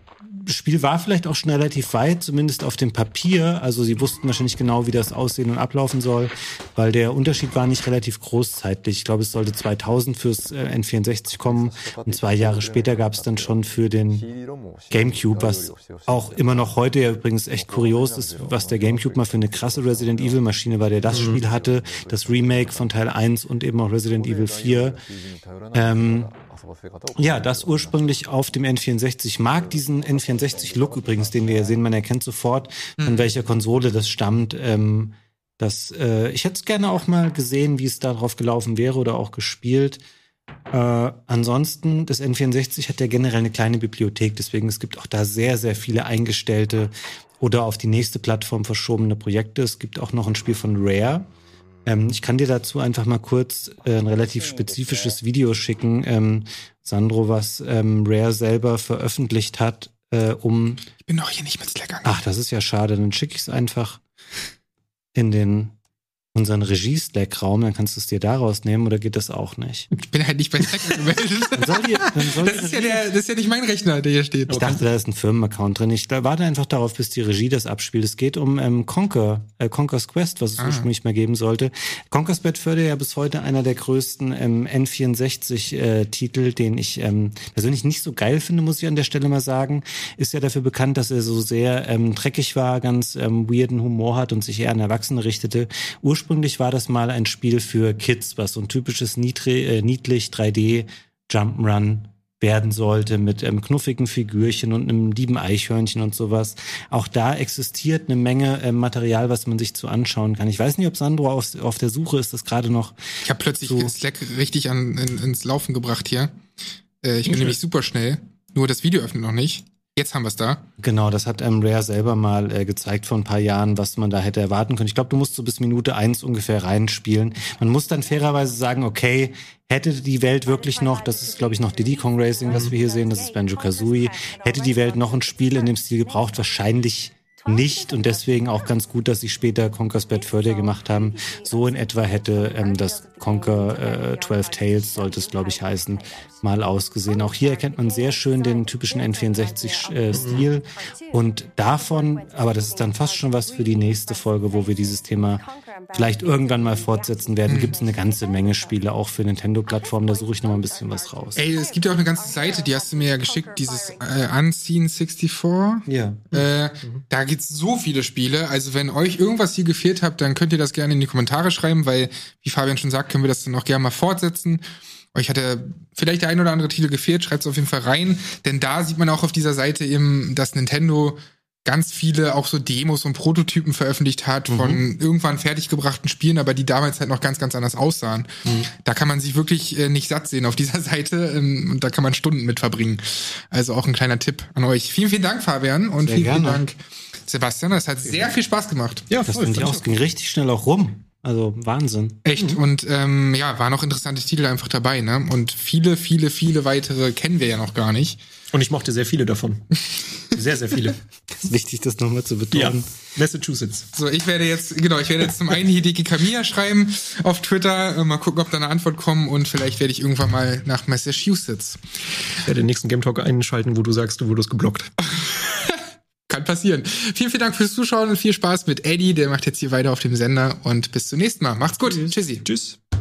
das Spiel war vielleicht auch schon relativ weit, zumindest auf dem Papier. Also sie wussten wahrscheinlich genau, wie das aussehen und ablaufen soll, weil der Unterschied war nicht relativ groß zeitlich. Ich glaube, es sollte zweitausend fürs äh, N vierundsechzig kommen und zwei Jahre später gab es dann schon für den GameCube, was auch immer noch heute ja übrigens echt kurios ist, was der GameCube mal für eine krasse Resident Evil Maschine war, der das Spiel hatte, das Remake von Teil eins und eben auch Resident Evil vier. Ähm, Ja, das ursprünglich auf dem N vierundsechzig. Ich mag diesen N vierundsechzig-Look übrigens, den wir hier sehen. Man erkennt sofort, von welcher Konsole das stammt. Ähm, das, äh, ich hätte es gerne auch mal gesehen, wie es da drauf gelaufen wäre oder auch gespielt. Äh, ansonsten, das N vierundsechzig hat ja generell eine kleine Bibliothek. Deswegen, es gibt auch da sehr, sehr viele eingestellte oder auf die nächste Plattform verschobene Projekte. Es gibt auch noch ein Spiel von Rare. Ähm, ich kann dir dazu einfach mal kurz äh, ein relativ spezifisches Video schicken, ähm, Sandro, was ähm, Rare selber veröffentlicht hat, äh, um... Ich bin doch hier nicht mit Slack angegangen. Ach, das ist ja schade. Dann schicke ich es einfach in den unseren Regie-Slack-Raum, dann kannst du es dir daraus nehmen, oder geht das auch nicht? Ich bin halt nicht bei Slack angemeldet. Dann soll die, dann soll das, ist ja der, das ist ja nicht mein Rechner, der hier steht. Ich dachte, da ist ein Firmenaccount drin. Ich warte einfach darauf, bis die Regie das abspielt. Es geht um ähm, Conquer, äh, Conquer's Quest, was es ah. ursprünglich mal geben sollte. Conquer's Bad Fur ja bis heute einer der größten ähm, N vierundsechzig-Titel, äh, den ich ähm, persönlich nicht so geil finde, muss ich an der Stelle mal sagen. Ist ja dafür bekannt, dass er so sehr ähm, dreckig war, ganz ähm, weirden Humor hat und sich eher an Erwachsene richtete. Ursprünglich war das mal ein Spiel für Kids, was so ein typisches niedrig, äh, niedlich drei D Jump'n'Run werden sollte mit ähm, knuffigen Figürchen und einem lieben Eichhörnchen und sowas. Auch da existiert eine Menge äh, Material, was man sich zu anschauen kann. Ich weiß nicht, ob Sandro auf, auf der Suche ist, das gerade noch. Ich habe plötzlich so Slack richtig an, in, ins Laufen gebracht hier. Äh, ich bin okay. nämlich super schnell. Nur das Video öffnet noch nicht. Jetzt haben wir es da. Genau, das hat ähm, Rare selber mal äh, gezeigt vor ein paar Jahren, was man da hätte erwarten können. Ich glaube, du musst so bis Minute eins ungefähr reinspielen. Man muss dann fairerweise sagen, okay, hätte die Welt wirklich noch, das ist glaube ich noch Diddy Kong Racing, was wir hier sehen, das ist Banjo-Kazooie, hätte die Welt noch ein Spiel in dem Stil gebraucht? Wahrscheinlich nicht, und deswegen auch ganz gut, dass sie später Conquer's Bad Fur Day gemacht haben. So in etwa hätte ähm, das Conquer äh, zwölf Tales, sollte es glaube ich heißen, mal ausgesehen. Auch hier erkennt man sehr schön den typischen N vierundsechzig-Stil äh, und davon, aber das ist dann fast schon was für die nächste Folge, wo wir dieses Thema vielleicht irgendwann mal fortsetzen werden, mhm. gibt es eine ganze Menge Spiele, auch für Nintendo-Plattformen, da suche ich noch mal ein bisschen was raus. Ey, es gibt ja auch eine ganze Seite, die hast du mir ja geschickt, dieses äh, Unseen sechsundsiebzig. Ja. Äh, mhm. Da gibt's so viele Spiele, also wenn euch irgendwas hier gefehlt habt, dann könnt ihr das gerne in die Kommentare schreiben, weil, wie Fabian schon sagt, können wir das dann auch gerne mal fortsetzen. Euch hat ja vielleicht der ein oder andere Titel gefehlt, schreibt's auf jeden Fall rein, denn da sieht man auch auf dieser Seite eben, dass Nintendo ganz viele auch so Demos und Prototypen veröffentlicht hat von mhm. irgendwann fertiggebrachten Spielen, aber die damals halt noch ganz, ganz anders aussahen. Mhm. Da kann man sich wirklich äh, nicht satt sehen auf dieser Seite ähm, und da kann man Stunden mit verbringen. Also auch ein kleiner Tipp an euch. Vielen, vielen Dank, Fabian, und sehr vielen, gerne. vielen Dank, Sebastian. Das hat sehr viel Spaß gemacht. Ja, das finde ich auch. Es ging richtig schnell auch rum. Also Wahnsinn. Echt. Mhm. Und ähm, ja, waren auch interessante Titel einfach dabei, ne? Und viele, viele, viele weitere kennen wir ja noch gar nicht. Und ich mochte sehr viele davon. Sehr, sehr viele. Das ist wichtig, das nochmal zu betonen. Ja. Massachusetts. So, ich werde jetzt, genau, ich werde jetzt zum einen Hideki Kamiya schreiben auf Twitter, äh, mal gucken, ob da eine Antwort kommt, und vielleicht werde ich irgendwann mal nach Massachusetts. Ich werde den nächsten Game Talk einschalten, wo du sagst, du wurdest geblockt. Kann passieren. Vielen, vielen Dank fürs Zuschauen und viel Spaß mit Eddie, der macht jetzt hier weiter auf dem Sender, und bis zum nächsten Mal. Macht's gut. Tschüss. Tschüssi. Tschüss.